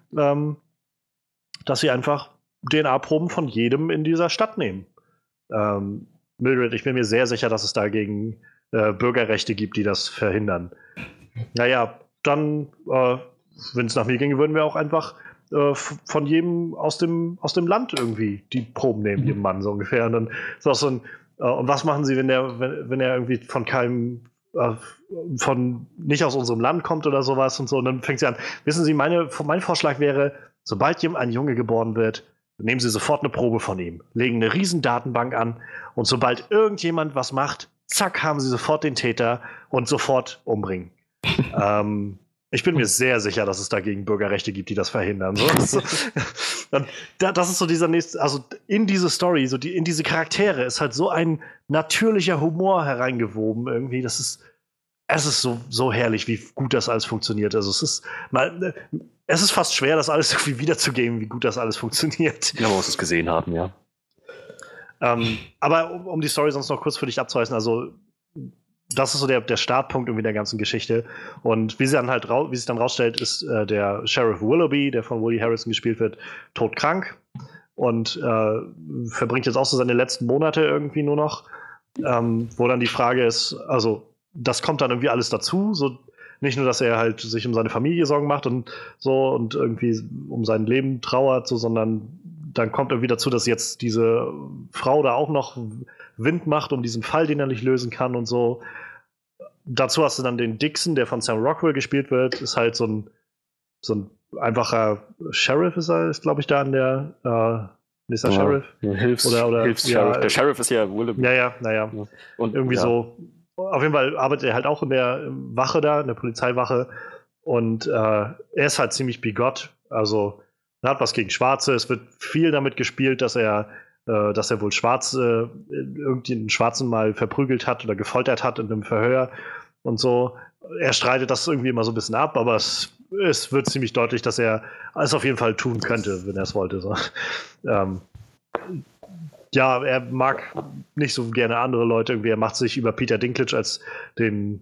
DNA-Proben von jedem in dieser Stadt nehmen. Mildred, ich bin mir sehr sicher, dass es dagegen Bürgerrechte gibt, die das verhindern. Naja, dann, wenn es nach mir ginge, würden wir auch einfach von jedem aus dem Land irgendwie die Proben nehmen, jedem Mann so ungefähr. Und dann ist auch so ein, und was machen Sie, wenn er irgendwie von keinem von nicht aus unserem Land kommt oder sowas und so. Und dann fängt sie an. Wissen Sie, mein Vorschlag wäre, sobald ein Junge geboren wird, nehmen Sie sofort eine Probe von ihm, legen eine riesen Datenbank an und sobald irgendjemand was macht, zack, haben Sie sofort den Täter und sofort umbringen. Ich bin mir sehr sicher, dass es dagegen Bürgerrechte gibt, die das verhindern. So. Das ist so dieser nächste, also in diese Story, so in diese Charaktere ist halt so ein natürlicher Humor hereingewoben irgendwie. Es ist so herrlich, wie gut das alles funktioniert. Also es ist fast schwer, das alles irgendwie wiederzugeben, wie gut das alles funktioniert. Ja, man muss es gesehen haben, ja. Aber um die Story sonst noch kurz für dich abzureißen, also das ist so der Startpunkt irgendwie der ganzen Geschichte. Und wie sich dann rausstellt, ist der Sheriff Willoughby, der von Woody Harrelson gespielt wird, todkrank und verbringt jetzt auch so seine letzten Monate irgendwie nur noch, wo dann die Frage ist, also das kommt dann irgendwie alles dazu, so nicht nur, dass er halt sich um seine Familie Sorgen macht und so und irgendwie um sein Leben trauert, so, sondern dann kommt irgendwie dazu, dass jetzt diese Frau da auch noch Wind macht um diesen Fall, den er nicht lösen kann und so. Dazu hast du dann den Dixon, der von Sam Rockwell gespielt wird, ist halt so ein einfacher Sheriff, ist glaube ich, da an der ist der Sheriff? Hilfs-Sheriff. Ja, der Sheriff ist ja Willoughby. Naja. Und irgendwie so. Auf jeden Fall arbeitet er halt auch in der Wache da, in der Polizeiwache. Und er ist halt ziemlich bigott. Also, er hat was gegen Schwarze. Es wird viel damit gespielt, dass er wohl irgendeinen Schwarzen mal verprügelt hat oder gefoltert hat in einem Verhör und so. Er streitet das irgendwie immer so ein bisschen ab, aber es wird ziemlich deutlich, dass er es auf jeden Fall tun könnte, wenn er es wollte. So. Ja, er mag nicht so gerne andere Leute irgendwie. Er macht sich über Peter Dinklage als den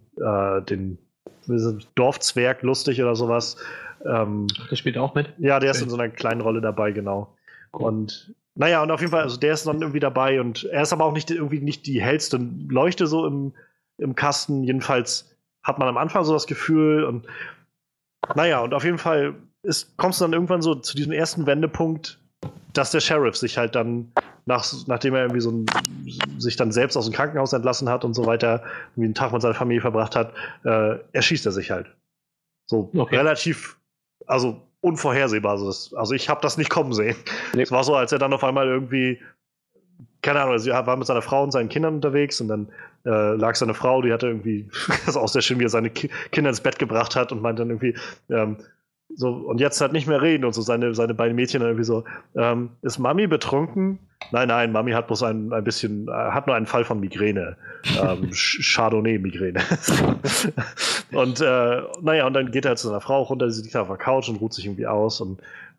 Dorfzwerg lustig oder sowas. Der spielt auch mit? Ja, der ist in so einer kleinen Rolle dabei, genau. Und naja, und auf jeden Fall, also der ist dann irgendwie dabei und er ist aber auch nicht die hellste Leuchte so im Kasten. Jedenfalls hat man am Anfang so das Gefühl und naja, und auf jeden Fall kommst du dann irgendwann so zu diesem ersten Wendepunkt, dass der Sheriff sich halt dann, nachdem er irgendwie sich dann selbst aus dem Krankenhaus entlassen hat und so weiter, irgendwie einen Tag mit seiner Familie verbracht hat, erschießt er sich halt. So relativ, also unvorhersehbar. Also ich habe das nicht kommen sehen. Es war so, als er dann auf einmal irgendwie, keine Ahnung, also er war mit seiner Frau und seinen Kindern unterwegs und dann lag seine Frau, die hatte irgendwie, das ist auch sehr schön, wie er seine Kinder ins Bett gebracht hat und meint dann irgendwie, so, und jetzt halt nicht mehr reden und so seine beiden Mädchen dann irgendwie so, ist Mami betrunken? Nein, Mami hat bloß hat nur einen Fall von Migräne. Chardonnay-Migräne. Und naja, und dann geht er halt zu seiner Frau runter, sie liegt auf der Couch und ruht sich irgendwie aus und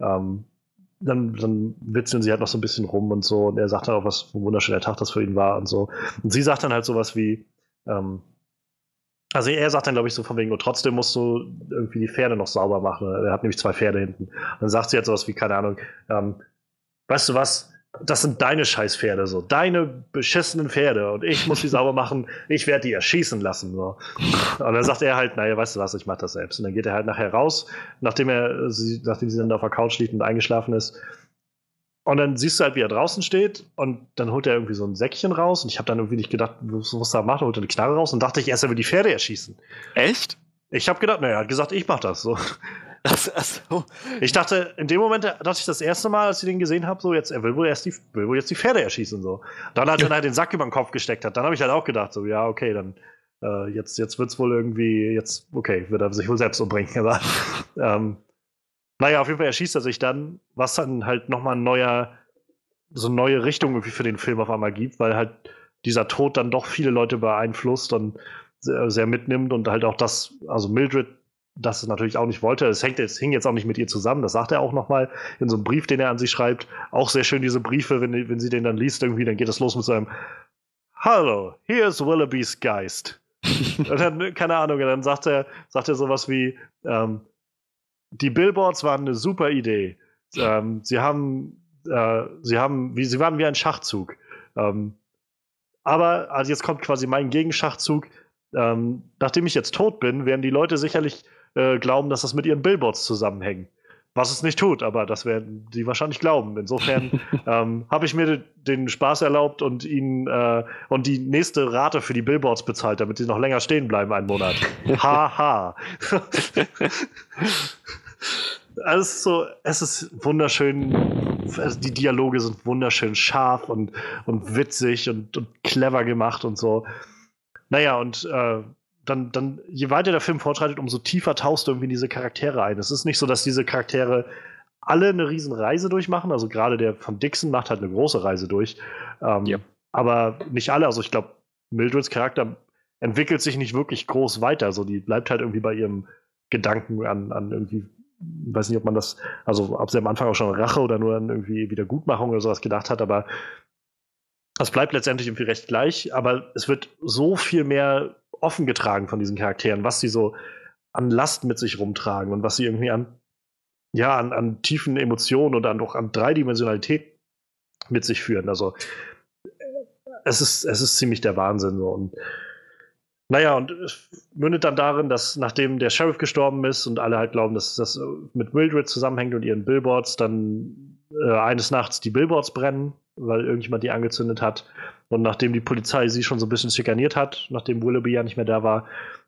dann witzeln sie halt noch so ein bisschen rum und so und er sagt dann auch, was für ein wunderschöner Tag das für ihn war und so. Und sie sagt dann halt sowas wie, also er sagt dann, glaube ich, so von wegen, und trotzdem musst du irgendwie die Pferde noch sauber machen. Er hat nämlich 2 Pferde hinten. Und dann sagt sie jetzt sowas wie, keine Ahnung, weißt du was, das sind deine Scheißpferde, so. Deine beschissenen Pferde. Und ich muss die sauber machen, ich werde die erschießen lassen. So. Und dann sagt er halt, naja, weißt du was, ich mach das selbst. Und dann geht er halt nachher raus, nachdem sie dann auf der Couch liegt und eingeschlafen ist. Und dann siehst du halt, wie er draußen steht und dann holt er irgendwie so ein Säckchen raus und ich habe dann irgendwie nicht gedacht, was er macht, holt er eine Knarre raus und dachte ich erst, er will die Pferde erschießen. Echt? Ich habe gedacht, naja, er hat gesagt, ich mach das. So. Achso. Ich dachte, in dem Moment dachte ich das erste Mal, als ich den gesehen habe, so er will wohl jetzt die Pferde erschießen. So. Dann, als er halt den Sack über den Kopf gesteckt hat, dann habe ich halt auch gedacht, so, ja, okay, dann jetzt wird's wohl irgendwie, wird er sich wohl selbst umbringen. Aber naja, auf jeden Fall erschießt er sich dann, was dann halt nochmal so eine neue Richtung irgendwie für den Film auf einmal gibt, weil halt dieser Tod dann doch viele Leute beeinflusst und sehr, sehr mitnimmt und halt auch also Mildred das natürlich auch nicht wollte. Es hing jetzt auch nicht mit ihr zusammen, das sagt er auch nochmal in so einem Brief, den er an sie schreibt. Auch sehr schön diese Briefe, wenn sie den dann liest irgendwie, dann geht das los mit so einem Hallo, here's Willoughbys Geist. Und dann, keine Ahnung, dann sagt er sowas wie die Billboards waren eine super Idee. Sie waren wie ein Schachzug. Aber also jetzt kommt quasi mein Gegenschachzug. Nachdem ich jetzt tot bin, werden die Leute sicherlich glauben, dass das mit ihren Billboards zusammenhängt. Was es nicht tut, aber das werden die wahrscheinlich glauben. Insofern habe ich mir den Spaß erlaubt und ihnen und die nächste Rate für die Billboards bezahlt, damit sie noch länger stehen bleiben, einen Monat. Haha. Also es ist wunderschön, also die Dialoge sind wunderschön scharf und witzig und clever gemacht und so. Naja, und je weiter der Film fortschreitet, umso tiefer tauchst du irgendwie in diese Charaktere ein. Es ist nicht so, dass diese Charaktere alle eine riesen Reise durchmachen. Also gerade der von Dixon macht halt eine große Reise durch. Aber nicht alle. Also ich glaube, Mildreds Charakter entwickelt sich nicht wirklich groß weiter. Also die bleibt halt irgendwie bei ihrem Gedanken an irgendwie, weiß nicht, ob man das, also ob sie am Anfang auch schon Rache oder nur an irgendwie Wiedergutmachung oder sowas gedacht hat, aber es bleibt letztendlich irgendwie recht gleich, aber es wird so viel mehr offen getragen von diesen Charakteren, was sie so an Last mit sich rumtragen und was sie irgendwie an tiefen Emotionen und auch an Dreidimensionalität mit sich führen. Also es ist ziemlich der Wahnsinn so. Und naja, und es mündet dann darin, dass nachdem der Sheriff gestorben ist und alle halt glauben, dass das mit Mildred zusammenhängt und ihren Billboards, dann eines Nachts die Billboards brennen, weil irgendjemand die angezündet hat. Und nachdem die Polizei sie schon so ein bisschen schikaniert hat, nachdem Willoughby ja nicht mehr da war,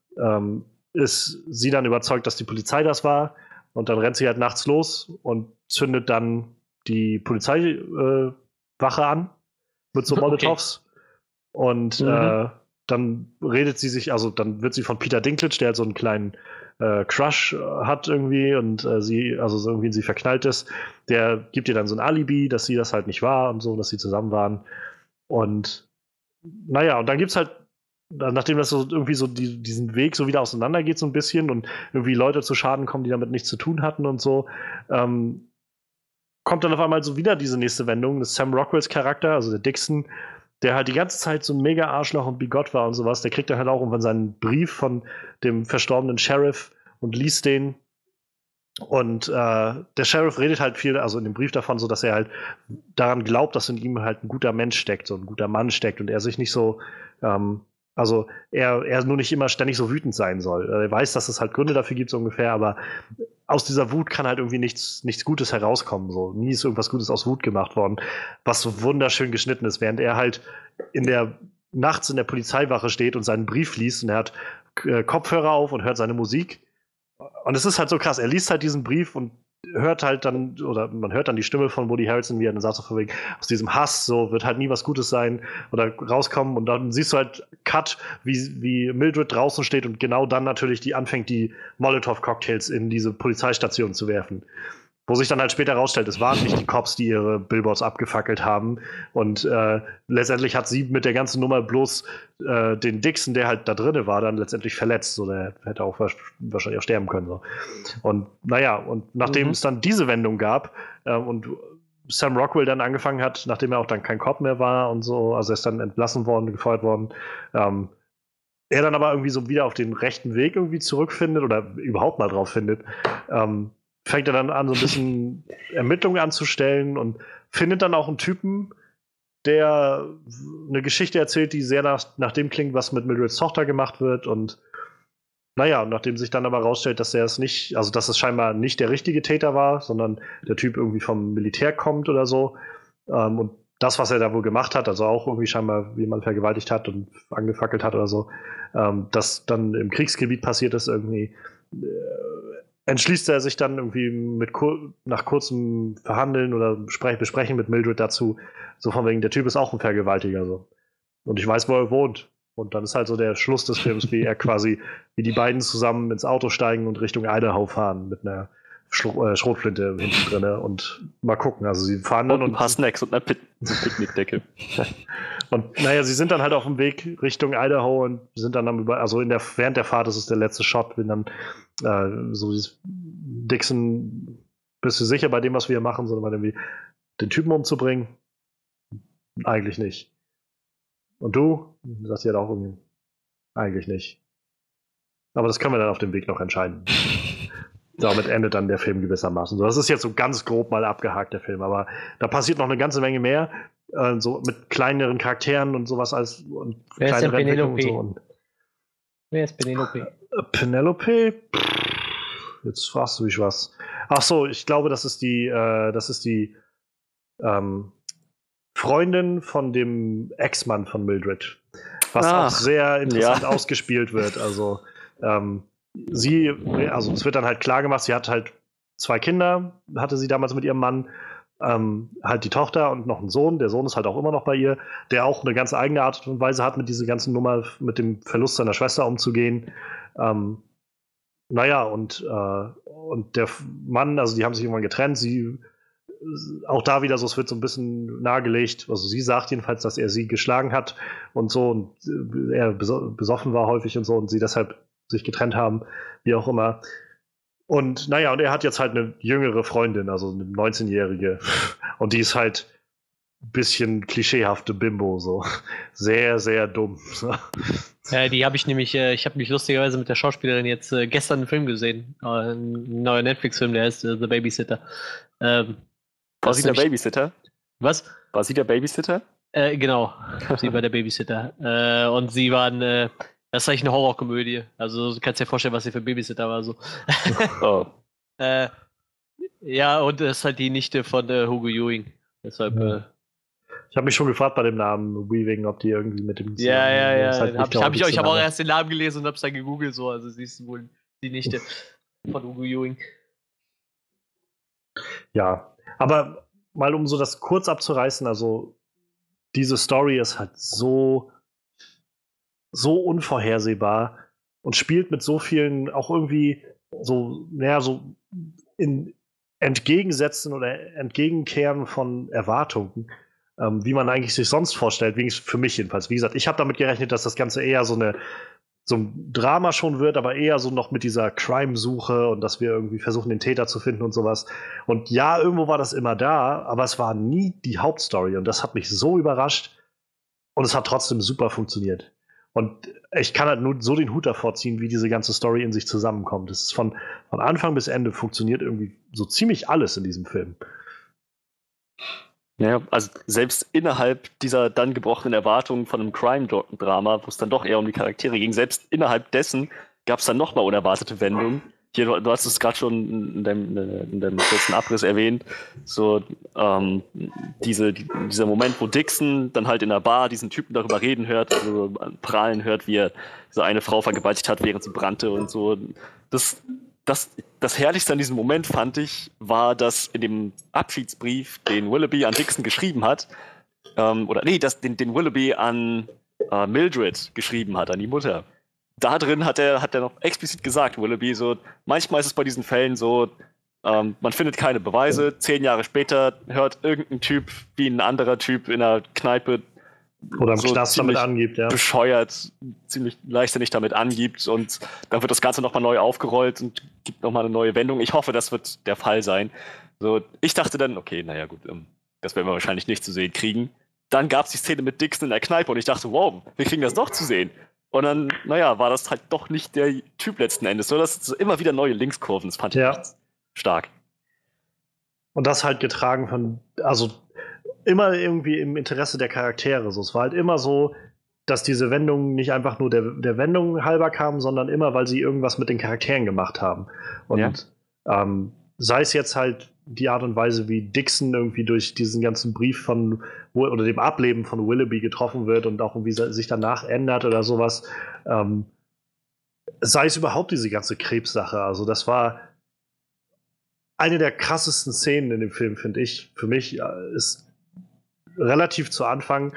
ist sie dann überzeugt, dass die Polizei das war. Und dann rennt sie halt nachts los und zündet dann die Polizeiwache an mit so Molotovs. Okay. Und dann redet sie sich, also dann wird sie von Peter Dinklage, der halt so einen kleinen Crush hat irgendwie und sie, also so irgendwie in sie verknallt ist, der gibt ihr dann so ein Alibi, dass sie das halt nicht war und so, dass sie zusammen waren. Und naja, und dann gibt's halt, nachdem das so irgendwie so diesen Weg so wieder auseinandergeht so ein bisschen und irgendwie Leute zu Schaden kommen, die damit nichts zu tun hatten und so, kommt dann auf einmal so wieder diese nächste Wendung, das Sam Rockwells Charakter, also der Dixon, der halt die ganze Zeit so ein mega Arschloch und bigott war und sowas, der kriegt dann halt auch irgendwann seinen Brief von dem verstorbenen Sheriff und liest den. Und der Sheriff redet halt viel, also in dem Brief davon, so dass er halt daran glaubt, dass in ihm halt ein guter Mensch steckt, so ein guter Mann steckt und er sich nicht so, also er nur nicht immer ständig so wütend sein soll. Er weiß, dass es halt Gründe dafür gibt, so ungefähr, aber aus dieser Wut kann halt irgendwie nichts Gutes herauskommen. So. Nie ist irgendwas Gutes aus Wut gemacht worden, was so wunderschön geschnitten ist, während er halt nachts in der Polizeiwache steht und seinen Brief liest und er hat Kopfhörer auf und hört seine Musik. Und es ist halt so krass, er liest halt diesen Brief und hört halt dann, oder man hört dann die Stimme von Woody Harrelson, wie er dann sagt, so von wegen, aus diesem Hass, so wird halt nie was Gutes sein oder rauskommen und dann siehst du halt Cut, wie Mildred draußen steht und genau dann natürlich die anfängt, die Molotow-Cocktails in diese Polizeistation zu werfen. Wo sich dann halt später rausstellt, es waren nicht die Cops, die ihre Billboards abgefackelt haben. Und letztendlich hat sie mit der ganzen Nummer bloß den Dixon, der halt da drinne war, dann letztendlich verletzt. So, der hätte auch wahrscheinlich auch sterben können. So. Und naja, und nachdem es dann diese Wendung gab und Sam Rockwell dann angefangen hat, nachdem er auch dann kein Cop mehr war und so, also er ist dann entlassen worden, gefeuert worden, er dann aber irgendwie so wieder auf den rechten Weg irgendwie zurückfindet oder überhaupt mal drauf findet, fängt er dann an, so ein bisschen Ermittlungen anzustellen und findet dann auch einen Typen, der eine Geschichte erzählt, die sehr nach dem klingt, was mit Mildreds Tochter gemacht wird. Und naja, nachdem sich dann aber rausstellt, dass er es nicht, also dass es scheinbar nicht der richtige Täter war, sondern der Typ irgendwie vom Militär kommt oder so. Und das, was er da wohl gemacht hat, also auch irgendwie scheinbar jemand vergewaltigt hat und angefackelt hat oder so, das dann im Kriegsgebiet passiert ist irgendwie, entschließt er sich dann irgendwie nach kurzem Verhandeln oder Besprechen mit Mildred dazu, so von wegen, der Typ ist auch ein Vergewaltiger. So. Und ich weiß, wo er wohnt. Und dann ist halt so der Schluss des Films, wie die beiden zusammen ins Auto steigen und Richtung Idaho fahren mit einer Schrotflinte hinten drin und mal gucken. Also sie fahren dann und ein paar Snacks und eine Picknickdecke. Und naja, sie sind dann halt auf dem Weg Richtung Idaho und sind dann während der Fahrt, das ist der letzte Shot, wenn dann so dieses Dixon, bist du sicher bei dem, was wir hier machen, sondern irgendwie den Typen umzubringen? Eigentlich nicht. Und du? Das ja auch irgendwie. Eigentlich nicht. Aber das können wir dann auf dem Weg noch entscheiden. Damit endet dann der Film gewissermaßen. So, das ist jetzt so ganz grob mal abgehakt, der Film, aber da passiert noch eine ganze Menge mehr, so mit kleineren Charakteren und sowas als und Wer ist denn Entwicklungen Penelope? und so. Wer ist Penelope? Penelope? Jetzt fragst du mich was. Ach so, ich glaube, das ist die Freundin von dem Ex-Mann von Mildred. Was auch sehr interessant ausgespielt wird. Also es wird dann halt klar gemacht, sie hat halt 2 Kinder, hatte sie damals mit ihrem Mann halt die Tochter und noch einen Sohn. Der Sohn ist halt auch immer noch bei ihr, der auch eine ganz eigene Art und Weise hat, mit dieser ganzen Nummer, mit dem Verlust seiner Schwester umzugehen. Naja, und der Mann, also die haben sich irgendwann getrennt, auch da wieder so, es wird so ein bisschen nahegelegt, also sie sagt jedenfalls, dass er sie geschlagen hat und so und er besoffen war häufig und so und sie deshalb sich getrennt haben, wie auch immer. Und naja, und er hat jetzt halt eine jüngere Freundin, also eine 19-Jährige und die ist halt ein bisschen klischeehafte Bimbo, so sehr, sehr dumm. Ja, die habe ich nämlich, ich habe mich lustigerweise mit der Schauspielerin jetzt gestern einen Film gesehen, ein neuer Netflix-Film, der heißt The Babysitter. War sie der Babysitter? Was? War sie der Babysitter? Genau, sie war der Babysitter. Und sie waren, das ist eigentlich eine Horrorkomödie. Also du kannst dir vorstellen, was sie für Babysitter war. So. Oh. Ja, und es ist halt die Nichte von Hugo Ewing. Deshalb. Ich habe mich schon gefragt bei dem Namen Weaving, ob die irgendwie mit dem. Ja. Halt Ich habe auch erst den Namen gelesen und habe es dann gegoogelt. So. Also sie ist wohl die Nichte von Hugo Ewing. Ja, aber mal um so das kurz abzureißen, also diese Story ist halt so unvorhersehbar und spielt mit so vielen auch irgendwie so in Entgegensätzen oder Entgegenkehren von Erwartungen, wie man eigentlich sich sonst vorstellt, wenigstens für mich jedenfalls. Wie gesagt, ich habe damit gerechnet, dass das Ganze eher so ein Drama schon wird, aber eher so noch mit dieser Crime-Suche und dass wir irgendwie versuchen, den Täter zu finden und sowas. Und ja, irgendwo war das immer da, aber es war nie die Hauptstory und das hat mich so überrascht und es hat trotzdem super funktioniert. Und ich kann halt nur so den Hut davor ziehen, wie diese ganze Story in sich zusammenkommt. Es ist von Anfang bis Ende funktioniert irgendwie so ziemlich alles in diesem Film. Ja, also selbst innerhalb dieser dann gebrochenen Erwartungen von einem Crime-Drama, wo es dann doch eher um die Charaktere ging, selbst innerhalb dessen gab es dann nochmal unerwartete Wendungen. Hier, du hast es gerade schon in deinem kurzen Abriss erwähnt, so dieser Moment, wo Dixon dann halt in der Bar diesen Typen darüber reden hört, also prahlen hört, wie er so eine Frau vergewaltigt hat, während sie brannte und so. Das Herrlichste an diesem Moment, fand ich, war, dass in dem Abschiedsbrief, den Willoughby an Dixon geschrieben hat, den Willoughby an Mildred geschrieben hat, an die Mutter. Da drin hat er noch explizit gesagt, Willoughby, so, manchmal ist es bei diesen Fällen so, man findet keine Beweise, 10 Jahre später hört irgendein Typ, wie ein anderer Typ in einer Kneipe oder im Knast damit angibt, ja. Bescheuert, ziemlich leichtsinnig damit angibt und dann wird das Ganze nochmal neu aufgerollt und gibt nochmal eine neue Wendung. Ich hoffe, das wird der Fall sein. So, ich dachte dann, okay, naja gut, das werden wir wahrscheinlich nicht zu sehen kriegen. Dann gab es die Szene mit Dixon in der Kneipe und ich dachte, wow, wir kriegen das doch zu sehen. Und dann, naja, war das halt doch nicht der Typ letzten Endes. So, das sind immer wieder neue Linkskurven, das fand ich stark. Und das halt getragen von, also immer irgendwie im Interesse der Charaktere. So, es war halt immer so, dass diese Wendungen nicht einfach nur der Wendung halber kamen, sondern immer, weil sie irgendwas mit den Charakteren gemacht haben. Und sei es jetzt halt die Art und Weise, wie Dixon irgendwie durch diesen ganzen Brief oder dem Ableben von Willoughby getroffen wird und auch wie sich danach ändert oder sowas. Sei es überhaupt diese ganze Krebssache. Also das war eine der krassesten Szenen in dem Film, finde ich. Für mich ist relativ zu Anfang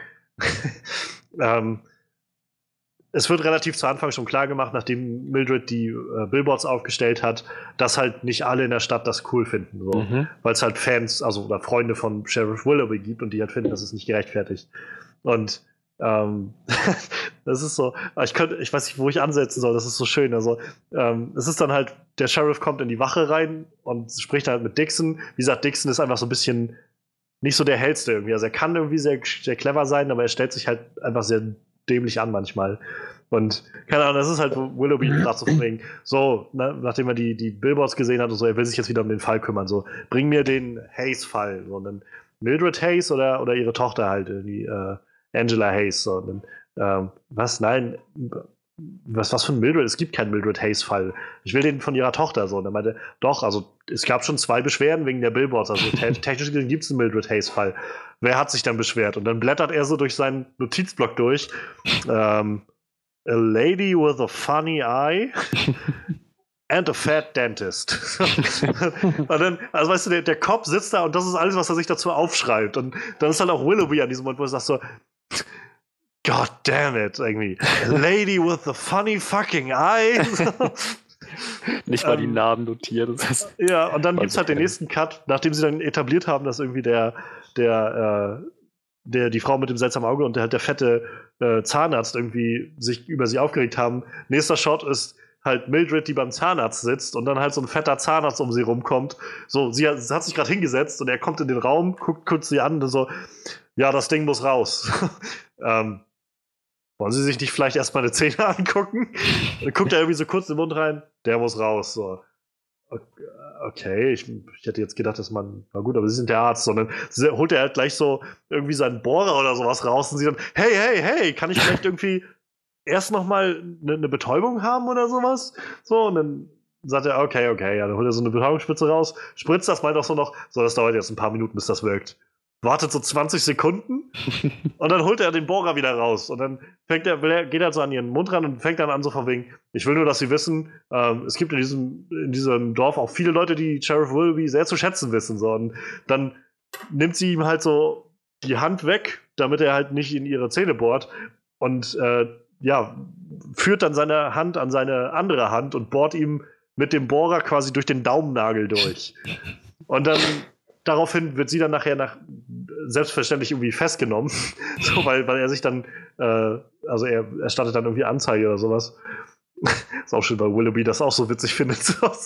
es wird relativ zu Anfang schon klar gemacht, nachdem Mildred die Billboards aufgestellt hat, dass halt nicht alle in der Stadt das cool finden. So. Weil es halt Fans, also oder Freunde von Sheriff Willoughby gibt und die halt finden, das ist nicht gerechtfertigt. Und das ist so, ich weiß nicht, wo ich ansetzen soll, das ist so schön. Also, es ist dann halt, der Sheriff kommt in die Wache rein und spricht halt mit Dixon. Wie gesagt, Dixon ist einfach so ein bisschen nicht so der hellste irgendwie. Also er kann irgendwie sehr, sehr clever sein, aber er stellt sich halt einfach sehr dämlich an manchmal. Und keine Ahnung, das ist halt Willoughby gerade so von wegen, so, nachdem er die Billboards gesehen hat und so, er will sich jetzt wieder um den Fall kümmern. So, bring mir den Hayes-Fall. So, und dann Mildred Hayes oder ihre Tochter halt, die Angela Hayes. So, und dann, was? Nein. Was für ein Mildred? Es gibt keinen Mildred Hayes-Fall. Ich will den von ihrer Tochter. So. Und er meinte, doch, also es gab schon 2 Beschwerden wegen der Billboards. Also technisch gesehen gibt es einen Mildred Hayes-Fall. Wer hat sich dann beschwert? Und dann blättert er so durch seinen Notizblock durch. A lady with a funny eye. and a fat dentist. Und dann, also weißt du, der Cop sitzt da und das ist alles, was er sich dazu aufschreibt. Und dann ist halt auch Willoughby an diesem Moment, wo er sagt so, God damn it, irgendwie. A lady with the funny fucking eyes. Nicht mal die Namen notiert. Das heißt, ja, und dann gibt's halt den nächsten Cut, nachdem sie dann etabliert haben, dass irgendwie die Frau mit dem seltsamen Auge und der fette Zahnarzt irgendwie sich über sie aufgeregt haben. Nächster Shot ist halt Mildred, die beim Zahnarzt sitzt und dann halt so ein fetter Zahnarzt um sie rumkommt. So, sie hat sich gerade hingesetzt und er kommt in den Raum, guckt sie an und so, ja, das Ding muss raus. Wollen Sie sich nicht vielleicht erstmal eine Zähne angucken? Dann guckt er irgendwie so kurz in den Mund rein, der muss raus. So. Okay, ich hätte jetzt gedacht, dass man, na gut, aber Sie sind der Arzt, sondern holt er halt gleich so irgendwie seinen Bohrer oder sowas raus und sie dann, hey, kann ich vielleicht irgendwie erst nochmal eine Betäubung haben oder sowas? So, und dann sagt er, okay, ja, dann holt er so eine Betäubungsspritze raus, spritzt das mal doch so noch, so, das dauert jetzt ein paar Minuten, bis das wirkt. Wartet so 20 Sekunden und dann holt er den Bohrer wieder raus und dann geht er so an ihren Mund ran und fängt dann an so von wegen, ich will nur, dass Sie wissen, es gibt in diesem Dorf auch viele Leute, die Sheriff Willoughby sehr zu schätzen wissen. So. Und dann nimmt sie ihm halt so die Hand weg, damit er halt nicht in ihre Zähne bohrt und führt dann seine Hand an seine andere Hand und bohrt ihm mit dem Bohrer quasi durch den Daumennagel durch. Und dann daraufhin wird sie dann nachher selbstverständlich irgendwie festgenommen, so, weil er sich dann, also er erstattet dann irgendwie Anzeige oder sowas. Ist auch schön, weil Willoughby das auch so witzig findet.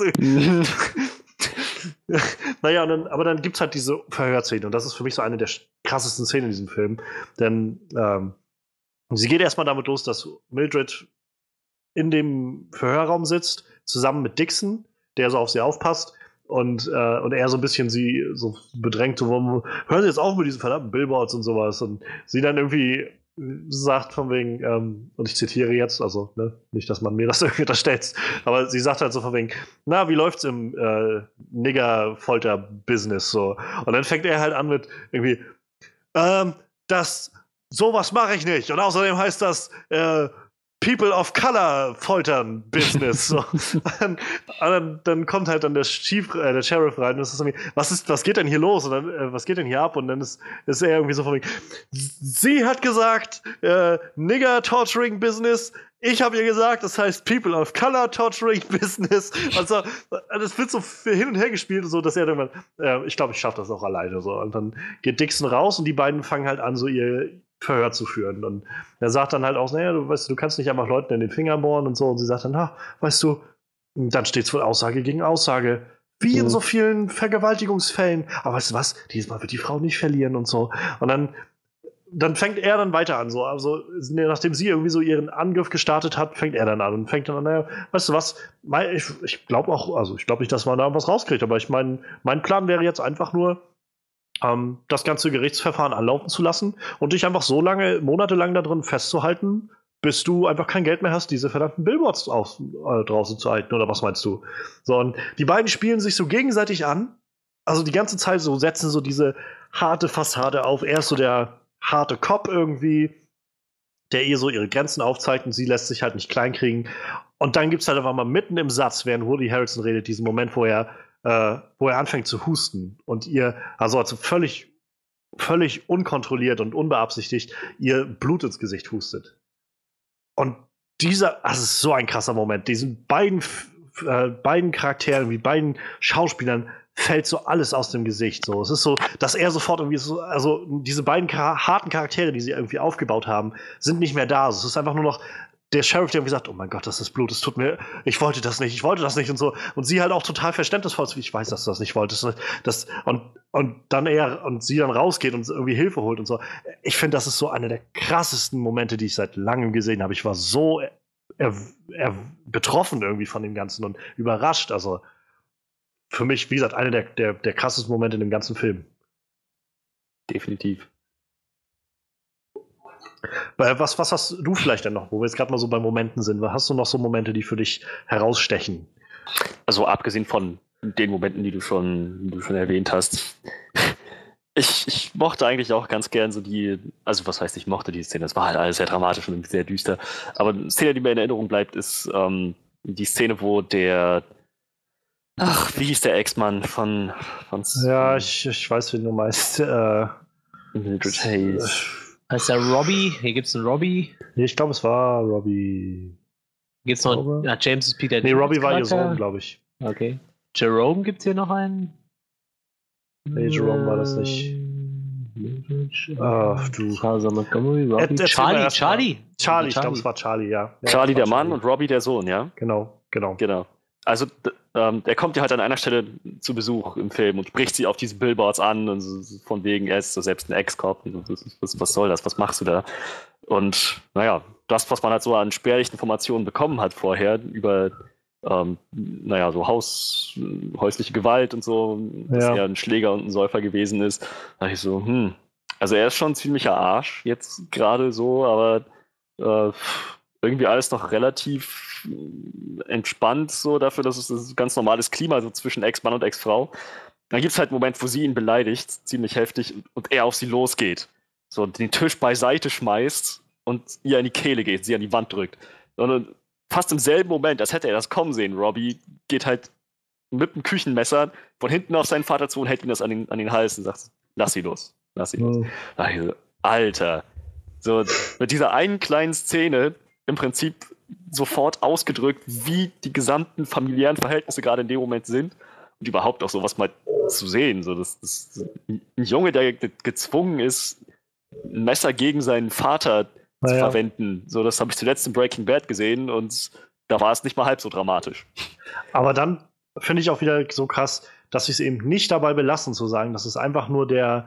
Naja, aber dann gibt's halt diese Verhörszene und das ist für mich so eine der krassesten Szenen in diesem Film, denn sie geht erstmal damit los, dass Mildred in dem Verhörraum sitzt, zusammen mit Dixon, der so auf sie aufpasst. Und er so ein bisschen sie so bedrängt, so, hören Sie jetzt auf mit diesen verdammten Billboards und sowas. Und sie dann irgendwie sagt von wegen, und ich zitiere jetzt, also ne, nicht, dass man mir das irgendwie unterstellt, aber sie sagt halt so von wegen, na, wie läuft's im Nigger-Folter-Business so? Und dann fängt er halt an mit irgendwie, sowas mache ich nicht. Und außerdem heißt das, People of Color foltern Business. So. dann kommt halt dann der Sheriff rein und ist irgendwie, was geht denn hier los? Und dann, was geht denn hier ab? Und dann ist er irgendwie so von wegen, sie hat gesagt, Nigger Torturing Business. Ich habe ihr gesagt, das heißt People of Color Torturing Business. Also, das wird so hin und her gespielt, so dass er irgendwann, ich glaube, ich schaffe das auch alleine. So. Und dann geht Dixon raus und die beiden fangen halt an, so ihr Verhör zu führen. Und er sagt dann halt auch, naja, du kannst nicht einfach Leuten in den Finger bohren und so. Und sie sagt dann, weißt du, dann steht es wohl Aussage gegen Aussage. Wie in so vielen Vergewaltigungsfällen. Aber weißt du was? Dieses Mal wird die Frau nicht verlieren und so. Und dann fängt er dann weiter an. So. Also, nachdem sie irgendwie so ihren Angriff gestartet hat, fängt er dann an und fängt dann an, naja, weißt du was? Ich glaube auch, also ich glaube nicht, dass man da was rauskriegt, aber mein Plan wäre jetzt einfach nur, das ganze Gerichtsverfahren anlaufen zu lassen und dich einfach so monatelang da drin festzuhalten, bis du einfach kein Geld mehr hast, diese verdammten Billboards draußen zu halten, oder was meinst du? So, und die beiden spielen sich so gegenseitig an, also die ganze Zeit so setzen so diese harte Fassade auf. Er ist so der harte Cop irgendwie, der ihr so ihre Grenzen aufzeigt und sie lässt sich halt nicht kleinkriegen. Und dann gibt's halt einfach mal mitten im Satz, während Woody Harrelson redet, diesen Moment, wo er anfängt zu husten und ihr, also völlig unkontrolliert und unbeabsichtigt, ihr Blut ins Gesicht hustet. Und das ist so ein krasser Moment. Diesen beiden Charakteren, wie beiden Schauspielern, fällt so alles aus dem Gesicht. So. Es ist so, dass er sofort irgendwie so, also diese beiden harten Charaktere, die sie irgendwie aufgebaut haben, sind nicht mehr da. Es ist einfach nur noch der Sheriff, der irgendwie sagt, oh mein Gott, das ist Blut, es tut mir, ich wollte das nicht und so. Und sie halt auch total verständnisvoll, ich weiß, dass du das nicht wolltest. Und sie dann rausgeht und irgendwie Hilfe holt und so. Ich finde, das ist so einer der krassesten Momente, die ich seit langem gesehen habe. Ich war so betroffen irgendwie von dem Ganzen und überrascht. Also für mich, wie gesagt, einer der krassesten Momente in dem ganzen Film. Definitiv. Was hast du vielleicht denn noch, wo wir jetzt gerade mal so bei Momenten sind? Hast du noch so Momente, die für dich herausstechen? Also abgesehen von den Momenten, die du schon erwähnt hast. Ich mochte eigentlich auch ganz gern so also was heißt, ich mochte die Szene, das war halt alles sehr dramatisch und sehr düster. Aber eine Szene, die mir in Erinnerung bleibt, ist, die Szene, wo wie hieß der Ex-Mann von Ja, ich weiß, wen du meinst. Mildred Hayes. Heißt der Robbie? Hier gibt's einen Robbie. Nee, ich glaube, es war Robbie. Gibt's noch. Ja, James ist Peter. Nee, Robbie war ihr Charakter. Sohn, glaube ich. Okay. Jerome gibt's hier noch einen? Nee, Jerome war das nicht. Ach, du. Montgomery, Robbie. Charlie, ich glaube, es war Charlie, ja. Charlie der Mann und Robbie der Sohn, ja? Genau. Also, er kommt ja halt an einer Stelle zu Besuch im Film und spricht sie auf diesen Billboards an und so, von wegen, er ist so selbst ein Ex-Cop. Was soll das? Was machst du da? Und naja, das, was man halt so an spärlichen Informationen bekommen hat vorher über so häusliche Gewalt und so, dass er ein Schläger und ein Säufer gewesen ist, da dachte ich so, also er ist schon ein ziemlicher Arsch jetzt gerade so, aber irgendwie alles noch relativ entspannt so dafür, dass es ein ganz normales Klima so zwischen Ex-Mann und Ex-Frau. Dann gibt es halt einen Moment, wo sie ihn beleidigt, ziemlich heftig, und er auf sie losgeht. So den Tisch beiseite schmeißt und ihr in die Kehle geht, sie an die Wand drückt. Und fast im selben Moment, als hätte er das kommen sehen, Robbie geht halt mit dem Küchenmesser von hinten auf seinen Vater zu und hält ihm das an den Hals und sagt, lass sie los. Da ich so, Alter. So, mit dieser einen kleinen Szene im Prinzip sofort ausgedrückt, wie die gesamten familiären Verhältnisse gerade in dem Moment sind und überhaupt auch sowas mal zu sehen. So, das ein Junge, der gezwungen ist, ein Messer gegen seinen Vater zu verwenden. So, das habe ich zuletzt in Breaking Bad gesehen und da war es nicht mal halb so dramatisch. Aber dann finde ich auch wieder so krass, dass sie es eben nicht dabei belassen zu sagen, das ist einfach nur der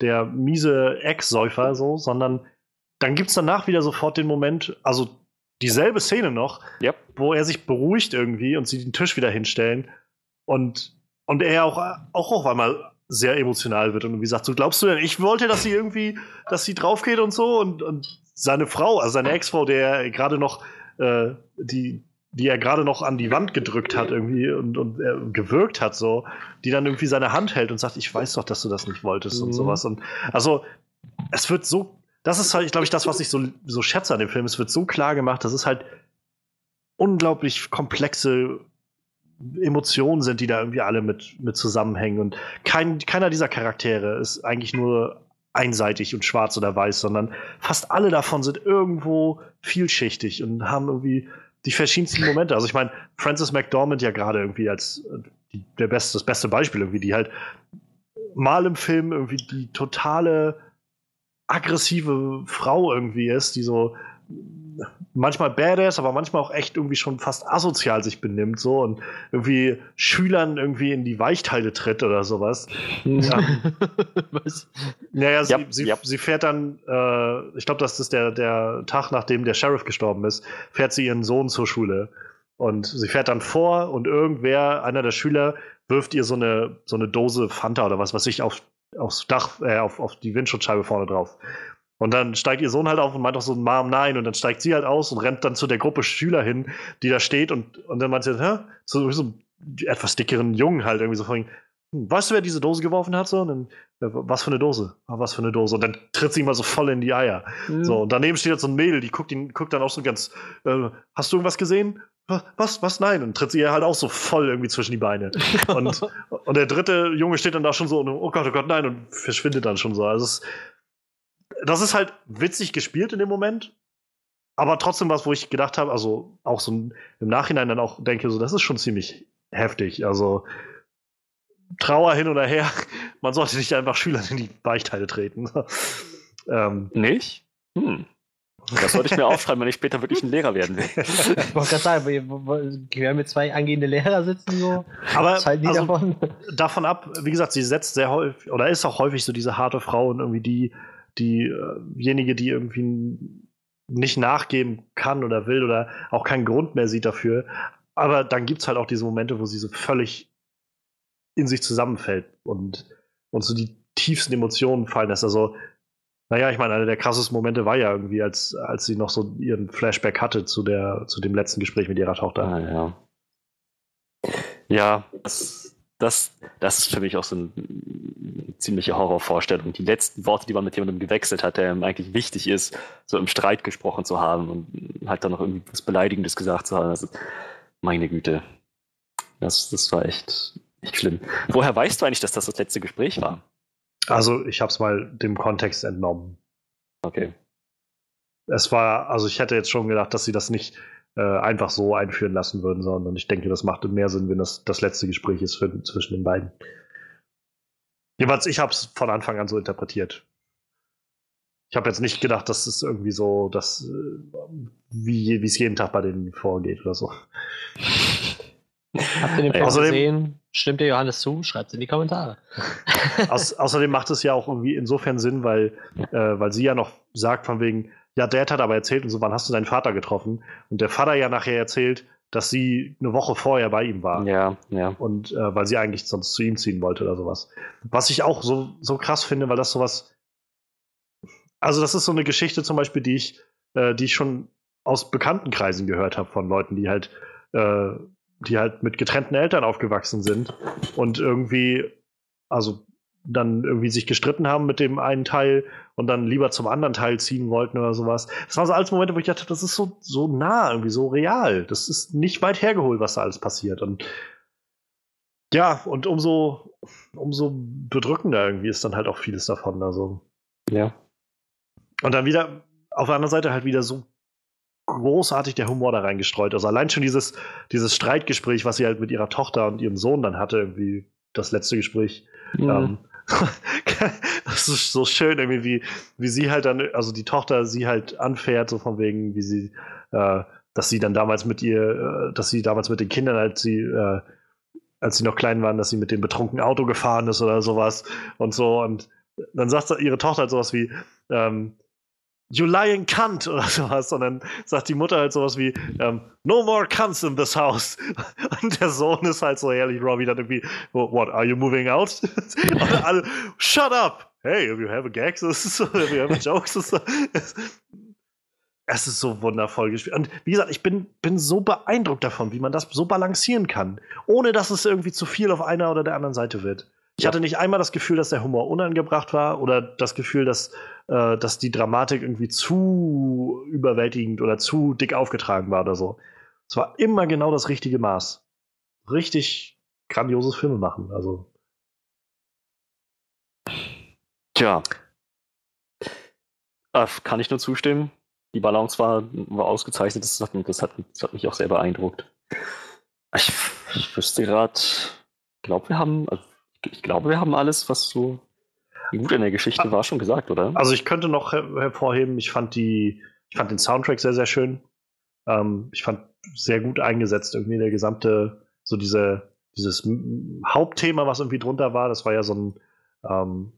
miese Ex-Säufer so, sondern dann gibt es danach wieder sofort den Moment, also dieselbe Szene noch, wo er sich beruhigt irgendwie und sie den Tisch wieder hinstellen und er auch auf einmal sehr emotional wird und irgendwie sagt, so glaubst du denn, ich wollte, dass sie drauf geht und so und seine Frau, also seine Ex-Frau, der er gerade noch die er gerade noch an die Wand gedrückt hat irgendwie und gewürgt hat, so, die dann irgendwie seine Hand hält und sagt, ich weiß doch, dass du das nicht wolltest und sowas. Und also, es wird so, das ist halt, glaube ich, das, was ich so schätze an dem Film. Es wird so klar gemacht, dass es halt unglaublich komplexe Emotionen sind, die da irgendwie alle mit zusammenhängen. Und keiner dieser Charaktere ist eigentlich nur einseitig und schwarz oder weiß, sondern fast alle davon sind irgendwo vielschichtig und haben irgendwie die verschiedensten Momente. Also ich meine, Frances McDormand ja gerade irgendwie als das beste Beispiel irgendwie, die halt mal im Film irgendwie die totale aggressive Frau irgendwie ist, die so manchmal badass, aber manchmal auch echt irgendwie schon fast asozial sich benimmt so und irgendwie Schülern irgendwie in die Weichteile tritt oder sowas. Was? Naja, sie fährt dann, ich glaube, das ist der Tag, nachdem der Sheriff gestorben ist, fährt sie ihren Sohn zur Schule. Und sie fährt dann vor und einer der Schüler, wirft ihr so eine Dose Fanta oder was weiß ich aufs Dach, auf die Windschutzscheibe vorne drauf. Und dann steigt ihr Sohn halt auf und meint auch so, Mom, nein. Und dann steigt sie halt aus und rennt dann zu der Gruppe Schüler hin, die da steht. Und dann meint sie, so einem etwas dickeren Jungen halt irgendwie so von, weißt du, wer diese Dose geworfen hat? So? Und dann, was für eine Dose? Was für eine Dose? Und dann tritt sie ihm mal so voll in die Eier. So, und daneben steht jetzt so ein Mädel, die guckt dann auch so ganz, hast du irgendwas gesehen? Was? Nein. Und tritt sie ihr halt auch so voll irgendwie zwischen die Beine. Und der dritte Junge steht dann da schon so, oh Gott, nein, und verschwindet dann schon so. Also das ist halt witzig gespielt in dem Moment, aber trotzdem was, wo ich gedacht habe, also auch so im Nachhinein dann auch denke, so, das ist schon ziemlich heftig. Also Trauer hin oder her, man sollte nicht einfach Schülern in die Weichteile treten. Nicht? Das sollte ich mir aufschreiben, wenn ich später wirklich ein Lehrer werden will. Ich wollte gerade sagen, wir haben mit 2 angehende Lehrer sitzen, so. Aber davon ab, wie gesagt, sie setzt sehr häufig, oder ist auch häufig so diese harte Frau und irgendwie diejenige, die irgendwie nicht nachgeben kann oder will oder auch keinen Grund mehr sieht dafür. Aber dann gibt es halt auch diese Momente, wo sie so völlig in sich zusammenfällt und so die tiefsten Emotionen fallen lässt. Also, naja, ich meine, einer der krassesten Momente war ja irgendwie, als sie noch so ihren Flashback hatte zu dem letzten Gespräch mit ihrer Tochter. Ja, das ist für mich auch so eine ziemliche Horrorvorstellung. Die letzten Worte, die man mit jemandem gewechselt hat, der ihm eigentlich wichtig ist, so im Streit gesprochen zu haben und halt dann noch irgendwie was Beleidigendes gesagt zu haben. Also, Meine Güte. Das war echt schlimm. Woher weißt du eigentlich, dass das letzte Gespräch war? Also ich habe es mal dem Kontext entnommen. Okay. Es war, also ich hätte jetzt schon gedacht, dass sie das nicht einfach so einführen lassen würden, sondern ich denke, das macht mehr Sinn, wenn das letzte Gespräch ist zwischen den beiden. Jedenfalls, ich habe es von Anfang an so interpretiert. Ich habe jetzt nicht gedacht, dass es irgendwie so, wie es jeden Tag bei denen vorgeht oder so. Habt ihr den Film gesehen? Stimmt ihr Johannes zu? Schreibt es in die Kommentare. Außerdem macht es ja auch irgendwie insofern Sinn, weil sie ja noch sagt von wegen, ja, Dad hat aber erzählt und so, wann hast du deinen Vater getroffen? Und der Vater ja nachher erzählt, dass sie eine Woche vorher bei ihm war. Ja. Und weil sie eigentlich sonst zu ihm ziehen wollte oder sowas. Was ich auch so krass finde, weil das sowas. Also, das ist so eine Geschichte zum Beispiel, die ich schon aus Bekanntenkreisen gehört habe von Leuten, die halt mit getrennten Eltern aufgewachsen sind und irgendwie, also dann irgendwie sich gestritten haben mit dem einen Teil und dann lieber zum anderen Teil ziehen wollten oder sowas. Das waren so alles Momente, wo ich dachte, das ist so nah, irgendwie so real. Das ist nicht weit hergeholt, was da alles passiert. Und ja, und umso bedrückender irgendwie ist dann halt auch vieles davon. Also. Ja. Und dann wieder auf der anderen Seite halt wieder so großartig der Humor da reingestreut. Also allein schon dieses Streitgespräch, was sie halt mit ihrer Tochter und ihrem Sohn dann hatte, irgendwie das letzte Gespräch. Das ist so schön, irgendwie, wie sie halt dann, also die Tochter sie halt anfährt, so von wegen, wie sie, dass sie damals mit den Kindern, als sie noch klein waren, dass sie mit dem betrunkenen Auto gefahren ist oder sowas und so. Und dann sagt ihre Tochter halt sowas wie, you lying cunt oder sowas. Und dann sagt die Mutter halt sowas wie, no more cunts in this house. Und der Sohn ist halt so ehrlich, Robbie dann irgendwie, what, are you moving out? Und alle, shut up! Hey, if you have a gag, if you have a joke, es ist so wundervoll gespielt. Und wie gesagt, ich bin so beeindruckt davon, wie man das so balancieren kann, ohne dass es irgendwie zu viel auf einer oder der anderen Seite wird. Ich hatte nicht einmal das Gefühl, dass der Humor unangebracht war oder das Gefühl, dass die Dramatik irgendwie zu überwältigend oder zu dick aufgetragen war oder so. Es war immer genau das richtige Maß. Richtig grandioses Filme machen. Also. Tja. Kann ich nur zustimmen. Die Balance war ausgezeichnet. Das hat mich auch sehr beeindruckt. Ich wüsste gerade, ich glaube, wir haben alles, was so gut in der Geschichte war, schon gesagt, oder? Also ich könnte noch hervorheben, ich fand den Soundtrack sehr, sehr schön. Ich fand sehr gut eingesetzt irgendwie der gesamte, so dieses Hauptthema, was irgendwie drunter war, das war ja so ein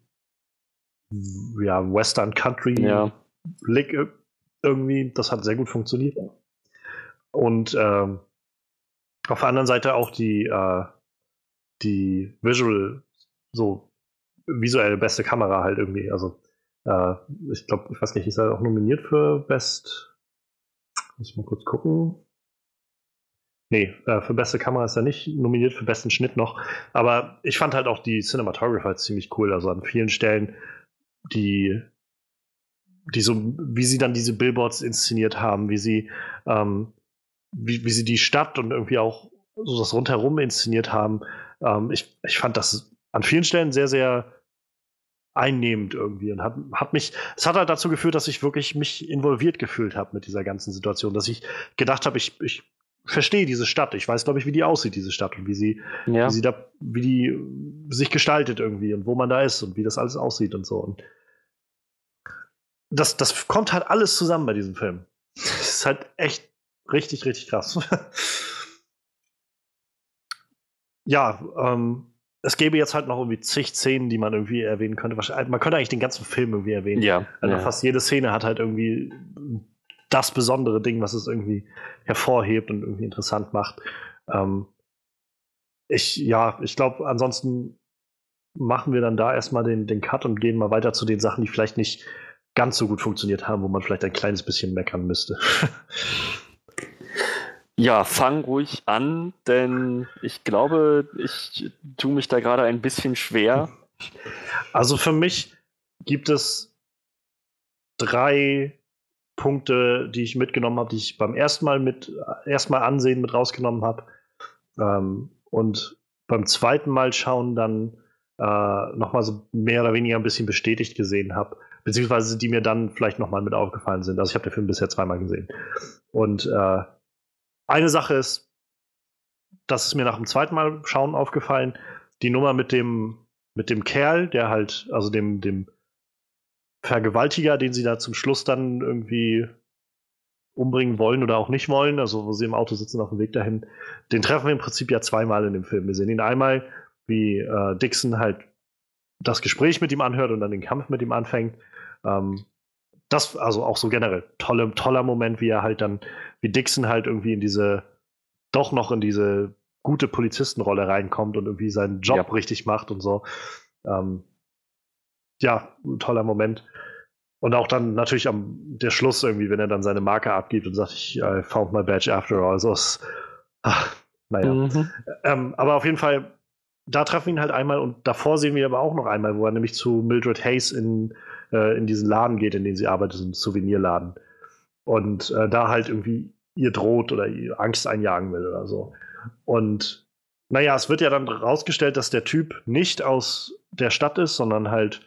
Western Country Lick irgendwie, das hat sehr gut funktioniert. Und auf der anderen Seite auch die visuelle beste Kamera halt irgendwie. Also ich glaube, ich weiß nicht, ist er auch nominiert für Best? Muss ich mal kurz gucken. Nee, für beste Kamera ist er nicht nominiert, für besten Schnitt noch. Aber ich fand halt auch die Cinematographer ziemlich cool. Also an vielen Stellen, die so, wie sie dann diese Billboards inszeniert haben, wie sie die Stadt und irgendwie auch so das Rundherum inszeniert haben. Ich fand das an vielen Stellen sehr, sehr einnehmend irgendwie und es hat halt dazu geführt, dass ich wirklich mich involviert gefühlt habe mit dieser ganzen Situation, dass ich gedacht habe, ich verstehe diese Stadt, ich weiß, glaube ich, wie die aussieht, diese Stadt und wie die sich gestaltet irgendwie und wo man da ist und wie das alles aussieht und so. Und das kommt halt alles zusammen bei diesem Film. Das ist halt echt richtig, richtig krass. Ja, es gäbe jetzt halt noch irgendwie zig Szenen, die man irgendwie erwähnen könnte. Man könnte eigentlich den ganzen Film irgendwie erwähnen. Ja. Also fast jede Szene hat halt irgendwie das besondere Ding, was es irgendwie hervorhebt und irgendwie interessant macht. Ich glaube, ansonsten machen wir dann da erstmal den Cut und gehen mal weiter zu den Sachen, die vielleicht nicht ganz so gut funktioniert haben, wo man vielleicht ein kleines bisschen meckern müsste. Ja, fang ruhig an, denn ich glaube, ich tue mich da gerade ein bisschen schwer. Also für mich gibt es 3 Punkte, die ich mitgenommen habe, die ich beim ersten Mal ansehen mit rausgenommen habe. Und beim zweiten Mal schauen dann nochmal so mehr oder weniger ein bisschen bestätigt gesehen habe. Beziehungsweise die mir dann vielleicht nochmal mit aufgefallen sind. Also ich habe den Film bisher 2-mal gesehen. Und eine Sache ist, das ist mir nach dem zweiten Mal schauen aufgefallen, die Nummer mit dem Kerl, der halt, also dem Vergewaltiger, den sie da zum Schluss dann irgendwie umbringen wollen oder auch nicht wollen, also wo sie im Auto sitzen auf dem Weg dahin, den treffen wir im Prinzip ja 2-mal in dem Film. Wir sehen ihn einmal, wie Dixon halt das Gespräch mit ihm anhört und dann den Kampf mit ihm anfängt. Das, also auch so generell, toller Moment, wie er halt dann, wie Dixon halt irgendwie in diese gute Polizistenrolle reinkommt und irgendwie seinen Job richtig macht und so. Ja, ein toller Moment. Und auch dann natürlich der Schluss irgendwie, wenn er dann seine Marke abgibt und sagt, I found my badge after all. Also naja. Aber auf jeden Fall, da treffen wir ihn halt einmal und davor sehen wir aber auch noch einmal, wo er nämlich zu Mildred Hayes in diesen Laden geht, in den sie arbeitet, einen Souvenirladen. Und da halt irgendwie ihr droht oder ihr Angst einjagen will oder so. Und naja, es wird ja dann rausgestellt, dass der Typ nicht aus der Stadt ist, sondern halt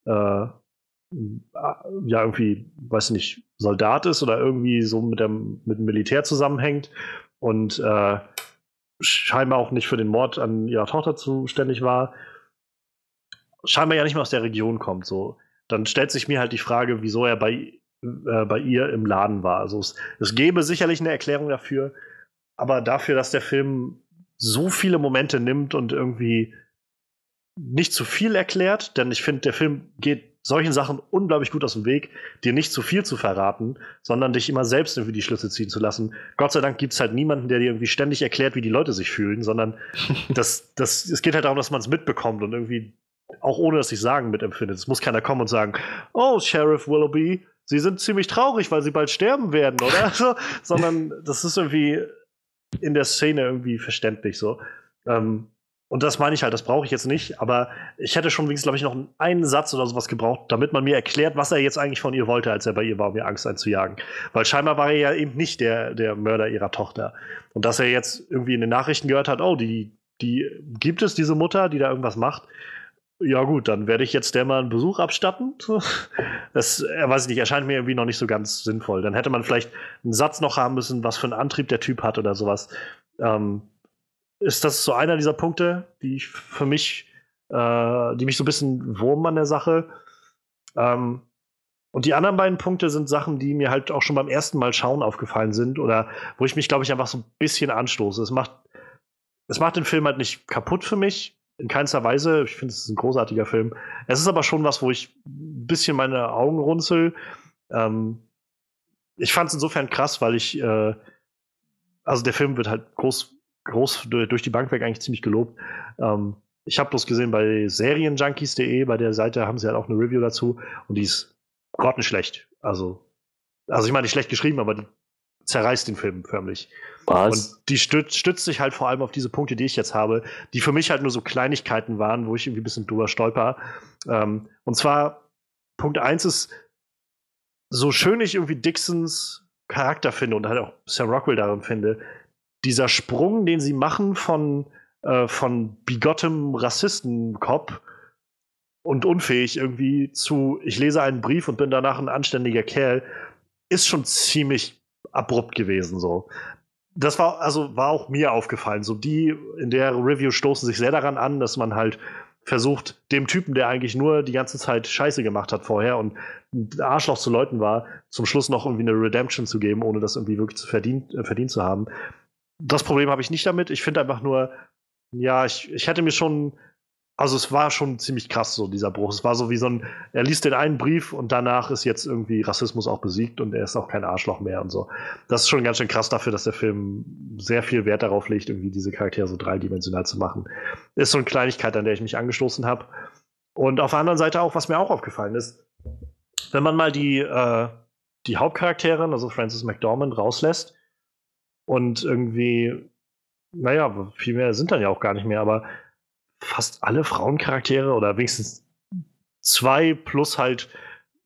ja, irgendwie, weiß nicht, Soldat ist oder irgendwie so mit dem Militär zusammenhängt und scheinbar auch nicht für den Mord an ihrer Tochter zuständig war, scheinbar ja nicht mehr aus der Region kommt. So. Dann stellt sich mir halt die Frage, wieso er bei ihr im Laden war. Also es gäbe sicherlich eine Erklärung dafür, aber dafür, dass der Film so viele Momente nimmt und irgendwie nicht zu viel erklärt, denn ich finde, der Film geht solchen Sachen unglaublich gut aus dem Weg, dir nicht zu viel zu verraten, sondern dich immer selbst irgendwie die Schlüsse ziehen zu lassen. Gott sei Dank gibt es halt niemanden, der dir irgendwie ständig erklärt, wie die Leute sich fühlen, sondern es geht halt darum, dass man es mitbekommt und irgendwie auch ohne, dass ich sagen mitempfindet. Es muss keiner kommen und sagen, oh, Sheriff Willoughby, Sie sind ziemlich traurig, weil Sie bald sterben werden, oder? So, sondern das ist irgendwie in der Szene irgendwie verständlich so. Und das meine ich halt, das brauche ich jetzt nicht, aber ich hätte schon wenigstens, glaube ich, noch einen Satz oder sowas gebraucht, damit man mir erklärt, was er jetzt eigentlich von ihr wollte, als er bei ihr war, um ihr Angst einzujagen. Weil scheinbar war er ja eben nicht der Mörder ihrer Tochter. Und dass er jetzt irgendwie in den Nachrichten gehört hat, oh, die gibt es, diese Mutter, die da irgendwas macht. Ja gut, dann werde ich jetzt der mal einen Besuch abstatten. Das, weiß ich nicht, erscheint mir irgendwie noch nicht so ganz sinnvoll. Dann hätte man vielleicht einen Satz noch haben müssen, was für einen Antrieb der Typ hat oder sowas. Ist das so einer dieser Punkte, die mich so ein bisschen wurmen an der Sache. Und die anderen beiden Punkte sind Sachen, die mir halt auch schon beim ersten Mal schauen aufgefallen sind oder wo ich mich, glaube ich, einfach so ein bisschen anstoße. Es macht den Film halt nicht kaputt für mich, in keinster Weise. Ich finde, es ist ein großartiger Film. Es ist aber schon was, wo ich ein bisschen meine Augen runzel. Ich fand es insofern krass, weil also der Film wird halt groß durch die Bank weg eigentlich ziemlich gelobt. Ich habe bloß gesehen bei Serienjunkies.de, bei der Seite haben sie halt auch eine Review dazu und die ist grottenschlecht. Also ich meine, nicht schlecht geschrieben, aber die zerreißt den Film förmlich. Was? Und die stützt sich halt vor allem auf diese Punkte, die ich jetzt habe, die für mich halt nur so Kleinigkeiten waren, wo ich irgendwie ein bisschen drüber stolper. Und zwar, Punkt 1 ist, so schön ich irgendwie Dixons Charakter finde und halt auch Sam Rockwell darin finde, dieser Sprung, den sie machen von bigottem Rassistenkopf und unfähig irgendwie zu, ich lese einen Brief und bin danach ein anständiger Kerl, ist schon ziemlich abrupt gewesen. So. Das war auch mir aufgefallen. So die in der Review stoßen sich sehr daran an, dass man halt versucht, dem Typen, der eigentlich nur die ganze Zeit Scheiße gemacht hat vorher und ein Arschloch zu Leuten war, zum Schluss noch irgendwie eine Redemption zu geben, ohne das irgendwie wirklich verdient zu haben. Das Problem habe ich nicht damit. Ich finde einfach nur, ja, ich hätte mir schon, also es war schon ziemlich krass, so dieser Bruch. Es war so wie er liest den einen Brief und danach ist jetzt irgendwie Rassismus auch besiegt und er ist auch kein Arschloch mehr und so. Das ist schon ganz schön krass dafür, dass der Film sehr viel Wert darauf legt, irgendwie diese Charaktere so dreidimensional zu machen. Ist so eine Kleinigkeit, an der ich mich angestoßen habe. Und auf der anderen Seite auch, was mir auch aufgefallen ist, wenn man mal die Hauptcharakterin, also Frances McDormand, rauslässt, und irgendwie, naja, viel mehr sind dann ja auch gar nicht mehr, aber fast alle Frauencharaktere oder wenigstens 2 plus halt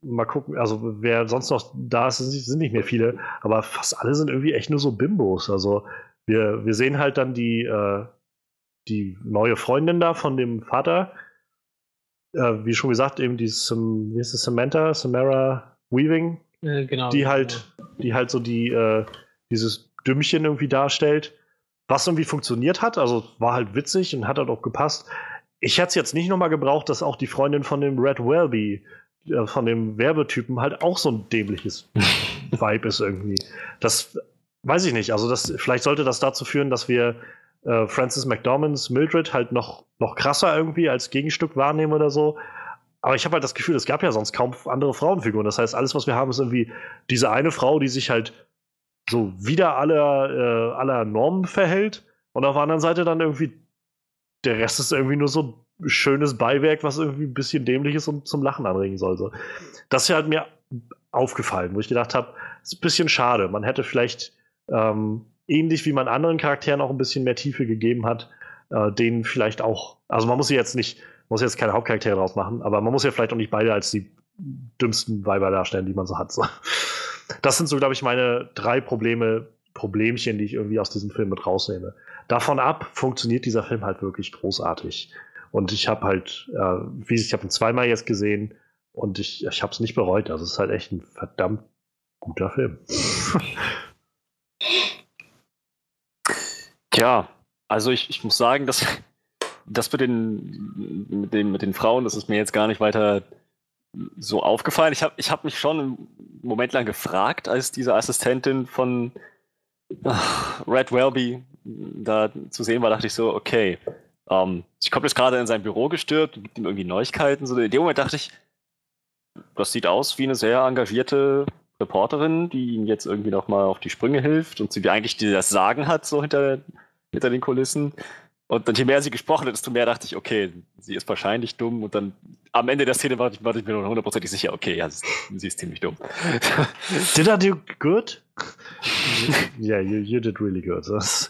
mal gucken, also wer sonst noch da ist, sind nicht mehr viele, aber fast alle sind irgendwie echt nur so Bimbos. Also wir sehen halt dann die neue Freundin da von dem Vater, wie schon gesagt, eben die wie ist es, Samara Weaving, Genau. die halt so dieses Dümmchen irgendwie darstellt, was irgendwie funktioniert hat, also war halt witzig und hat halt auch gepasst. Ich hätte es jetzt nicht nochmal gebraucht, dass auch die Freundin von dem Red Welby, von dem Werbetypen, halt auch so ein dämliches Vibe ist irgendwie. Das weiß ich nicht. Also vielleicht sollte das dazu führen, dass wir Frances McDormands Mildred halt noch krasser irgendwie als Gegenstück wahrnehmen oder so. Aber ich habe halt das Gefühl, es gab ja sonst kaum andere Frauenfiguren. Das heißt, alles, was wir haben, ist irgendwie diese eine Frau, die sich halt so wieder aller Normen verhält. Und auf der anderen Seite dann irgendwie der Rest ist irgendwie nur so ein schönes Beiwerk, was irgendwie ein bisschen dämlich ist und zum Lachen anregen soll. So. Das ist halt mir aufgefallen, wo ich gedacht habe, ist ein bisschen schade. Man hätte vielleicht ähnlich wie man anderen Charakteren auch ein bisschen mehr Tiefe gegeben hat, denen vielleicht auch, also man muss jetzt keine Hauptcharaktere draus machen, aber man muss ja vielleicht auch nicht beide als die dümmsten Weiber darstellen, die man so hat. So. Das sind so, glaube ich, meine 3 Problemchen, die ich irgendwie aus diesem Film mit rausnehme. Davon ab funktioniert dieser Film halt wirklich großartig. Und ich habe halt, ich habe ihn zweimal jetzt gesehen und ich habe es nicht bereut. Also es ist halt echt ein verdammt guter Film. Ja, also ich muss sagen, dass das mit den Frauen, das ist mir jetzt gar nicht weiter so aufgefallen. Ich hab mich schon einen Moment lang gefragt, als diese Assistentin von Red Welby da zu sehen war, dachte ich so, okay, ich komme jetzt gerade in sein Büro gestürmt und gibt ihm irgendwie Neuigkeiten. So, in dem Moment dachte ich, das sieht aus wie eine sehr engagierte Reporterin, die ihm jetzt irgendwie nochmal auf die Sprünge hilft und sie eigentlich das Sagen hat, so hinter den Kulissen. Und dann, je mehr sie gesprochen hat, desto mehr dachte ich, okay, sie ist wahrscheinlich dumm. Und dann am Ende der Szene war ich mir noch hundertprozentig sicher, okay, ja, sie ist ziemlich dumm. Did I do good? Yeah, you did really good.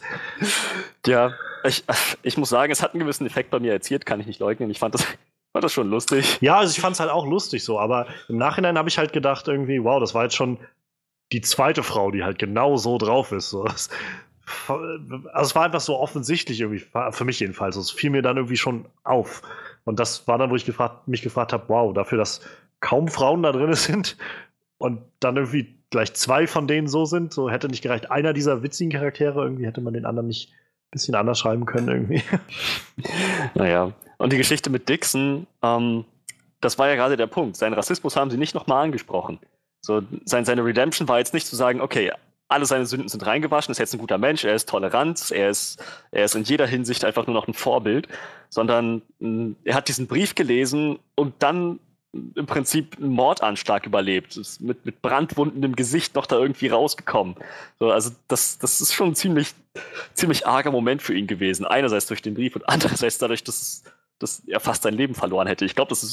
Ja, ich muss sagen, es hat einen gewissen Effekt bei mir erzielt, kann ich nicht leugnen. Ich fand das schon lustig. Ja, also ich fand es halt auch lustig so, aber im Nachhinein habe ich halt gedacht irgendwie, wow, das war jetzt schon die zweite Frau, die halt genau so drauf ist. So. Also es war einfach so offensichtlich irgendwie, für mich jedenfalls. Es fiel mir dann irgendwie schon auf. Und das war dann, wo ich mich gefragt habe, wow, dafür, dass kaum Frauen da drin sind und dann irgendwie gleich 2 von denen so sind, so hätte nicht gereicht. Einer dieser witzigen Charaktere, irgendwie hätte man den anderen nicht ein bisschen anders schreiben können irgendwie. Naja, und die Geschichte mit Dixon, das war ja gerade der Punkt. Seinen Rassismus haben sie nicht nochmal angesprochen. So, seine Redemption war jetzt nicht zu sagen, okay, alle seine Sünden sind reingewaschen, ist jetzt ein guter Mensch, er ist tolerant, er ist in jeder Hinsicht einfach nur noch ein Vorbild, sondern er hat diesen Brief gelesen und dann im Prinzip einen Mordanschlag überlebt, ist mit Brandwunden im Gesicht noch da irgendwie rausgekommen. So, also das ist schon ein ziemlich arger Moment für ihn gewesen. Einerseits durch den Brief und andererseits dadurch, dass er fast sein Leben verloren hätte. Ich glaube, das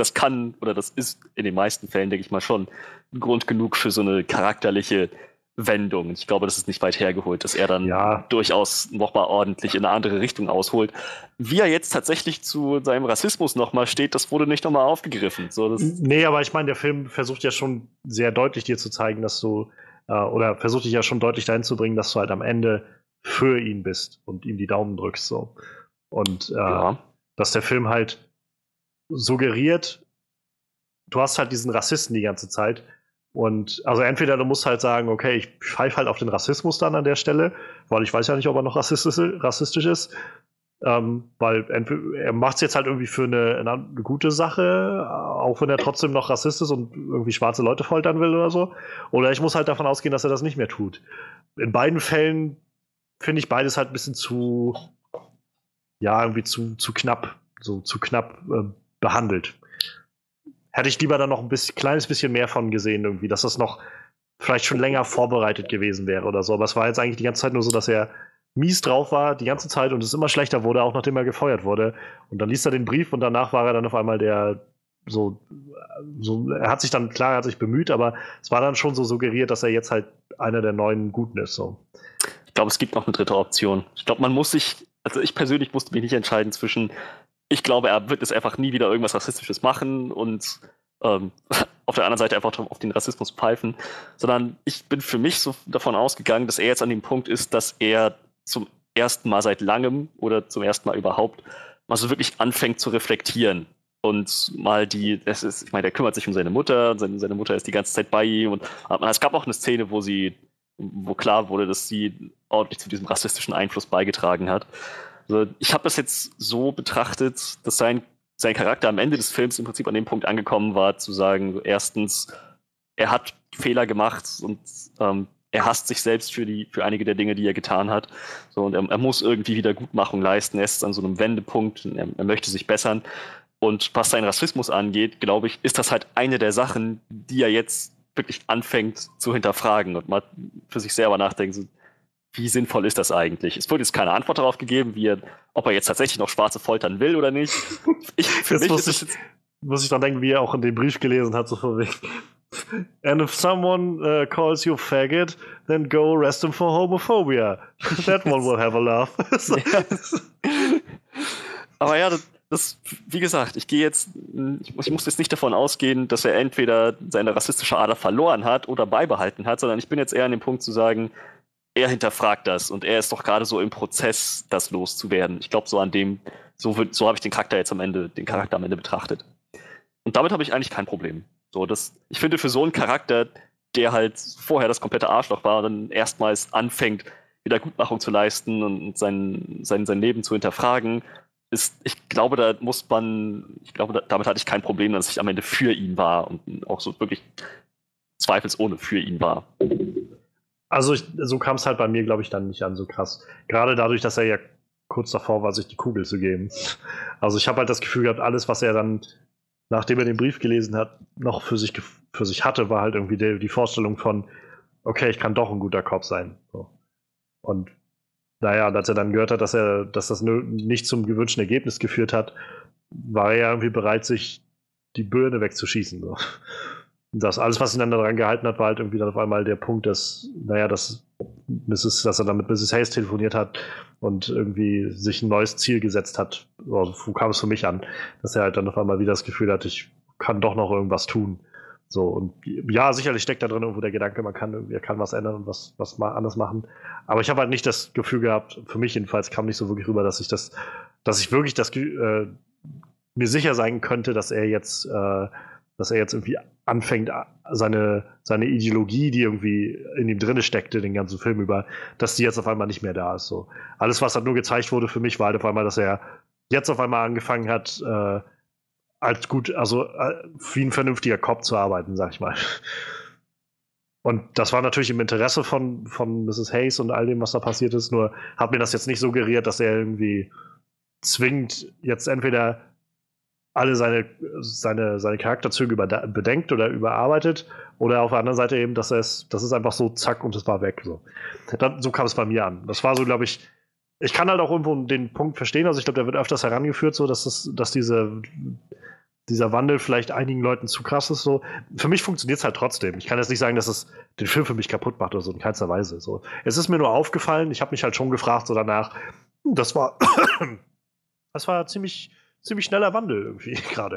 ist in den meisten Fällen, denke ich mal, schon Grund genug für so eine charakterliche Wendung. Ich glaube, das ist nicht weit hergeholt, dass er dann durchaus nochmal ordentlich in eine andere Richtung ausholt. Wie er jetzt tatsächlich zu seinem Rassismus nochmal steht, das wurde nicht nochmal aufgegriffen. Nee, aber ich meine, der Film versucht ja schon sehr deutlich dir zu zeigen, dass du, oder versucht dich ja schon deutlich dahin zu bringen, dass du halt am Ende für ihn bist und ihm die Daumen drückst. So. Und dass der Film halt suggeriert, du hast halt diesen Rassisten die ganze Zeit. Und also entweder du musst halt sagen, okay, ich pfeife halt auf den Rassismus dann an der Stelle, weil ich weiß ja nicht, ob er noch rassistisch ist. Weil er macht es jetzt halt irgendwie für eine gute Sache, auch wenn er trotzdem noch Rassist ist und irgendwie schwarze Leute foltern will oder so. Oder ich muss halt davon ausgehen, dass er das nicht mehr tut. In beiden Fällen finde ich beides halt ein bisschen irgendwie zu knapp, behandelt. Hätte ich lieber dann noch kleines bisschen mehr von gesehen, irgendwie, dass das noch vielleicht schon länger vorbereitet gewesen wäre oder so. Aber es war jetzt eigentlich die ganze Zeit nur so, dass er mies drauf war, die ganze Zeit und es immer schlechter wurde, auch nachdem er gefeuert wurde. Und dann liest er den Brief und danach war er dann auf einmal er hat sich bemüht, aber es war dann schon so suggeriert, dass er jetzt halt einer der neuen Guten ist. So. Ich glaube, es gibt noch eine dritte Option. Ich glaube, ich persönlich musste mich nicht entscheiden zwischen, ich glaube, er wird es einfach nie wieder irgendwas Rassistisches machen und auf der anderen Seite einfach auf den Rassismus pfeifen, sondern ich bin für mich so davon ausgegangen, dass er jetzt an dem Punkt ist, dass er zum ersten Mal seit langem oder zum ersten Mal überhaupt mal so wirklich anfängt zu reflektieren und mal ich meine, der kümmert sich um seine Mutter, seine Mutter ist die ganze Zeit bei ihm und es gab auch eine Szene, wo klar wurde, dass sie ordentlich zu diesem rassistischen Einfluss beigetragen hat. Also ich habe das jetzt so betrachtet, dass sein Charakter am Ende des Films im Prinzip an dem Punkt angekommen war, zu sagen, so, erstens, er hat Fehler gemacht und er hasst sich selbst für einige der Dinge, die er getan hat. So, und er muss irgendwie Wiedergutmachung leisten. Er ist an so einem Wendepunkt, er möchte sich bessern. Und was seinen Rassismus angeht, glaube ich, ist das halt eine der Sachen, die er jetzt wirklich anfängt zu hinterfragen und mal für sich selber nachdenken, so, wie sinnvoll ist das eigentlich? Es wurde jetzt keine Antwort darauf gegeben, ob er jetzt tatsächlich noch Schwarze foltern will oder nicht. Muss ich dran denken, wie er auch in dem Brief gelesen hat, so von wegen. And if someone calls you faggot, then go arrest him for homophobia. That one will have a laugh. Aber ja, wie gesagt, ich muss jetzt nicht davon ausgehen, dass er entweder seine rassistische Ader verloren hat oder beibehalten hat, sondern ich bin jetzt eher an dem Punkt zu sagen, er hinterfragt das und er ist doch gerade so im Prozess, das loszuwerden. Ich glaube, so habe ich den Charakter am Ende betrachtet. Und damit habe ich eigentlich kein Problem. Ich finde, für so einen Charakter, der halt vorher das komplette Arschloch war und dann erstmals anfängt, Wiedergutmachung zu leisten und sein Leben zu hinterfragen, damit hatte ich kein Problem, dass ich am Ende für ihn war und auch so wirklich zweifelsohne für ihn war. Also so kam es halt bei mir, glaube ich, dann nicht an so krass. Gerade dadurch, dass er ja kurz davor war, sich die Kugel zu geben. Also ich habe halt das Gefühl gehabt, alles, was er dann, nachdem er den Brief gelesen hat, noch für sich hatte, war halt irgendwie die Vorstellung von, okay, ich kann doch ein guter Cop sein. So. Und naja, als er dann gehört hat, dass das nicht zum gewünschten Ergebnis geführt hat, war er ja irgendwie bereit, sich die Birne wegzuschießen. So. Und das alles, was ihn dann daran gehalten hat, war halt irgendwie dann auf einmal der Punkt, dass er dann mit Mrs. Hayes telefoniert hat und irgendwie sich ein neues Ziel gesetzt hat. So kam es für mich an, dass er halt dann auf einmal wieder das Gefühl hat, ich kann doch noch irgendwas tun. So, und ja, sicherlich steckt da drin irgendwo der Gedanke, er kann was ändern und was mal anders machen. Aber ich habe halt nicht das Gefühl gehabt, für mich jedenfalls kam nicht so wirklich rüber, dass ich wirklich mir sicher sein könnte, dass er jetzt irgendwie anfängt, seine Ideologie, die irgendwie in ihm drinne steckte, den ganzen Film über, dass die jetzt auf einmal nicht mehr da ist. So. Alles, was halt nur gezeigt wurde für mich, war halt auf einmal, dass er jetzt auf einmal angefangen hat, wie ein vernünftiger Cop zu arbeiten, sag ich mal. Und das war natürlich im Interesse von Mrs. Hayes und all dem, was da passiert ist, nur hat mir das jetzt nicht suggeriert, dass er irgendwie zwingend jetzt entweder alle seine Charakterzüge bedenkt oder überarbeitet oder auf der anderen Seite eben, das ist einfach so zack und es war weg. So kam es bei mir an. Das war so, glaube ich kann halt auch irgendwo den Punkt verstehen, also ich glaube, der wird öfters herangeführt, so dass dieser Wandel vielleicht einigen Leuten zu krass ist. So. Für mich funktioniert es halt trotzdem. Ich kann jetzt nicht sagen, dass es den Film für mich kaputt macht oder so, in keinster Weise. So. Es ist mir nur aufgefallen, ich habe mich halt schon gefragt, so danach, das war ziemlich schneller Wandel irgendwie gerade.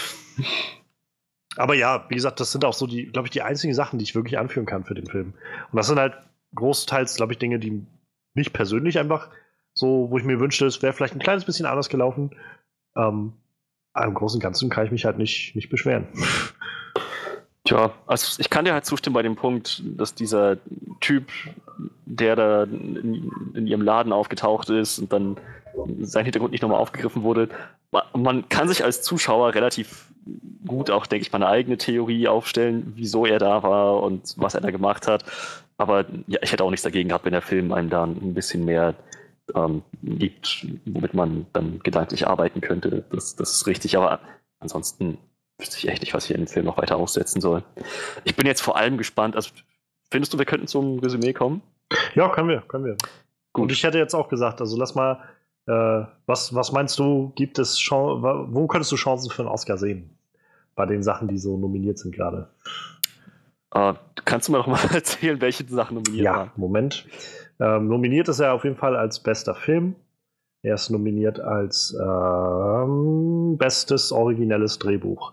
Aber ja, wie gesagt, das sind auch so die einzigen Sachen, die ich wirklich anführen kann für den Film. Und das sind halt großteils, glaube ich, Dinge, die mich persönlich einfach so, wo ich mir wünschte, es wäre vielleicht ein kleines bisschen anders gelaufen. Im Großen und Ganzen kann ich mich halt nicht beschweren. Tja, also ich kann dir halt zustimmen bei dem Punkt, dass dieser Typ, der da in ihrem Laden aufgetaucht ist und dann sein Hintergrund nicht nochmal aufgegriffen wurde, man kann sich als Zuschauer relativ gut auch, denke ich, mal eine eigene Theorie aufstellen, wieso er da war und was er da gemacht hat. Aber ja, ich hätte auch nichts dagegen gehabt, wenn der Film einem da ein bisschen mehr gibt, womit man dann gedanklich arbeiten könnte. Das ist richtig, aber ansonsten wüsste ich echt nicht, was ich in dem Film noch weiter aussetzen soll. Ich bin jetzt vor allem gespannt, also findest du, wir könnten zum Resümee kommen? Ja, können wir. Gut. Und ich hätte jetzt auch gesagt, also lass mal, was meinst du, wo könntest du Chancen für einen Oscar sehen? Bei den Sachen, die so nominiert sind gerade. Kannst du mir doch mal erzählen, welche Sachen nominiert waren? Ja, Moment. Nominiert ist er auf jeden Fall als bester Film. Er ist nominiert als bestes originelles Drehbuch,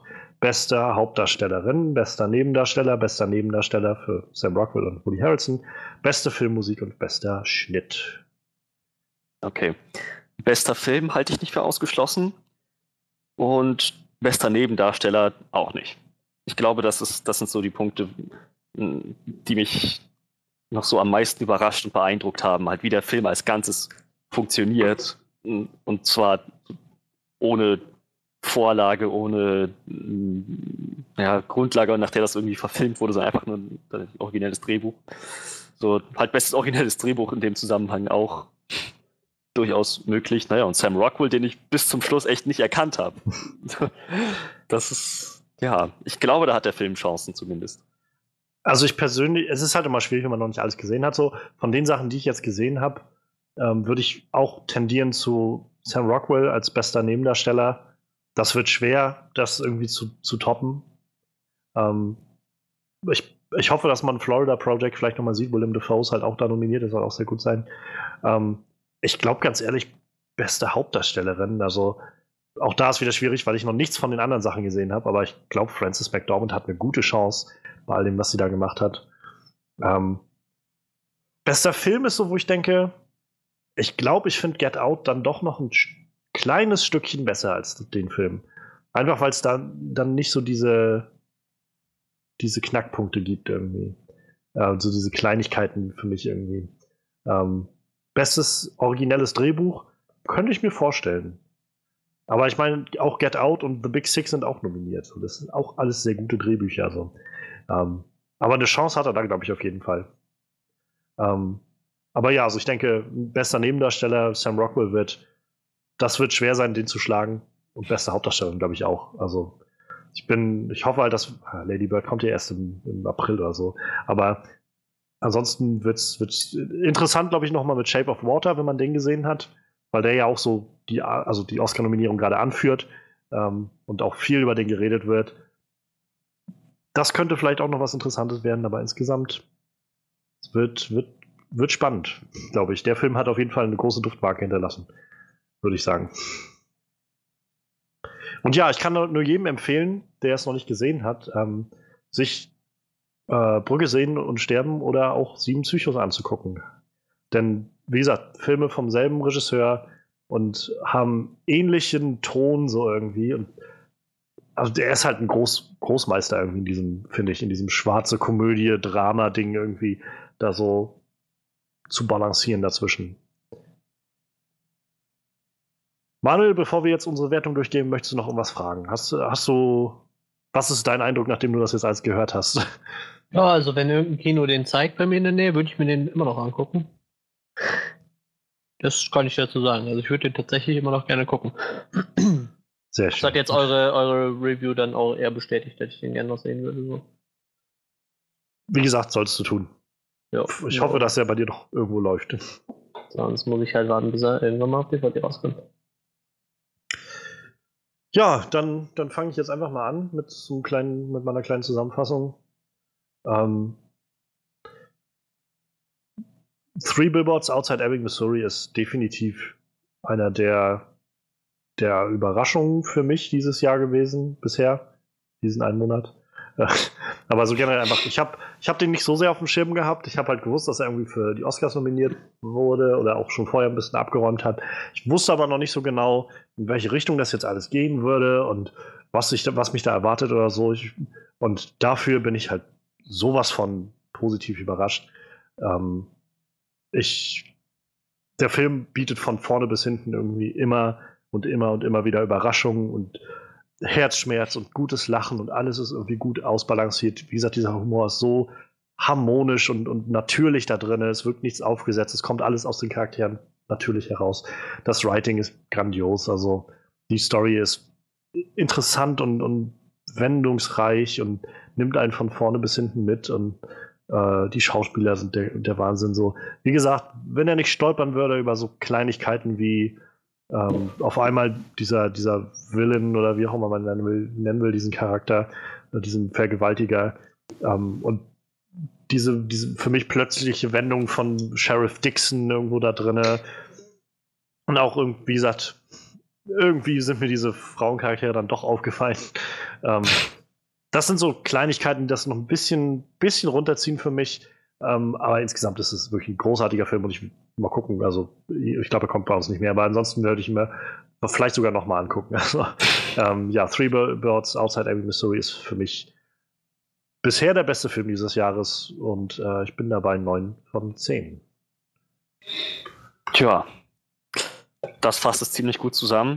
beste Hauptdarstellerin, bester Nebendarsteller für Sam Rockwell und Woody Harrelson, beste Filmmusik und bester Schnitt. Okay. Bester Film halte ich nicht für ausgeschlossen. Und bester Nebendarsteller auch nicht. Ich glaube, das sind so die Punkte, die mich noch so am meisten überrascht und beeindruckt haben. Halt, wie der Film als Ganzes funktioniert. Und zwar ohne Vorlage, ohne Grundlage, und nachdem das irgendwie verfilmt wurde, sondern einfach nur ein originelles Drehbuch. So, halt bestes originelles Drehbuch in dem Zusammenhang auch durchaus möglich. Naja, und Sam Rockwell, den ich bis zum Schluss echt nicht erkannt habe. Das ist, ja, ich glaube, da hat der Film Chancen zumindest. Also ich persönlich, es ist halt immer schwierig, wenn man noch nicht alles gesehen hat. So, von den Sachen, die ich jetzt gesehen habe, würde ich auch tendieren zu Sam Rockwell als bester Nebendarsteller. Das wird schwer, das irgendwie zu toppen. Ich hoffe, dass man Florida Project vielleicht nochmal sieht. Willem Dafoe ist halt auch da nominiert, das soll auch sehr gut sein. Ich glaube, ganz ehrlich, beste Hauptdarstellerin. Also auch da ist wieder schwierig, weil ich noch nichts von den anderen Sachen gesehen habe. Aber ich glaube, Frances McDormand hat eine gute Chance bei all dem, was sie da gemacht hat. Bester Film ist so, wo ich denke, ich glaube, ich finde Get Out dann doch noch ein kleines Stückchen besser als den Film. Einfach, weil es dann nicht so diese Knackpunkte gibt irgendwie. So diese Kleinigkeiten für mich irgendwie. Bestes originelles Drehbuch könnte ich mir vorstellen. Aber ich meine, auch Get Out und The Big Sick sind auch nominiert. Und das sind auch alles sehr gute Drehbücher. So. Aber eine Chance hat er da, glaube ich, auf jeden Fall. Aber ja, also ich denke, bester Nebendarsteller Sam Rockwell wird schwer sein, den zu schlagen. Und beste Hauptdarstellerin, glaube ich, auch. Also ich hoffe halt, dass Lady Bird kommt ja erst im April oder so. Aber ansonsten wird's interessant, glaube ich, nochmal mit Shape of Water, wenn man den gesehen hat, weil der ja auch so die Oscar-Nominierung gerade anführt und auch viel über den geredet wird. Das könnte vielleicht auch noch was Interessantes werden, aber insgesamt wird spannend, glaube ich. Der Film hat auf jeden Fall eine große Duftmarke hinterlassen, würde ich sagen. Und ja, ich kann nur jedem empfehlen, der es noch nicht gesehen hat, sich Brücke sehen und sterben oder auch 7 Psychos anzugucken. Denn, wie gesagt, Filme vom selben Regisseur und haben ähnlichen Ton so irgendwie. Und also der ist halt ein Großmeister irgendwie in diesem, finde ich, in diesem schwarze Komödie-Drama-Ding irgendwie da so zu balancieren dazwischen. Manuel, bevor wir jetzt unsere Wertung durchgehen, möchtest du noch irgendwas fragen? Was ist dein Eindruck, nachdem du das jetzt alles gehört hast? Ja, also wenn irgendein Kino den zeigt bei mir in der Nähe, würde ich mir den immer noch angucken. Das kann ich dazu sagen. Also ich würde den tatsächlich immer noch gerne gucken. Sehr schön. Das hat jetzt eure Review dann auch eher bestätigt, dass ich den gerne noch sehen würde. So. Wie gesagt, solltest du tun. Ja. Ich hoffe, dass er bei dir noch irgendwo läuft. Sonst muss ich halt warten, bis er irgendwann mal auf DVD rauskommt. Ja, dann fange ich jetzt einfach mal an mit meiner kleinen Zusammenfassung. 3 Billboards Outside Ebbing, Missouri ist definitiv einer der Überraschungen für mich dieses Jahr gewesen, bisher, diesen einen Monat. Aber so generell einfach, ich hab den nicht so sehr auf dem Schirm gehabt. Ich habe halt gewusst, dass er irgendwie für die Oscars nominiert wurde oder auch schon vorher ein bisschen abgeräumt hat. Ich wusste aber noch nicht so genau, in welche Richtung das jetzt alles gehen würde und was mich da erwartet oder so. Und dafür bin ich halt sowas von positiv überrascht. Der Film bietet von vorne bis hinten irgendwie immer und immer und immer wieder Überraschungen und Herzschmerz und gutes Lachen und alles ist irgendwie gut ausbalanciert. Wie gesagt, dieser Humor ist so harmonisch und natürlich da drin. Es wirkt nichts aufgesetzt. Es kommt alles aus den Charakteren natürlich heraus. Das Writing ist grandios. Also die Story ist interessant und wendungsreich und nimmt einen von vorne bis hinten mit und die Schauspieler sind der Wahnsinn. So, wie gesagt, wenn er nicht stolpern würde über so Kleinigkeiten wie auf einmal dieser Villain oder wie auch immer man nennen will diesen Charakter, diesen Vergewaltiger und diese für mich plötzliche Wendung von Sheriff Dixon irgendwo da drinne und auch irgendwie, wie gesagt, irgendwie sind mir diese Frauencharaktere dann doch aufgefallen. Das sind so Kleinigkeiten, die das noch ein bisschen runterziehen für mich. Aber insgesamt ist es wirklich ein großartiger Film und ich will mal gucken. Also, ich glaube, er kommt bei uns nicht mehr. Aber ansonsten würde ich mir vielleicht sogar noch mal angucken. Also, Three Birds Outside Ebbing, Missouri ist für mich bisher der beste Film dieses Jahres und ich bin dabei 9 von 10. Tja, das fasst es ziemlich gut zusammen.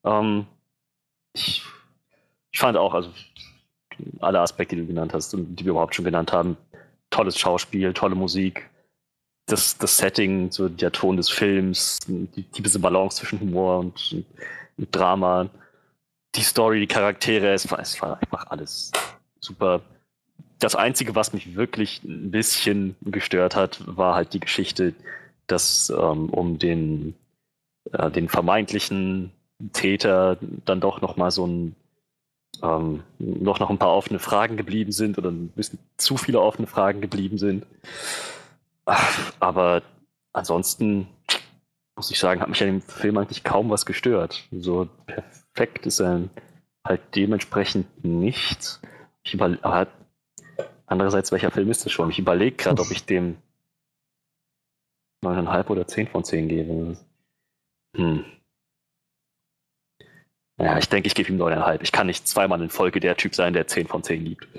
Ich fand auch, also alle Aspekte, die du genannt hast und die wir überhaupt schon genannt haben, tolles Schauspiel, tolle Musik, das Setting, so der Ton des Films, diese Balance zwischen Humor und Drama, die Story, die Charaktere, es war einfach alles super. Das Einzige, was mich wirklich ein bisschen gestört hat, war halt die Geschichte, dass um den vermeintlichen Täter dann doch noch mal so noch ein paar offene Fragen geblieben sind oder ein bisschen zu viele offene Fragen geblieben sind. Aber ansonsten muss ich sagen, hat mich an dem Film eigentlich kaum was gestört. So perfekt ist er halt dementsprechend nicht. Andererseits, welcher Film ist das schon? Ich überlege gerade, ob ich dem 9,5 oder 10 von 10 gebe. Ja, ich denke, ich gebe ihm 9,5. Ich kann nicht zweimal in Folge der Typ sein, der 10 von 10 gibt.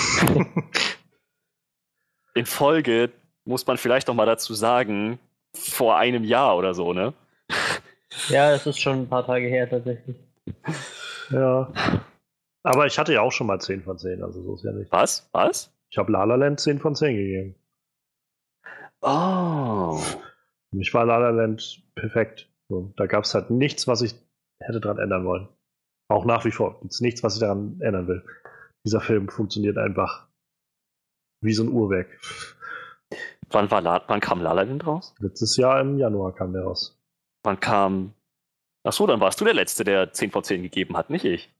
In Folge muss man vielleicht noch mal dazu sagen, vor einem Jahr oder so, ne? Ja, es ist schon ein paar Tage her tatsächlich. Ja. Aber ich hatte ja auch schon mal 10 von 10, also so ist ja nicht. Was? Ich habe La La Land 10 von 10 gegeben. Oh. Für mich war La La Land perfekt. So, da gab es halt nichts, was ich hätte dran ändern wollen. Auch nach wie vor gibt es nichts, was ich daran ändern will. Dieser Film funktioniert einfach wie so ein Uhrwerk. Wann kam La La Land raus? Letztes Jahr im Januar kam der raus. Achso, dann warst du der Letzte, der 10 von 10 gegeben hat, nicht ich.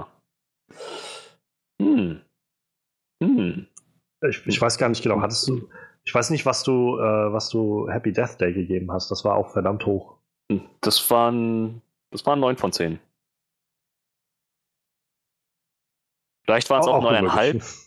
Ich weiß gar nicht genau, ich weiß nicht, was du Happy Death Day gegeben hast. Das war auch verdammt hoch. Das waren 9 von 10. Vielleicht waren es auch 9,5.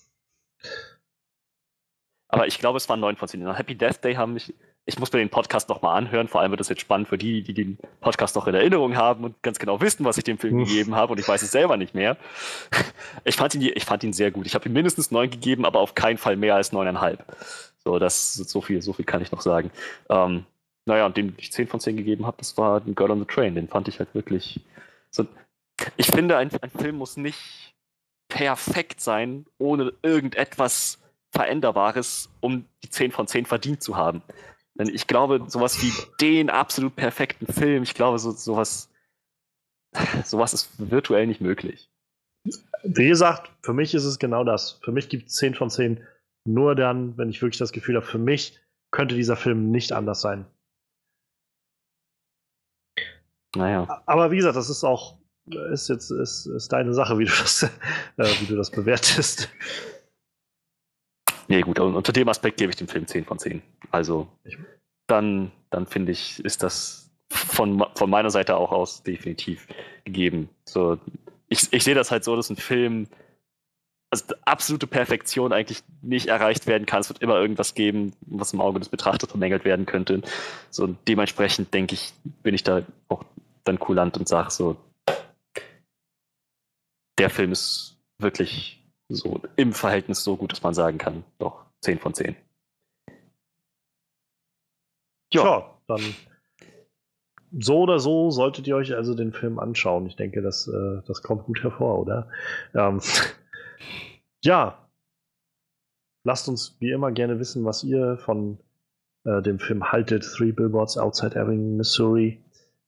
Aber ich glaube, es waren 9 von 10. Happy Death Day ich muss mir den Podcast nochmal anhören. Vor allem wird das jetzt spannend für die den Podcast noch in Erinnerung haben und ganz genau wissen, was ich dem Film gegeben habe. Und ich weiß es selber nicht mehr. Ich fand ihn sehr gut. Ich habe ihm mindestens 9 gegeben, aber auf keinen Fall mehr als 9,5. So viel kann ich noch sagen. Und dem ich 10 von 10 gegeben habe, das war Girl on the Train. Den fand ich halt wirklich so. Ich finde, ein Film muss nicht perfekt sein, ohne irgendetwas Veränderbares, um die 10 von 10 verdient zu haben. Denn ich glaube, sowas wie den absolut perfekten Film, ich glaube, sowas ist virtuell nicht möglich. Wie gesagt, für mich ist es genau das. Für mich gibt es 10 von 10 nur dann, wenn ich wirklich das Gefühl habe, für mich könnte dieser Film nicht anders sein. Naja. Aber wie gesagt, das ist auch ist deine Sache, wie du das bewertest. Nee, gut, unter dem Aspekt gebe ich dem Film 10 von 10. Also, dann finde ich, ist das von meiner Seite auch aus definitiv gegeben. So, ich sehe das halt so, dass ein Film, also absolute Perfektion eigentlich nicht erreicht werden kann. Es wird immer irgendwas geben, was im Auge des Betrachters vermängelt werden könnte. So, dementsprechend denke ich, bin ich da auch dann kulant und sage so, der Film ist wirklich so im Verhältnis so gut, dass man sagen kann, doch, 10 von 10. Ja, dann so oder so solltet ihr euch also den Film anschauen. Ich denke, das kommt gut hervor, oder? Ja, lasst uns wie immer gerne wissen, was ihr von dem Film haltet. Three Billboards Outside Ebbing, Missouri.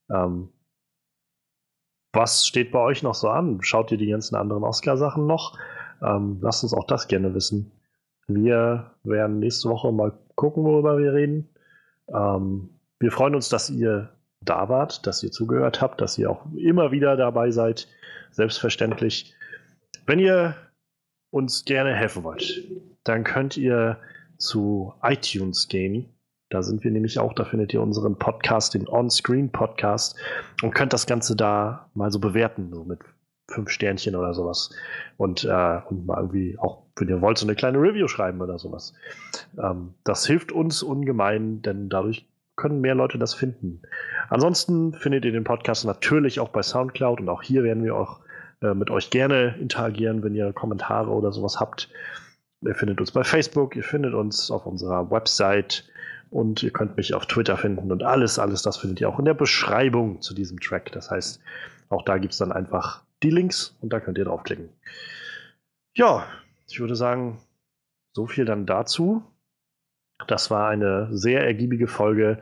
Was steht bei euch noch so an? Schaut ihr die ganzen anderen Oscar-Sachen noch? Lasst uns auch das gerne wissen. Wir werden nächste Woche mal gucken, worüber wir reden. Wir freuen uns, dass ihr da wart, dass ihr zugehört habt, dass ihr auch immer wieder dabei seid. Selbstverständlich. Wenn ihr uns gerne helfen wollt, dann könnt ihr zu iTunes gehen. Da sind wir nämlich auch, da findet ihr unseren Podcast, den On-Screen Podcast, und könnt das Ganze da mal so bewerten, so mit 5 Sternchen oder sowas. Und mal irgendwie auch, wenn ihr wollt, so eine kleine Review schreiben oder sowas. Das hilft uns ungemein, denn dadurch können mehr Leute das finden. Ansonsten findet ihr den Podcast natürlich auch bei Soundcloud und auch hier werden wir auch mit euch gerne interagieren, wenn ihr Kommentare oder sowas habt. Ihr findet uns bei Facebook, ihr findet uns auf unserer Website und ihr könnt mich auf Twitter finden und alles das findet ihr auch in der Beschreibung zu diesem Track. Das heißt, auch da gibt es dann einfach die Links und da könnt ihr draufklicken. Ja, ich würde sagen, so viel dann dazu. Das war eine sehr ergiebige Folge.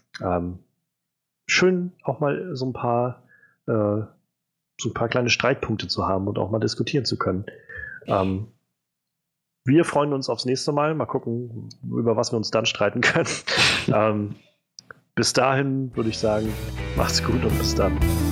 Schön auch mal so ein paar kleine Streitpunkte zu haben und auch mal diskutieren zu können. Wir freuen uns aufs nächste Mal. Mal gucken, über was wir uns dann streiten können. Bis dahin würde ich sagen, macht's gut und bis dann.